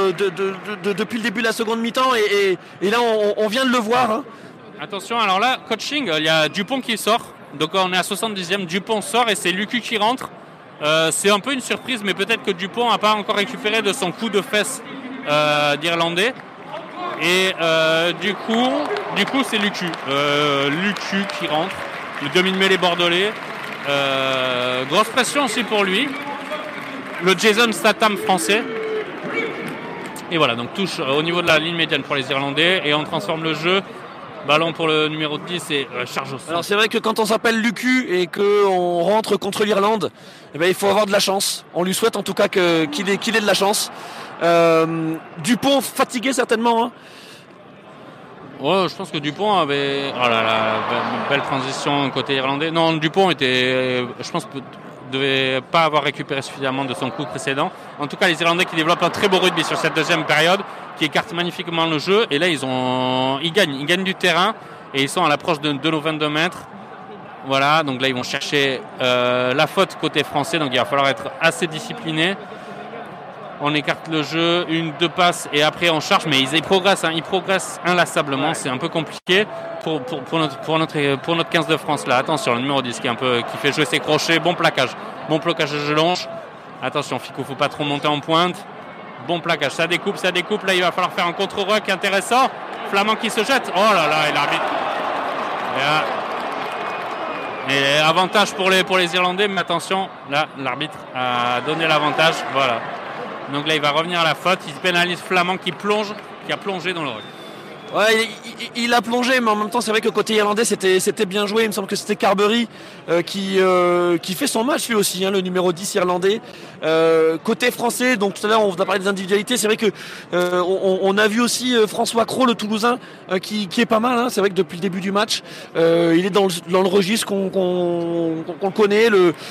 le début de la seconde mi-temps et là on vient de le voir. Hein. Attention, alors là, coaching, il y a Dupont qui sort. Donc on est à 70e, Dupont sort et c'est Lucu qui rentre. C'est un peu une surprise, mais peut-être que Dupont n'a pas encore récupéré de son coup de fesse d'Irlandais. Et du coup, c'est Lucu. Lucu qui rentre, le demi-mêlée bordelais. Grosse pression aussi pour lui. Le Jason Statham français. Et voilà, donc touche au niveau de la ligne médiane pour les Irlandais. Et on transforme le jeu. Ballon pour le numéro 10 et charge au sol. Alors c'est vrai que quand on s'appelle Lucu et qu'on rentre contre l'Irlande, eh ben, il faut avoir de la chance. On lui souhaite en tout cas qu'il ait de la chance. Dupont fatigué certainement. Hein. Ouais, je pense que Dupont avait... Oh là là, belle transition côté irlandais. Non, Dupont était... Je pense devait pas avoir récupéré suffisamment de son coup précédent. En tout cas, les Irlandais qui développent un très beau rugby sur cette deuxième période, qui écartent magnifiquement le jeu. Et là, ils gagnent du terrain et ils sont à l'approche de nos 22 mètres. Voilà, donc là, ils vont chercher la faute côté français. Donc il va falloir être assez discipliné. On écarte le jeu, 1-2 passes et après on charge, mais ils progressent inlassablement. C'est un peu compliqué pour notre 15 de France là. Attention, le numéro 10 qui fait jouer ses crochets, bon plaquage de Gelonge. Attention, Ficou, faut pas trop monter en pointe. Bon plaquage, ça découpe. Là, il va falloir faire un contre-ruck intéressant. Flamand qui se jette. Oh là là, et l'arbitre. Et avantage pour les Irlandais, mais attention, là, l'arbitre a donné l'avantage. Voilà. Donc là, il va revenir à la faute. Il pénalise Flamand qui a plongé dans le ruck. Ouais, il a plongé, mais en même temps, c'est vrai que côté irlandais, c'était bien joué. Il me semble que c'était Carbery qui fait son match lui aussi, hein, le numéro 10 irlandais. Côté français, donc tout à l'heure, on a parlé des individualités. C'est vrai que on a vu aussi François Cros, le Toulousain, qui est pas mal. Hein. C'est vrai que depuis le début du match, il est dans le registre qu'on connaît.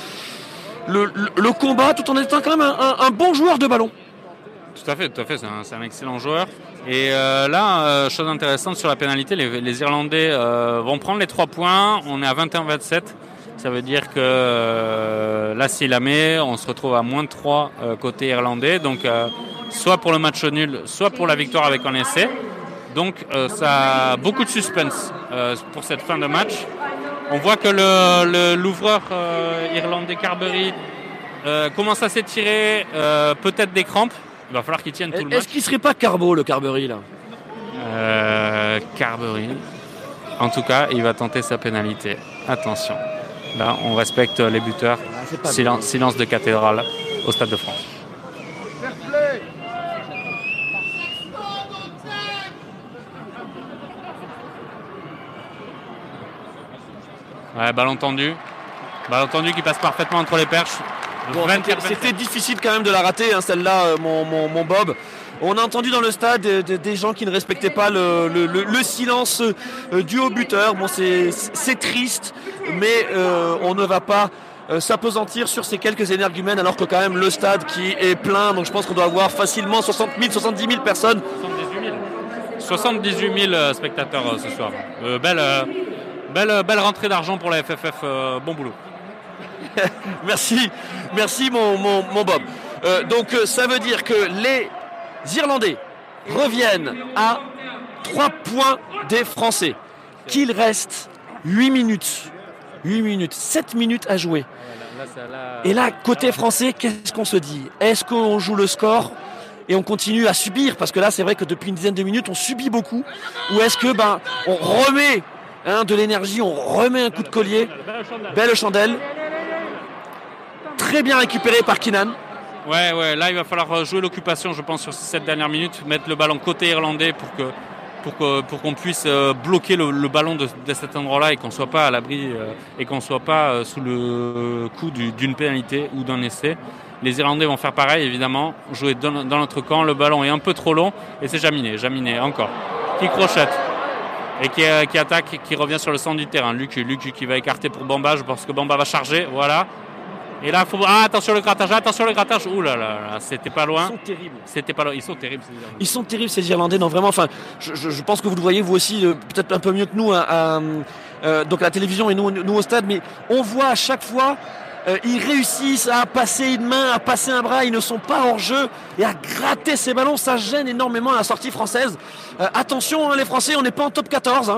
Le combat, tout en étant quand même un bon joueur de ballon. Tout à fait, c'est un excellent joueur. Et là, chose intéressante sur la pénalité, les Irlandais vont prendre les 3 points. On est à 21-27. Ça veut dire que là, s'il la met, on se retrouve à moins de 3 côté irlandais. Donc, soit pour le match nul, soit pour la victoire avec un essai. Donc, ça a beaucoup de suspense pour cette fin de match. On voit que l'ouvreur irlandais Carbery commence à s'étirer, peut-être des crampes. Il va falloir qu'il tienne tout le match. Est-ce qu'il ne serait pas Carbeau, le Carbery, là Carbery. En tout cas, il va tenter sa pénalité. Attention. Là, on respecte les buteurs. Silence de cathédrale au Stade de France. Ouais, ballon tendu qui passe parfaitement entre les perches. Bon, c'était difficile quand même de la rater, hein, celle-là, mon Bob. On a entendu dans le stade des gens qui ne respectaient pas le silence dû au buteur. Bon, c'est triste, mais on ne va pas s'apesantir sur ces quelques énergumènes, alors que quand même le stade qui est plein, donc je pense qu'on doit avoir facilement 60 000, 70 000 personnes. 78 000 spectateurs ce soir. Belle rentrée d'argent pour la FFF, bon boulot. Merci mon Bob. Donc ça veut dire que les Irlandais reviennent à 3 points des Français. Qu'il reste 7 minutes à jouer. Et là, côté français, qu'est-ce qu'on se dit ? Est-ce qu'on joue le score et on continue à subir ? Parce que là, c'est vrai que depuis une dizaine de minutes, on subit beaucoup. Ou est-ce que on remet de l'énergie, on remet un coup de collier ? Belle chandelle. Très bien récupéré par Keenan. Ouais, là il va falloir jouer l'occupation, je pense, sur ces 7 dernières minutes, mettre le ballon côté irlandais pour qu'on puisse bloquer le ballon de cet endroit-là et qu'on ne soit pas à l'abri et qu'on ne soit pas sous le coup d'une pénalité ou d'un essai. Les Irlandais vont faire pareil, évidemment, jouer dans notre camp. Le ballon est un peu trop long et c'est Jaminet encore, qui crochette et qui attaque, qui revient sur le centre du terrain. Lucu qui va écarter pour Bamba, je pense que Bamba va charger, voilà. Et là, attention le grattage. Ouh là là, c'était pas loin. Ils sont terribles. Ces Irlandais. Non, vraiment. Enfin, je pense que vous le voyez vous aussi, peut-être un peu mieux que nous, donc à la télévision et nous au stade. Mais on voit à chaque fois, ils réussissent à passer une main, à passer un bras. Ils ne sont pas hors jeu et à gratter ces ballons. Ça gêne énormément la sortie française. Attention, les Français, on n'est pas en top 14.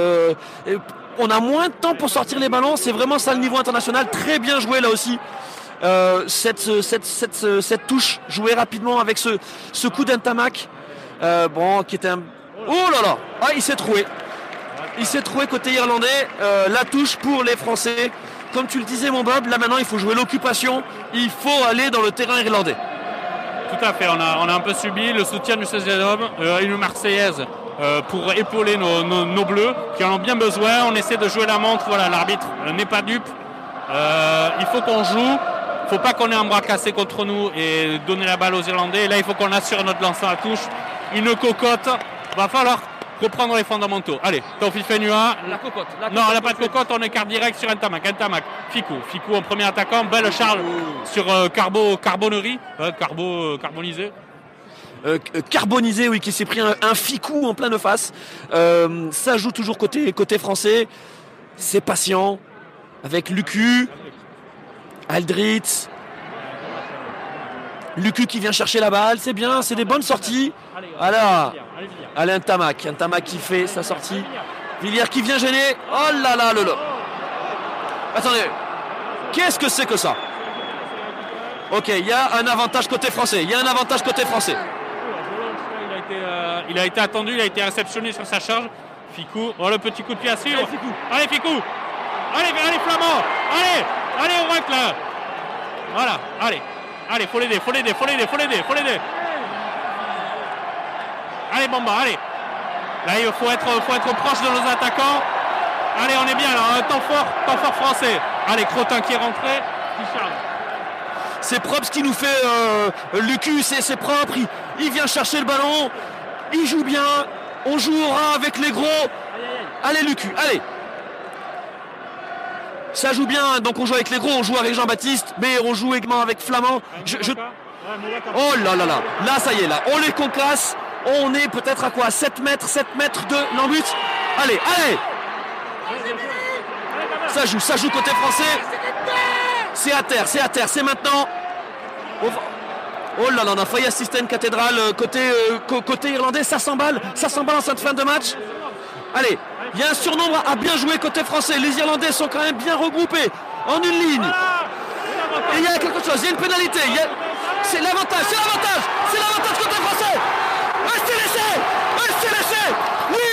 On a moins de temps pour sortir les ballons. C'est vraiment ça le niveau international. Très bien joué là aussi cette touche jouée rapidement avec ce coup d'Ntamak, qui était un... Oh là là, il s'est troué. Il s'est troué côté irlandais. La touche pour les Français. Comme tu le disais mon Bob, là maintenant il faut jouer l'occupation. Il faut aller dans le terrain irlandais. Tout à fait, on a un peu subi le soutien du 16e homme, une Marseillaise pour épauler nos Bleus qui en ont bien besoin. On essaie de jouer la montre, voilà, l'arbitre n'est pas dupe. Il faut qu'on joue, il ne faut pas qu'on ait un bras cassé contre nous et donner la balle aux Irlandais. Et là il faut qu'on assure notre lanceur à touche, une cocotte, va falloir reprendre les fondamentaux. Allez, Taoufik Fenua. La cocotte. Non, on n'a pas de cocotte, on écarte direct sur Ntamak. Fickou en premier attaquant. Belle Charles sur carbonisé. Carbonisé, oui, qui s'est pris un Fickou en pleine face. Ça joue toujours côté français. C'est patient. Avec Lucu, Aldritz. Lucu qui vient chercher la balle, c'est bien, c'est des bonnes sorties. Alors, allez, Ntamak qui fait sa sortie. Villiers qui vient gêner. Oh là là là là. Attendez, qu'est-ce que c'est que ça? Ok, il y a un avantage côté français. Il a été attendu, il a été réceptionné sur sa charge. Fickou, le petit coup de pied à suivre. Allez, Fickou. Allez, Flamand. Allez, on rentre là. Voilà, allez, faut l'aider. Allez, Bamba, allez. Là, il faut être proche de nos attaquants. Allez, on est bien là, un temps fort français. Allez, Crotin qui est rentré, qui charge. C'est propre ce qui nous fait Lucu, c'est propre. Il vient chercher le ballon, il joue bien. On jouera avec les gros. Allez, Lucu, allez. Ça joue bien, donc on joue avec les gros, on joue avec Jean-Baptiste, mais on joue également avec Flamand. Oh là là là, là ça y est, là, on les concasse. On est peut-être à quoi, 7 mètres de l'embut. Allez. Ça joue côté français. C'est à terre, c'est maintenant. Oh là là, on a failli assister à une cathédrale côté irlandais. Ça s'emballe en cette fin de match. Allez, il y a un surnombre à bien jouer côté français. Les Irlandais sont quand même bien regroupés en une ligne. Et il y a quelque chose, il y a une pénalité. C'est l'avantage côté français. C'est laissé. Oui.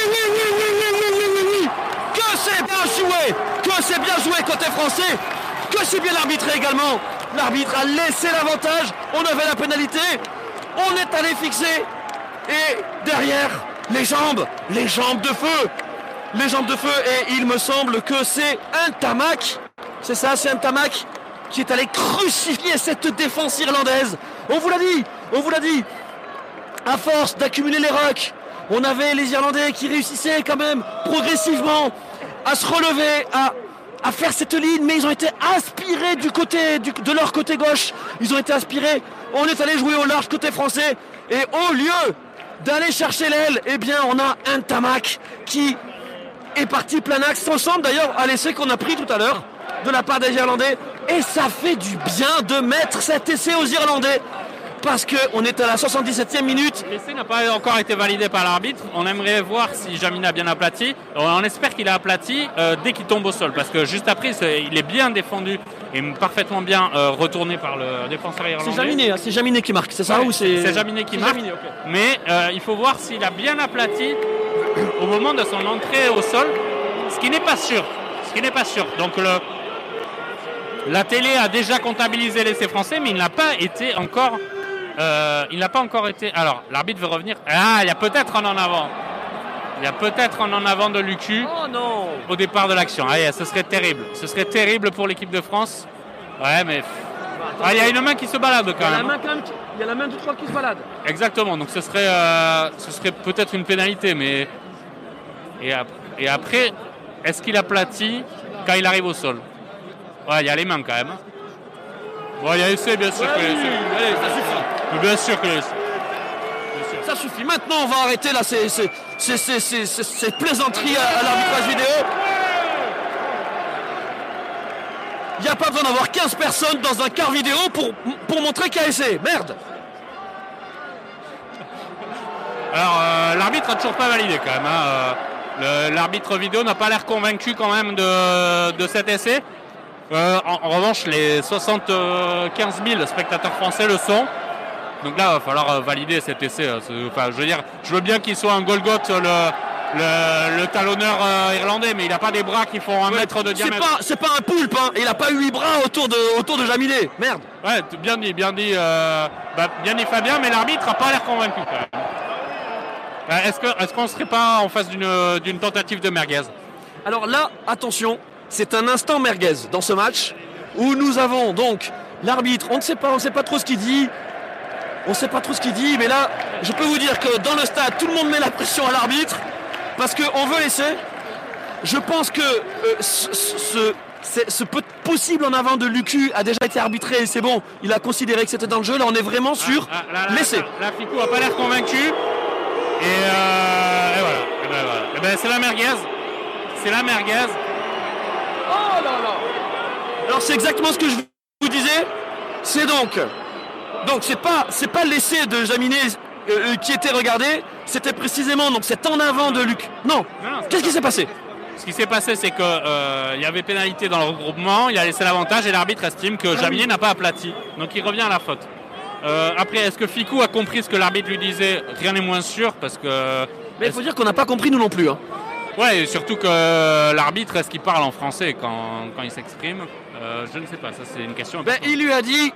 Que c'est bien joué côté français. Que c'est bien arbitré également. L'arbitre a laissé l'avantage. On avait la pénalité. On est allé fixer. Et derrière, les jambes de feu. Et il me semble que c'est Ntamak. C'est ça, c'est Ntamak qui est allé crucifier cette défense irlandaise. On vous l'a dit. À force d'accumuler les rucks, on avait les Irlandais qui réussissaient quand même progressivement à se relever, à faire cette ligne, mais ils ont été aspirés de leur côté gauche. Ils ont été aspirés. On est allé jouer au large côté français. Et au lieu d'aller chercher l'aile, eh bien on a Ntamak qui est parti plein axe. Ça ressemble d'ailleurs à l'essai qu'on a pris tout à l'heure de la part des Irlandais. Et ça fait du bien de mettre cet essai aux Irlandais. Parce qu'on est à la 77e minute. L'essai n'a pas encore été validé par l'arbitre. On aimerait voir si Jamina a bien aplati. On espère qu'il a aplati dès qu'il tombe au sol. Parce que juste après, il est bien défendu et parfaitement bien retourné par le défenseur irlandais. C'est Jaminet qui marque, c'est ça ou c'est Jaminet qui marque. Okay. Mais il faut voir s'il a bien aplati au moment de son entrée au sol. Ce qui n'est pas sûr. Donc la télé a déjà comptabilisé l'essai français, mais il n'a pas été encore... Alors, l'arbitre veut revenir. Il y a peut-être un en avant. De Lucu au départ de l'action. Ce serait terrible. Pour l'équipe de France. Ouais, mais... il y a une main qui se balade quand même. Il y a la main du 3 qui se balade. Exactement. Donc ce serait peut-être une pénalité. Mais... Et après, est-ce qu'il aplatit quand il arrive au sol? Il y a les mains quand même. Il y a essai, bien sûr. Allez, ça suffit. Bien sûr que l'essai. Ça suffit. Maintenant, on va arrêter là ces plaisanteries à l'arbitrage vidéo. Il n'y a pas besoin d'avoir 15 personnes dans un quart vidéo pour montrer qu'il y a essai. Merde. Alors, l'arbitre n'a toujours pas validé quand même. L'arbitre vidéo n'a pas l'air convaincu quand même de cet essai. En revanche, les 75 000 spectateurs français le sont. Donc là, il va falloir valider cet essai. Enfin, je veux dire, je veux bien qu'il soit un Golgoth, le talonneur irlandais, mais il n'a pas des bras qui font 1 mètre de diamètre. C'est pas un poulpe, hein. Il n'a pas 8 bras autour de Jaminet. Merde. Ouais, bien dit Fabien, mais l'arbitre n'a pas l'air convaincu quand même. Est-ce qu'on ne serait pas en face d'une tentative de merguez? Alors là, attention, c'est un instant merguez dans ce match où nous avons donc l'arbitre, on ne sait pas trop ce qu'il dit. Mais là, je peux vous dire que dans le stade, tout le monde met la pression à l'arbitre parce qu'on veut laisser. Je pense que ce possible en avant de Lucu a déjà été arbitré et c'est bon. Il a considéré que c'était dans le jeu. Là, on est vraiment sur laisser. Là, Ficou n'a pas l'air convaincu. Et voilà. Et ben, c'est la merguez. Oh là là. Alors, c'est exactement ce que je vous disais. C'est donc c'est pas l'essai de Jaminet qui était regardé, c'était précisément donc cet en avant de Luc. Non. Qu'est-ce qui s'est passé? Ce qui s'est passé, c'est qu'il y avait pénalité dans le regroupement, il a laissé l'avantage et l'arbitre estime que Jaminet n'a pas aplati. Donc il revient à la faute. Après, est-ce que Ficou a compris ce que l'arbitre lui disait? Rien n'est moins sûr parce que... Mais il faut dire qu'on n'a pas compris nous non plus. Hein. Ouais, et surtout que l'arbitre, est-ce qu'il parle en français quand il s'exprime? Je ne sais pas, ça c'est une question. Il lui a dit...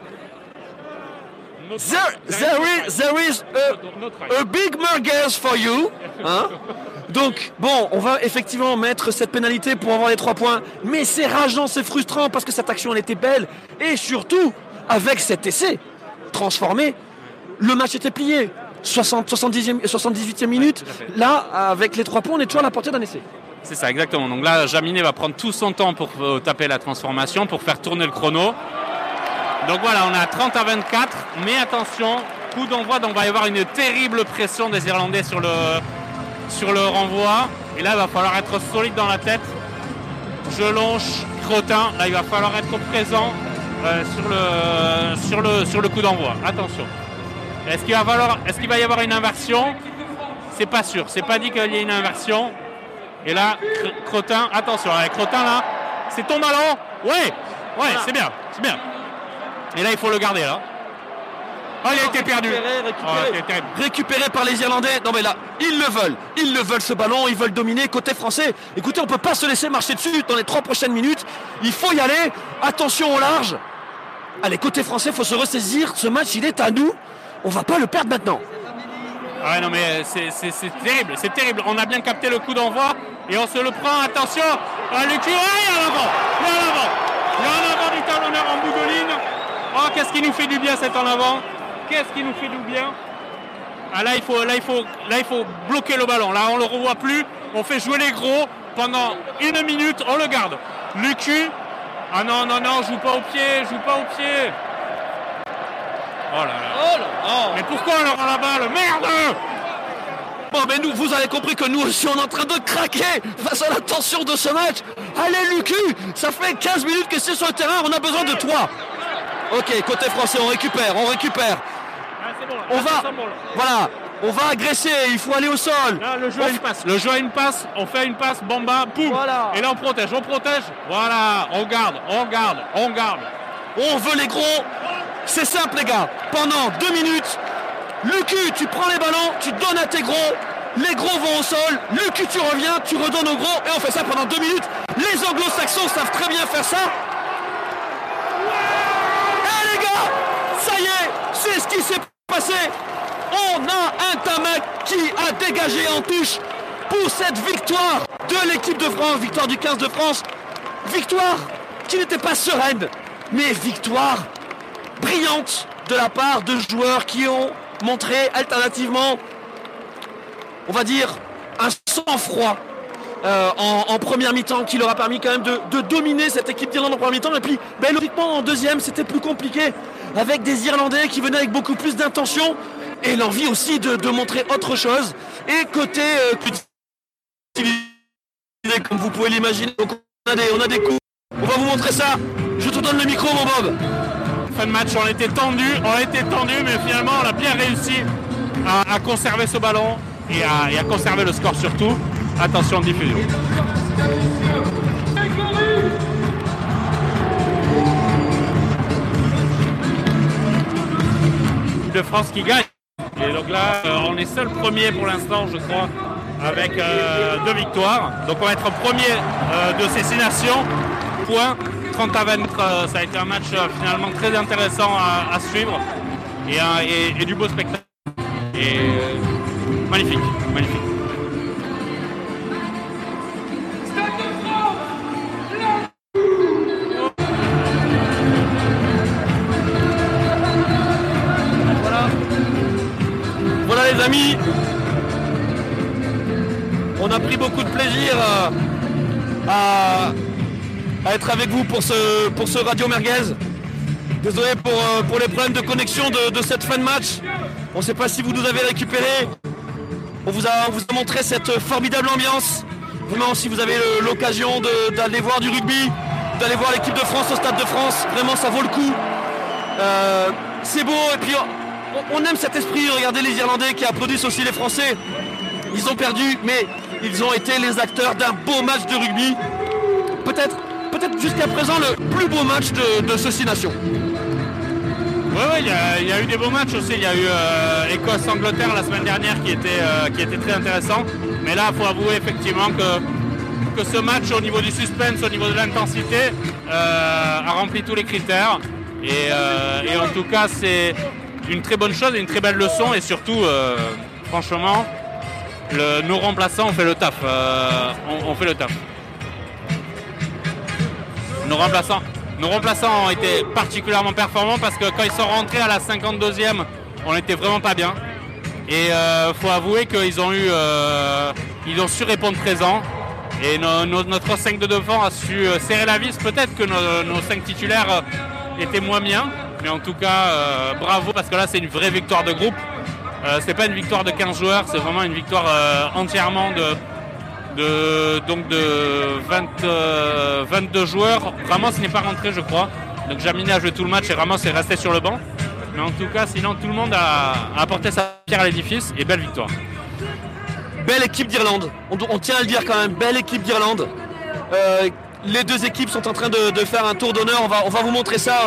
There is a big merguez for you. Hein? Donc, bon, on va effectivement mettre cette pénalité pour avoir les 3 points. Mais c'est rageant, c'est frustrant parce que cette action, elle était belle. Et surtout, avec cet essai transformé, le match était plié. 78e minute. Là, avec les 3 points, on est toujours à la portée d'un essai. C'est ça, exactement. Donc là, Jaminet va prendre tout son temps pour taper la transformation, pour faire tourner le chrono. Donc voilà, on est à 30-24, mais attention, coup d'envoi, donc il va y avoir une terrible pression des Irlandais sur le renvoi. Et là, il va falloir être solide dans la tête. Jelonche, Crotin, là, il va falloir être présent sur le coup d'envoi. Attention. Est-ce qu'il va y avoir une inversion? C'est pas sûr, c'est pas dit qu'il y ait une inversion. Et là, Crotin, attention, avec Crotin là, c'est ton ballon. Ouais, voilà. c'est bien. Et là, il faut le garder, là. Oh, il a été perdu. Récupéré par les Irlandais. Non, mais là, ils le veulent ce ballon. Ils veulent dominer côté français. Écoutez, on ne peut pas se laisser marcher dessus dans les 3 prochaines minutes. Il faut y aller. Attention au large. Allez, côté français, il faut se ressaisir. Ce match, il est à nous. On ne va pas le perdre maintenant. Ah ouais, non, mais c'est terrible. On a bien capté le coup d'envoi et on se le prend. Attention. Lucu, il y a en avant du talonneur en bout de ligne. Oh, qu'est-ce qui nous fait du bien cet en avant? Ah, là, il faut bloquer le ballon. Là, on le revoit plus. On fait jouer les gros pendant 1 minute. On le garde. Lucu. Ah non, joue pas au pied. Oh là là. Mais pourquoi on leur rend la balle? Merde! Bon, mais nous, vous avez compris que nous aussi, on est en train de craquer face à la tension de ce match. Allez, Lucu, ça fait 15 minutes que c'est sur le terrain, on a besoin de toi. Ok, côté français, on récupère. Ah, c'est bon, là. On va agresser, il faut aller au sol. Là, le jeu a une passe, on fait une passe, bomba, boum. Voilà. Et là, on protège. Voilà, on garde. On veut les gros. C'est simple, les gars. Pendant 2 minutes, Lucu, tu prends les ballons, tu donnes à tes gros. Les gros vont au sol. Lucu, tu reviens, tu redonnes aux gros. Et on fait ça pendant 2 minutes. Les anglo-saxons savent très bien faire ça. Et les gars, ça y est, c'est ce qui s'est passé. On a un Tamac qui a dégagé en touche pour cette victoire de l'équipe de France, victoire du 15 de France. Victoire qui n'était pas sereine, mais victoire brillante de la part de joueurs qui ont montré alternativement, on va dire, un sang-froid en première mi-temps qui leur a permis quand même de dominer cette équipe d'Irlande en première mi-temps. Et puis, logiquement, en deuxième, c'était plus compliqué avec des Irlandais qui venaient avec beaucoup plus d'intention et l'envie aussi de montrer autre chose. Et côté comme vous pouvez l'imaginer, donc on a des coups. On va vous montrer ça. Je te donne le micro, mon Bob. Fin de match, on était tendu, mais finalement on a bien réussi à conserver ce ballon et à conserver le score surtout. Attention, diffusion. de France qui gagne. Et donc là, on est seul premier pour l'instant, je crois, avec 2 victoires. Donc on va être premier de ces 6 nations. Point 30 à 20. Ça a été un match finalement très intéressant à suivre et du beau spectacle. Et magnifique, magnifique. Voilà les amis, on a pris beaucoup de plaisir à être avec vous pour ce Radio Merguez. Désolé pour les problèmes de connexion de cette fin de match. On ne sait pas si vous nous avez récupéré. On vous a montré cette formidable ambiance. Vraiment, si vous avez l'occasion d'aller voir du rugby, d'aller voir l'équipe de France au Stade de France, vraiment ça vaut le coup. C'est beau et puis on aime cet esprit. Regardez les Irlandais qui applaudissent aussi les Français. Ils ont perdu, mais ils ont été les acteurs d'un beau match de rugby. Peut-être jusqu'à présent le plus beau match de ce 6 nations. Oui, il y a eu des beaux matchs aussi. Il y a eu Écosse-Angleterre la semaine dernière qui était très intéressant. Mais là, il faut avouer effectivement que ce match, au niveau du suspense, au niveau de l'intensité, a rempli tous les critères. Et en tout cas, c'est une très bonne chose et une très belle leçon. Et surtout, franchement, nos remplaçants ont fait le taf. On fait le taf. Nos remplaçants ont été particulièrement performants parce que quand ils sont rentrés à la 52e, on n'était vraiment pas bien. Et faut avouer qu'ils ont su répondre présent. Et notre 5 de devant a su serrer la vis. Peut-être que nos 5 titulaires étaient moins bien. Mais en tout cas, bravo parce que là c'est une vraie victoire de groupe. C'est pas une victoire de 15 joueurs, c'est vraiment une victoire entièrement de 22 joueurs. Ramos n'est pas rentré, je crois. Donc Jaminet a joué tout le match et Ramos est resté sur le banc. Mais en tout cas, sinon tout le monde a apporté sa pierre à l'édifice et belle victoire. Belle équipe d'Irlande, on tient à le dire quand même, belle équipe d'Irlande. Les 2 équipes sont en train de faire un tour d'honneur, on va vous montrer ça.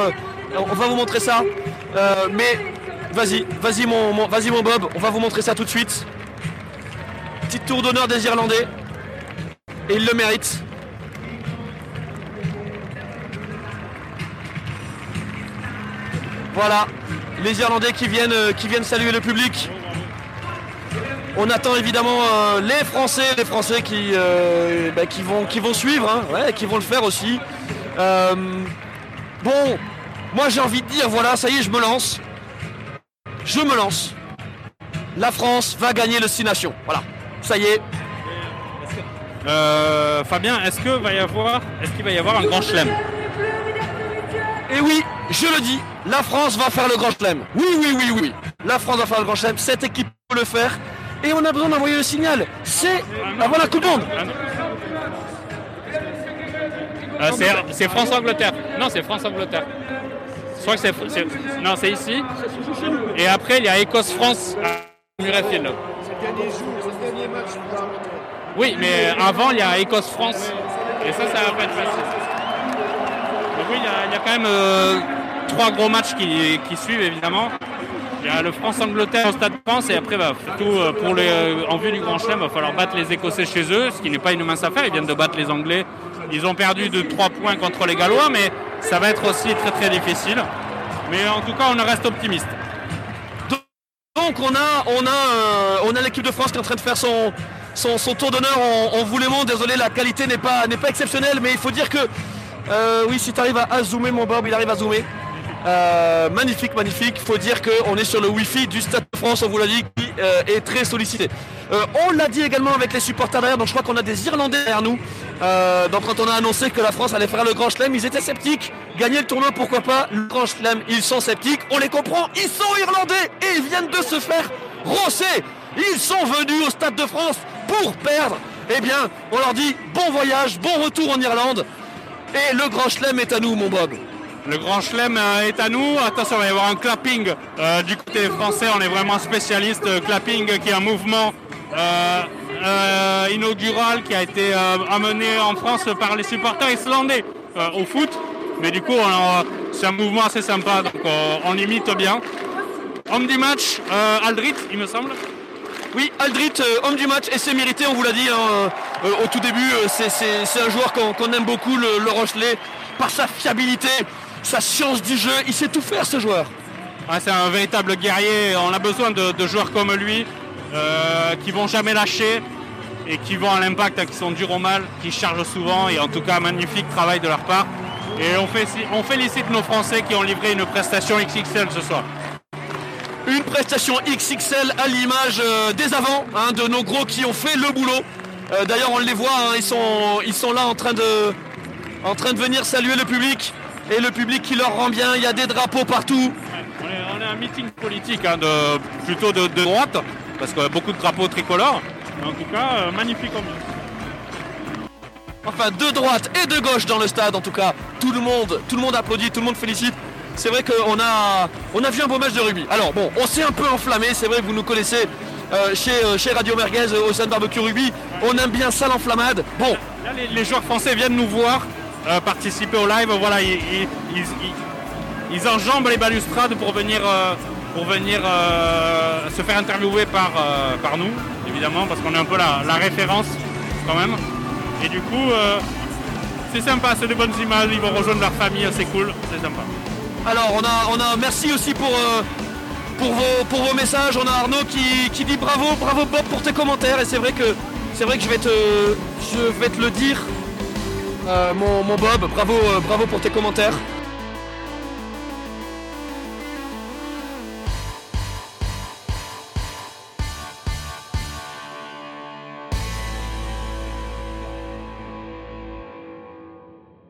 Mais vas-y mon Bob, on va vous montrer ça tout de suite. Petit tour d'honneur des Irlandais. Et ils le méritent. Voilà, les Irlandais qui viennent saluer le public. On attend évidemment les Français qui vont suivre, hein, qui vont le faire aussi. Bon, moi j'ai envie de dire, voilà, ça y est, je me lance. La France va gagner le 6 nations. Voilà, ça y est. Fabien, est-ce qu'il va y avoir un grand chelem? Et oui, je le dis, la France va faire le grand chelem. Oui. La France va faire le grand chelem. Cette équipe peut le faire. Et on a besoin d'envoyer le signal. C'est avant la Coupe du Monde. C'est France-Angleterre. Non, c'est France-Angleterre. Je crois que c'est ici. Et après, il y a Écosse-France à Murrayfield. C'est le dernier match. Oui, mais avant, il y a Écosse-France. Et ça va pas être facile. Donc oui, il y a quand même 3 gros matchs qui suivent, évidemment. Il y a le France-Angleterre au Stade de France. Et après, surtout en vue du Grand Chelem, il va falloir battre les Écossais chez eux, ce qui n'est pas une mince affaire. Ils viennent de battre les Anglais. Ils ont perdu de 3 points contre les Gallois, mais ça va être aussi très très difficile. Mais en tout cas, on reste optimiste. Donc on a l'équipe de France qui est en train de faire son tour d'honneur. On vous le montre, désolé, la qualité n'est pas exceptionnelle, mais il faut dire que oui, si tu arrives à zoomer, mon Bob, il arrive à zoomer. Magnifique. Il faut dire qu'on est sur le Wi-Fi du Stade de France, on vous l'a dit, qui est très sollicité. On l'a dit également avec les supporters derrière, donc je crois qu'on a des Irlandais derrière nous. Donc quand on a annoncé que la France allait faire le Grand Chelem, ils étaient sceptiques. Gagner le tournoi, pourquoi pas. Le Grand Chelem, ils sont sceptiques. On les comprend, ils sont Irlandais et ils viennent de se faire rosser. Ils sont venus au Stade de France pour perdre. Eh bien, on leur dit bon voyage, bon retour en Irlande. Et le Grand Chelem est à nous, mon Bob. Le Grand Chelem est à nous. Attention, il va y avoir un clapping du côté français. On est vraiment spécialiste. Clapping qui est un mouvement inaugural qui a été amené en France par les supporters islandais au foot. Mais du coup, c'est un mouvement assez sympa. Donc on imite bien. Homme du match, Aldrit, il me semble. Oui, Aldrit, homme du match, et c'est mérité, on vous l'a dit au tout début, c'est un joueur qu'on aime beaucoup, le Rochelet, par sa fiabilité, sa science du jeu, il sait tout faire ce joueur. Ouais, c'est un véritable guerrier, on a besoin de joueurs comme lui, qui vont jamais lâcher, et qui vont à l'impact, qui sont durs au mal, qui chargent souvent, et en tout cas, magnifique travail de leur part. Et on félicite nos Français qui ont livré une prestation XXL ce soir. Une prestation XXL à l'image des avants, de nos gros qui ont fait le boulot. D'ailleurs on les voit, ils sont là en train de venir saluer le public. Et le public qui leur rend bien, il y a des drapeaux partout. On est un meeting politique, plutôt de droite, parce qu'il y a beaucoup de drapeaux tricolores. Mais en tout cas, magnifique ambiance. Enfin, de droite et de gauche dans le stade, en tout cas. Tout le monde applaudit, tout le monde félicite. C'est vrai qu'on a vu un beau match de rugby. Alors bon, on s'est un peu enflammé, c'est vrai que vous nous connaissez chez Radio Merguez au sein de Barbecue Rugby. On aime bien ça l'enflammade. Bon. Là, les joueurs français viennent nous voir participer au live. Voilà, ils enjambent les balustrades pour venir se faire interviewer par nous, évidemment, parce qu'on est un peu la référence quand même. Et du coup, c'est sympa, c'est de bonnes images, ils vont rejoindre leur famille, c'est cool, c'est sympa. Alors on a merci aussi pour vos messages. On a Arnaud qui dit bravo Bob pour tes commentaires, et c'est vrai que je vais te le dire, mon Bob, bravo pour tes commentaires.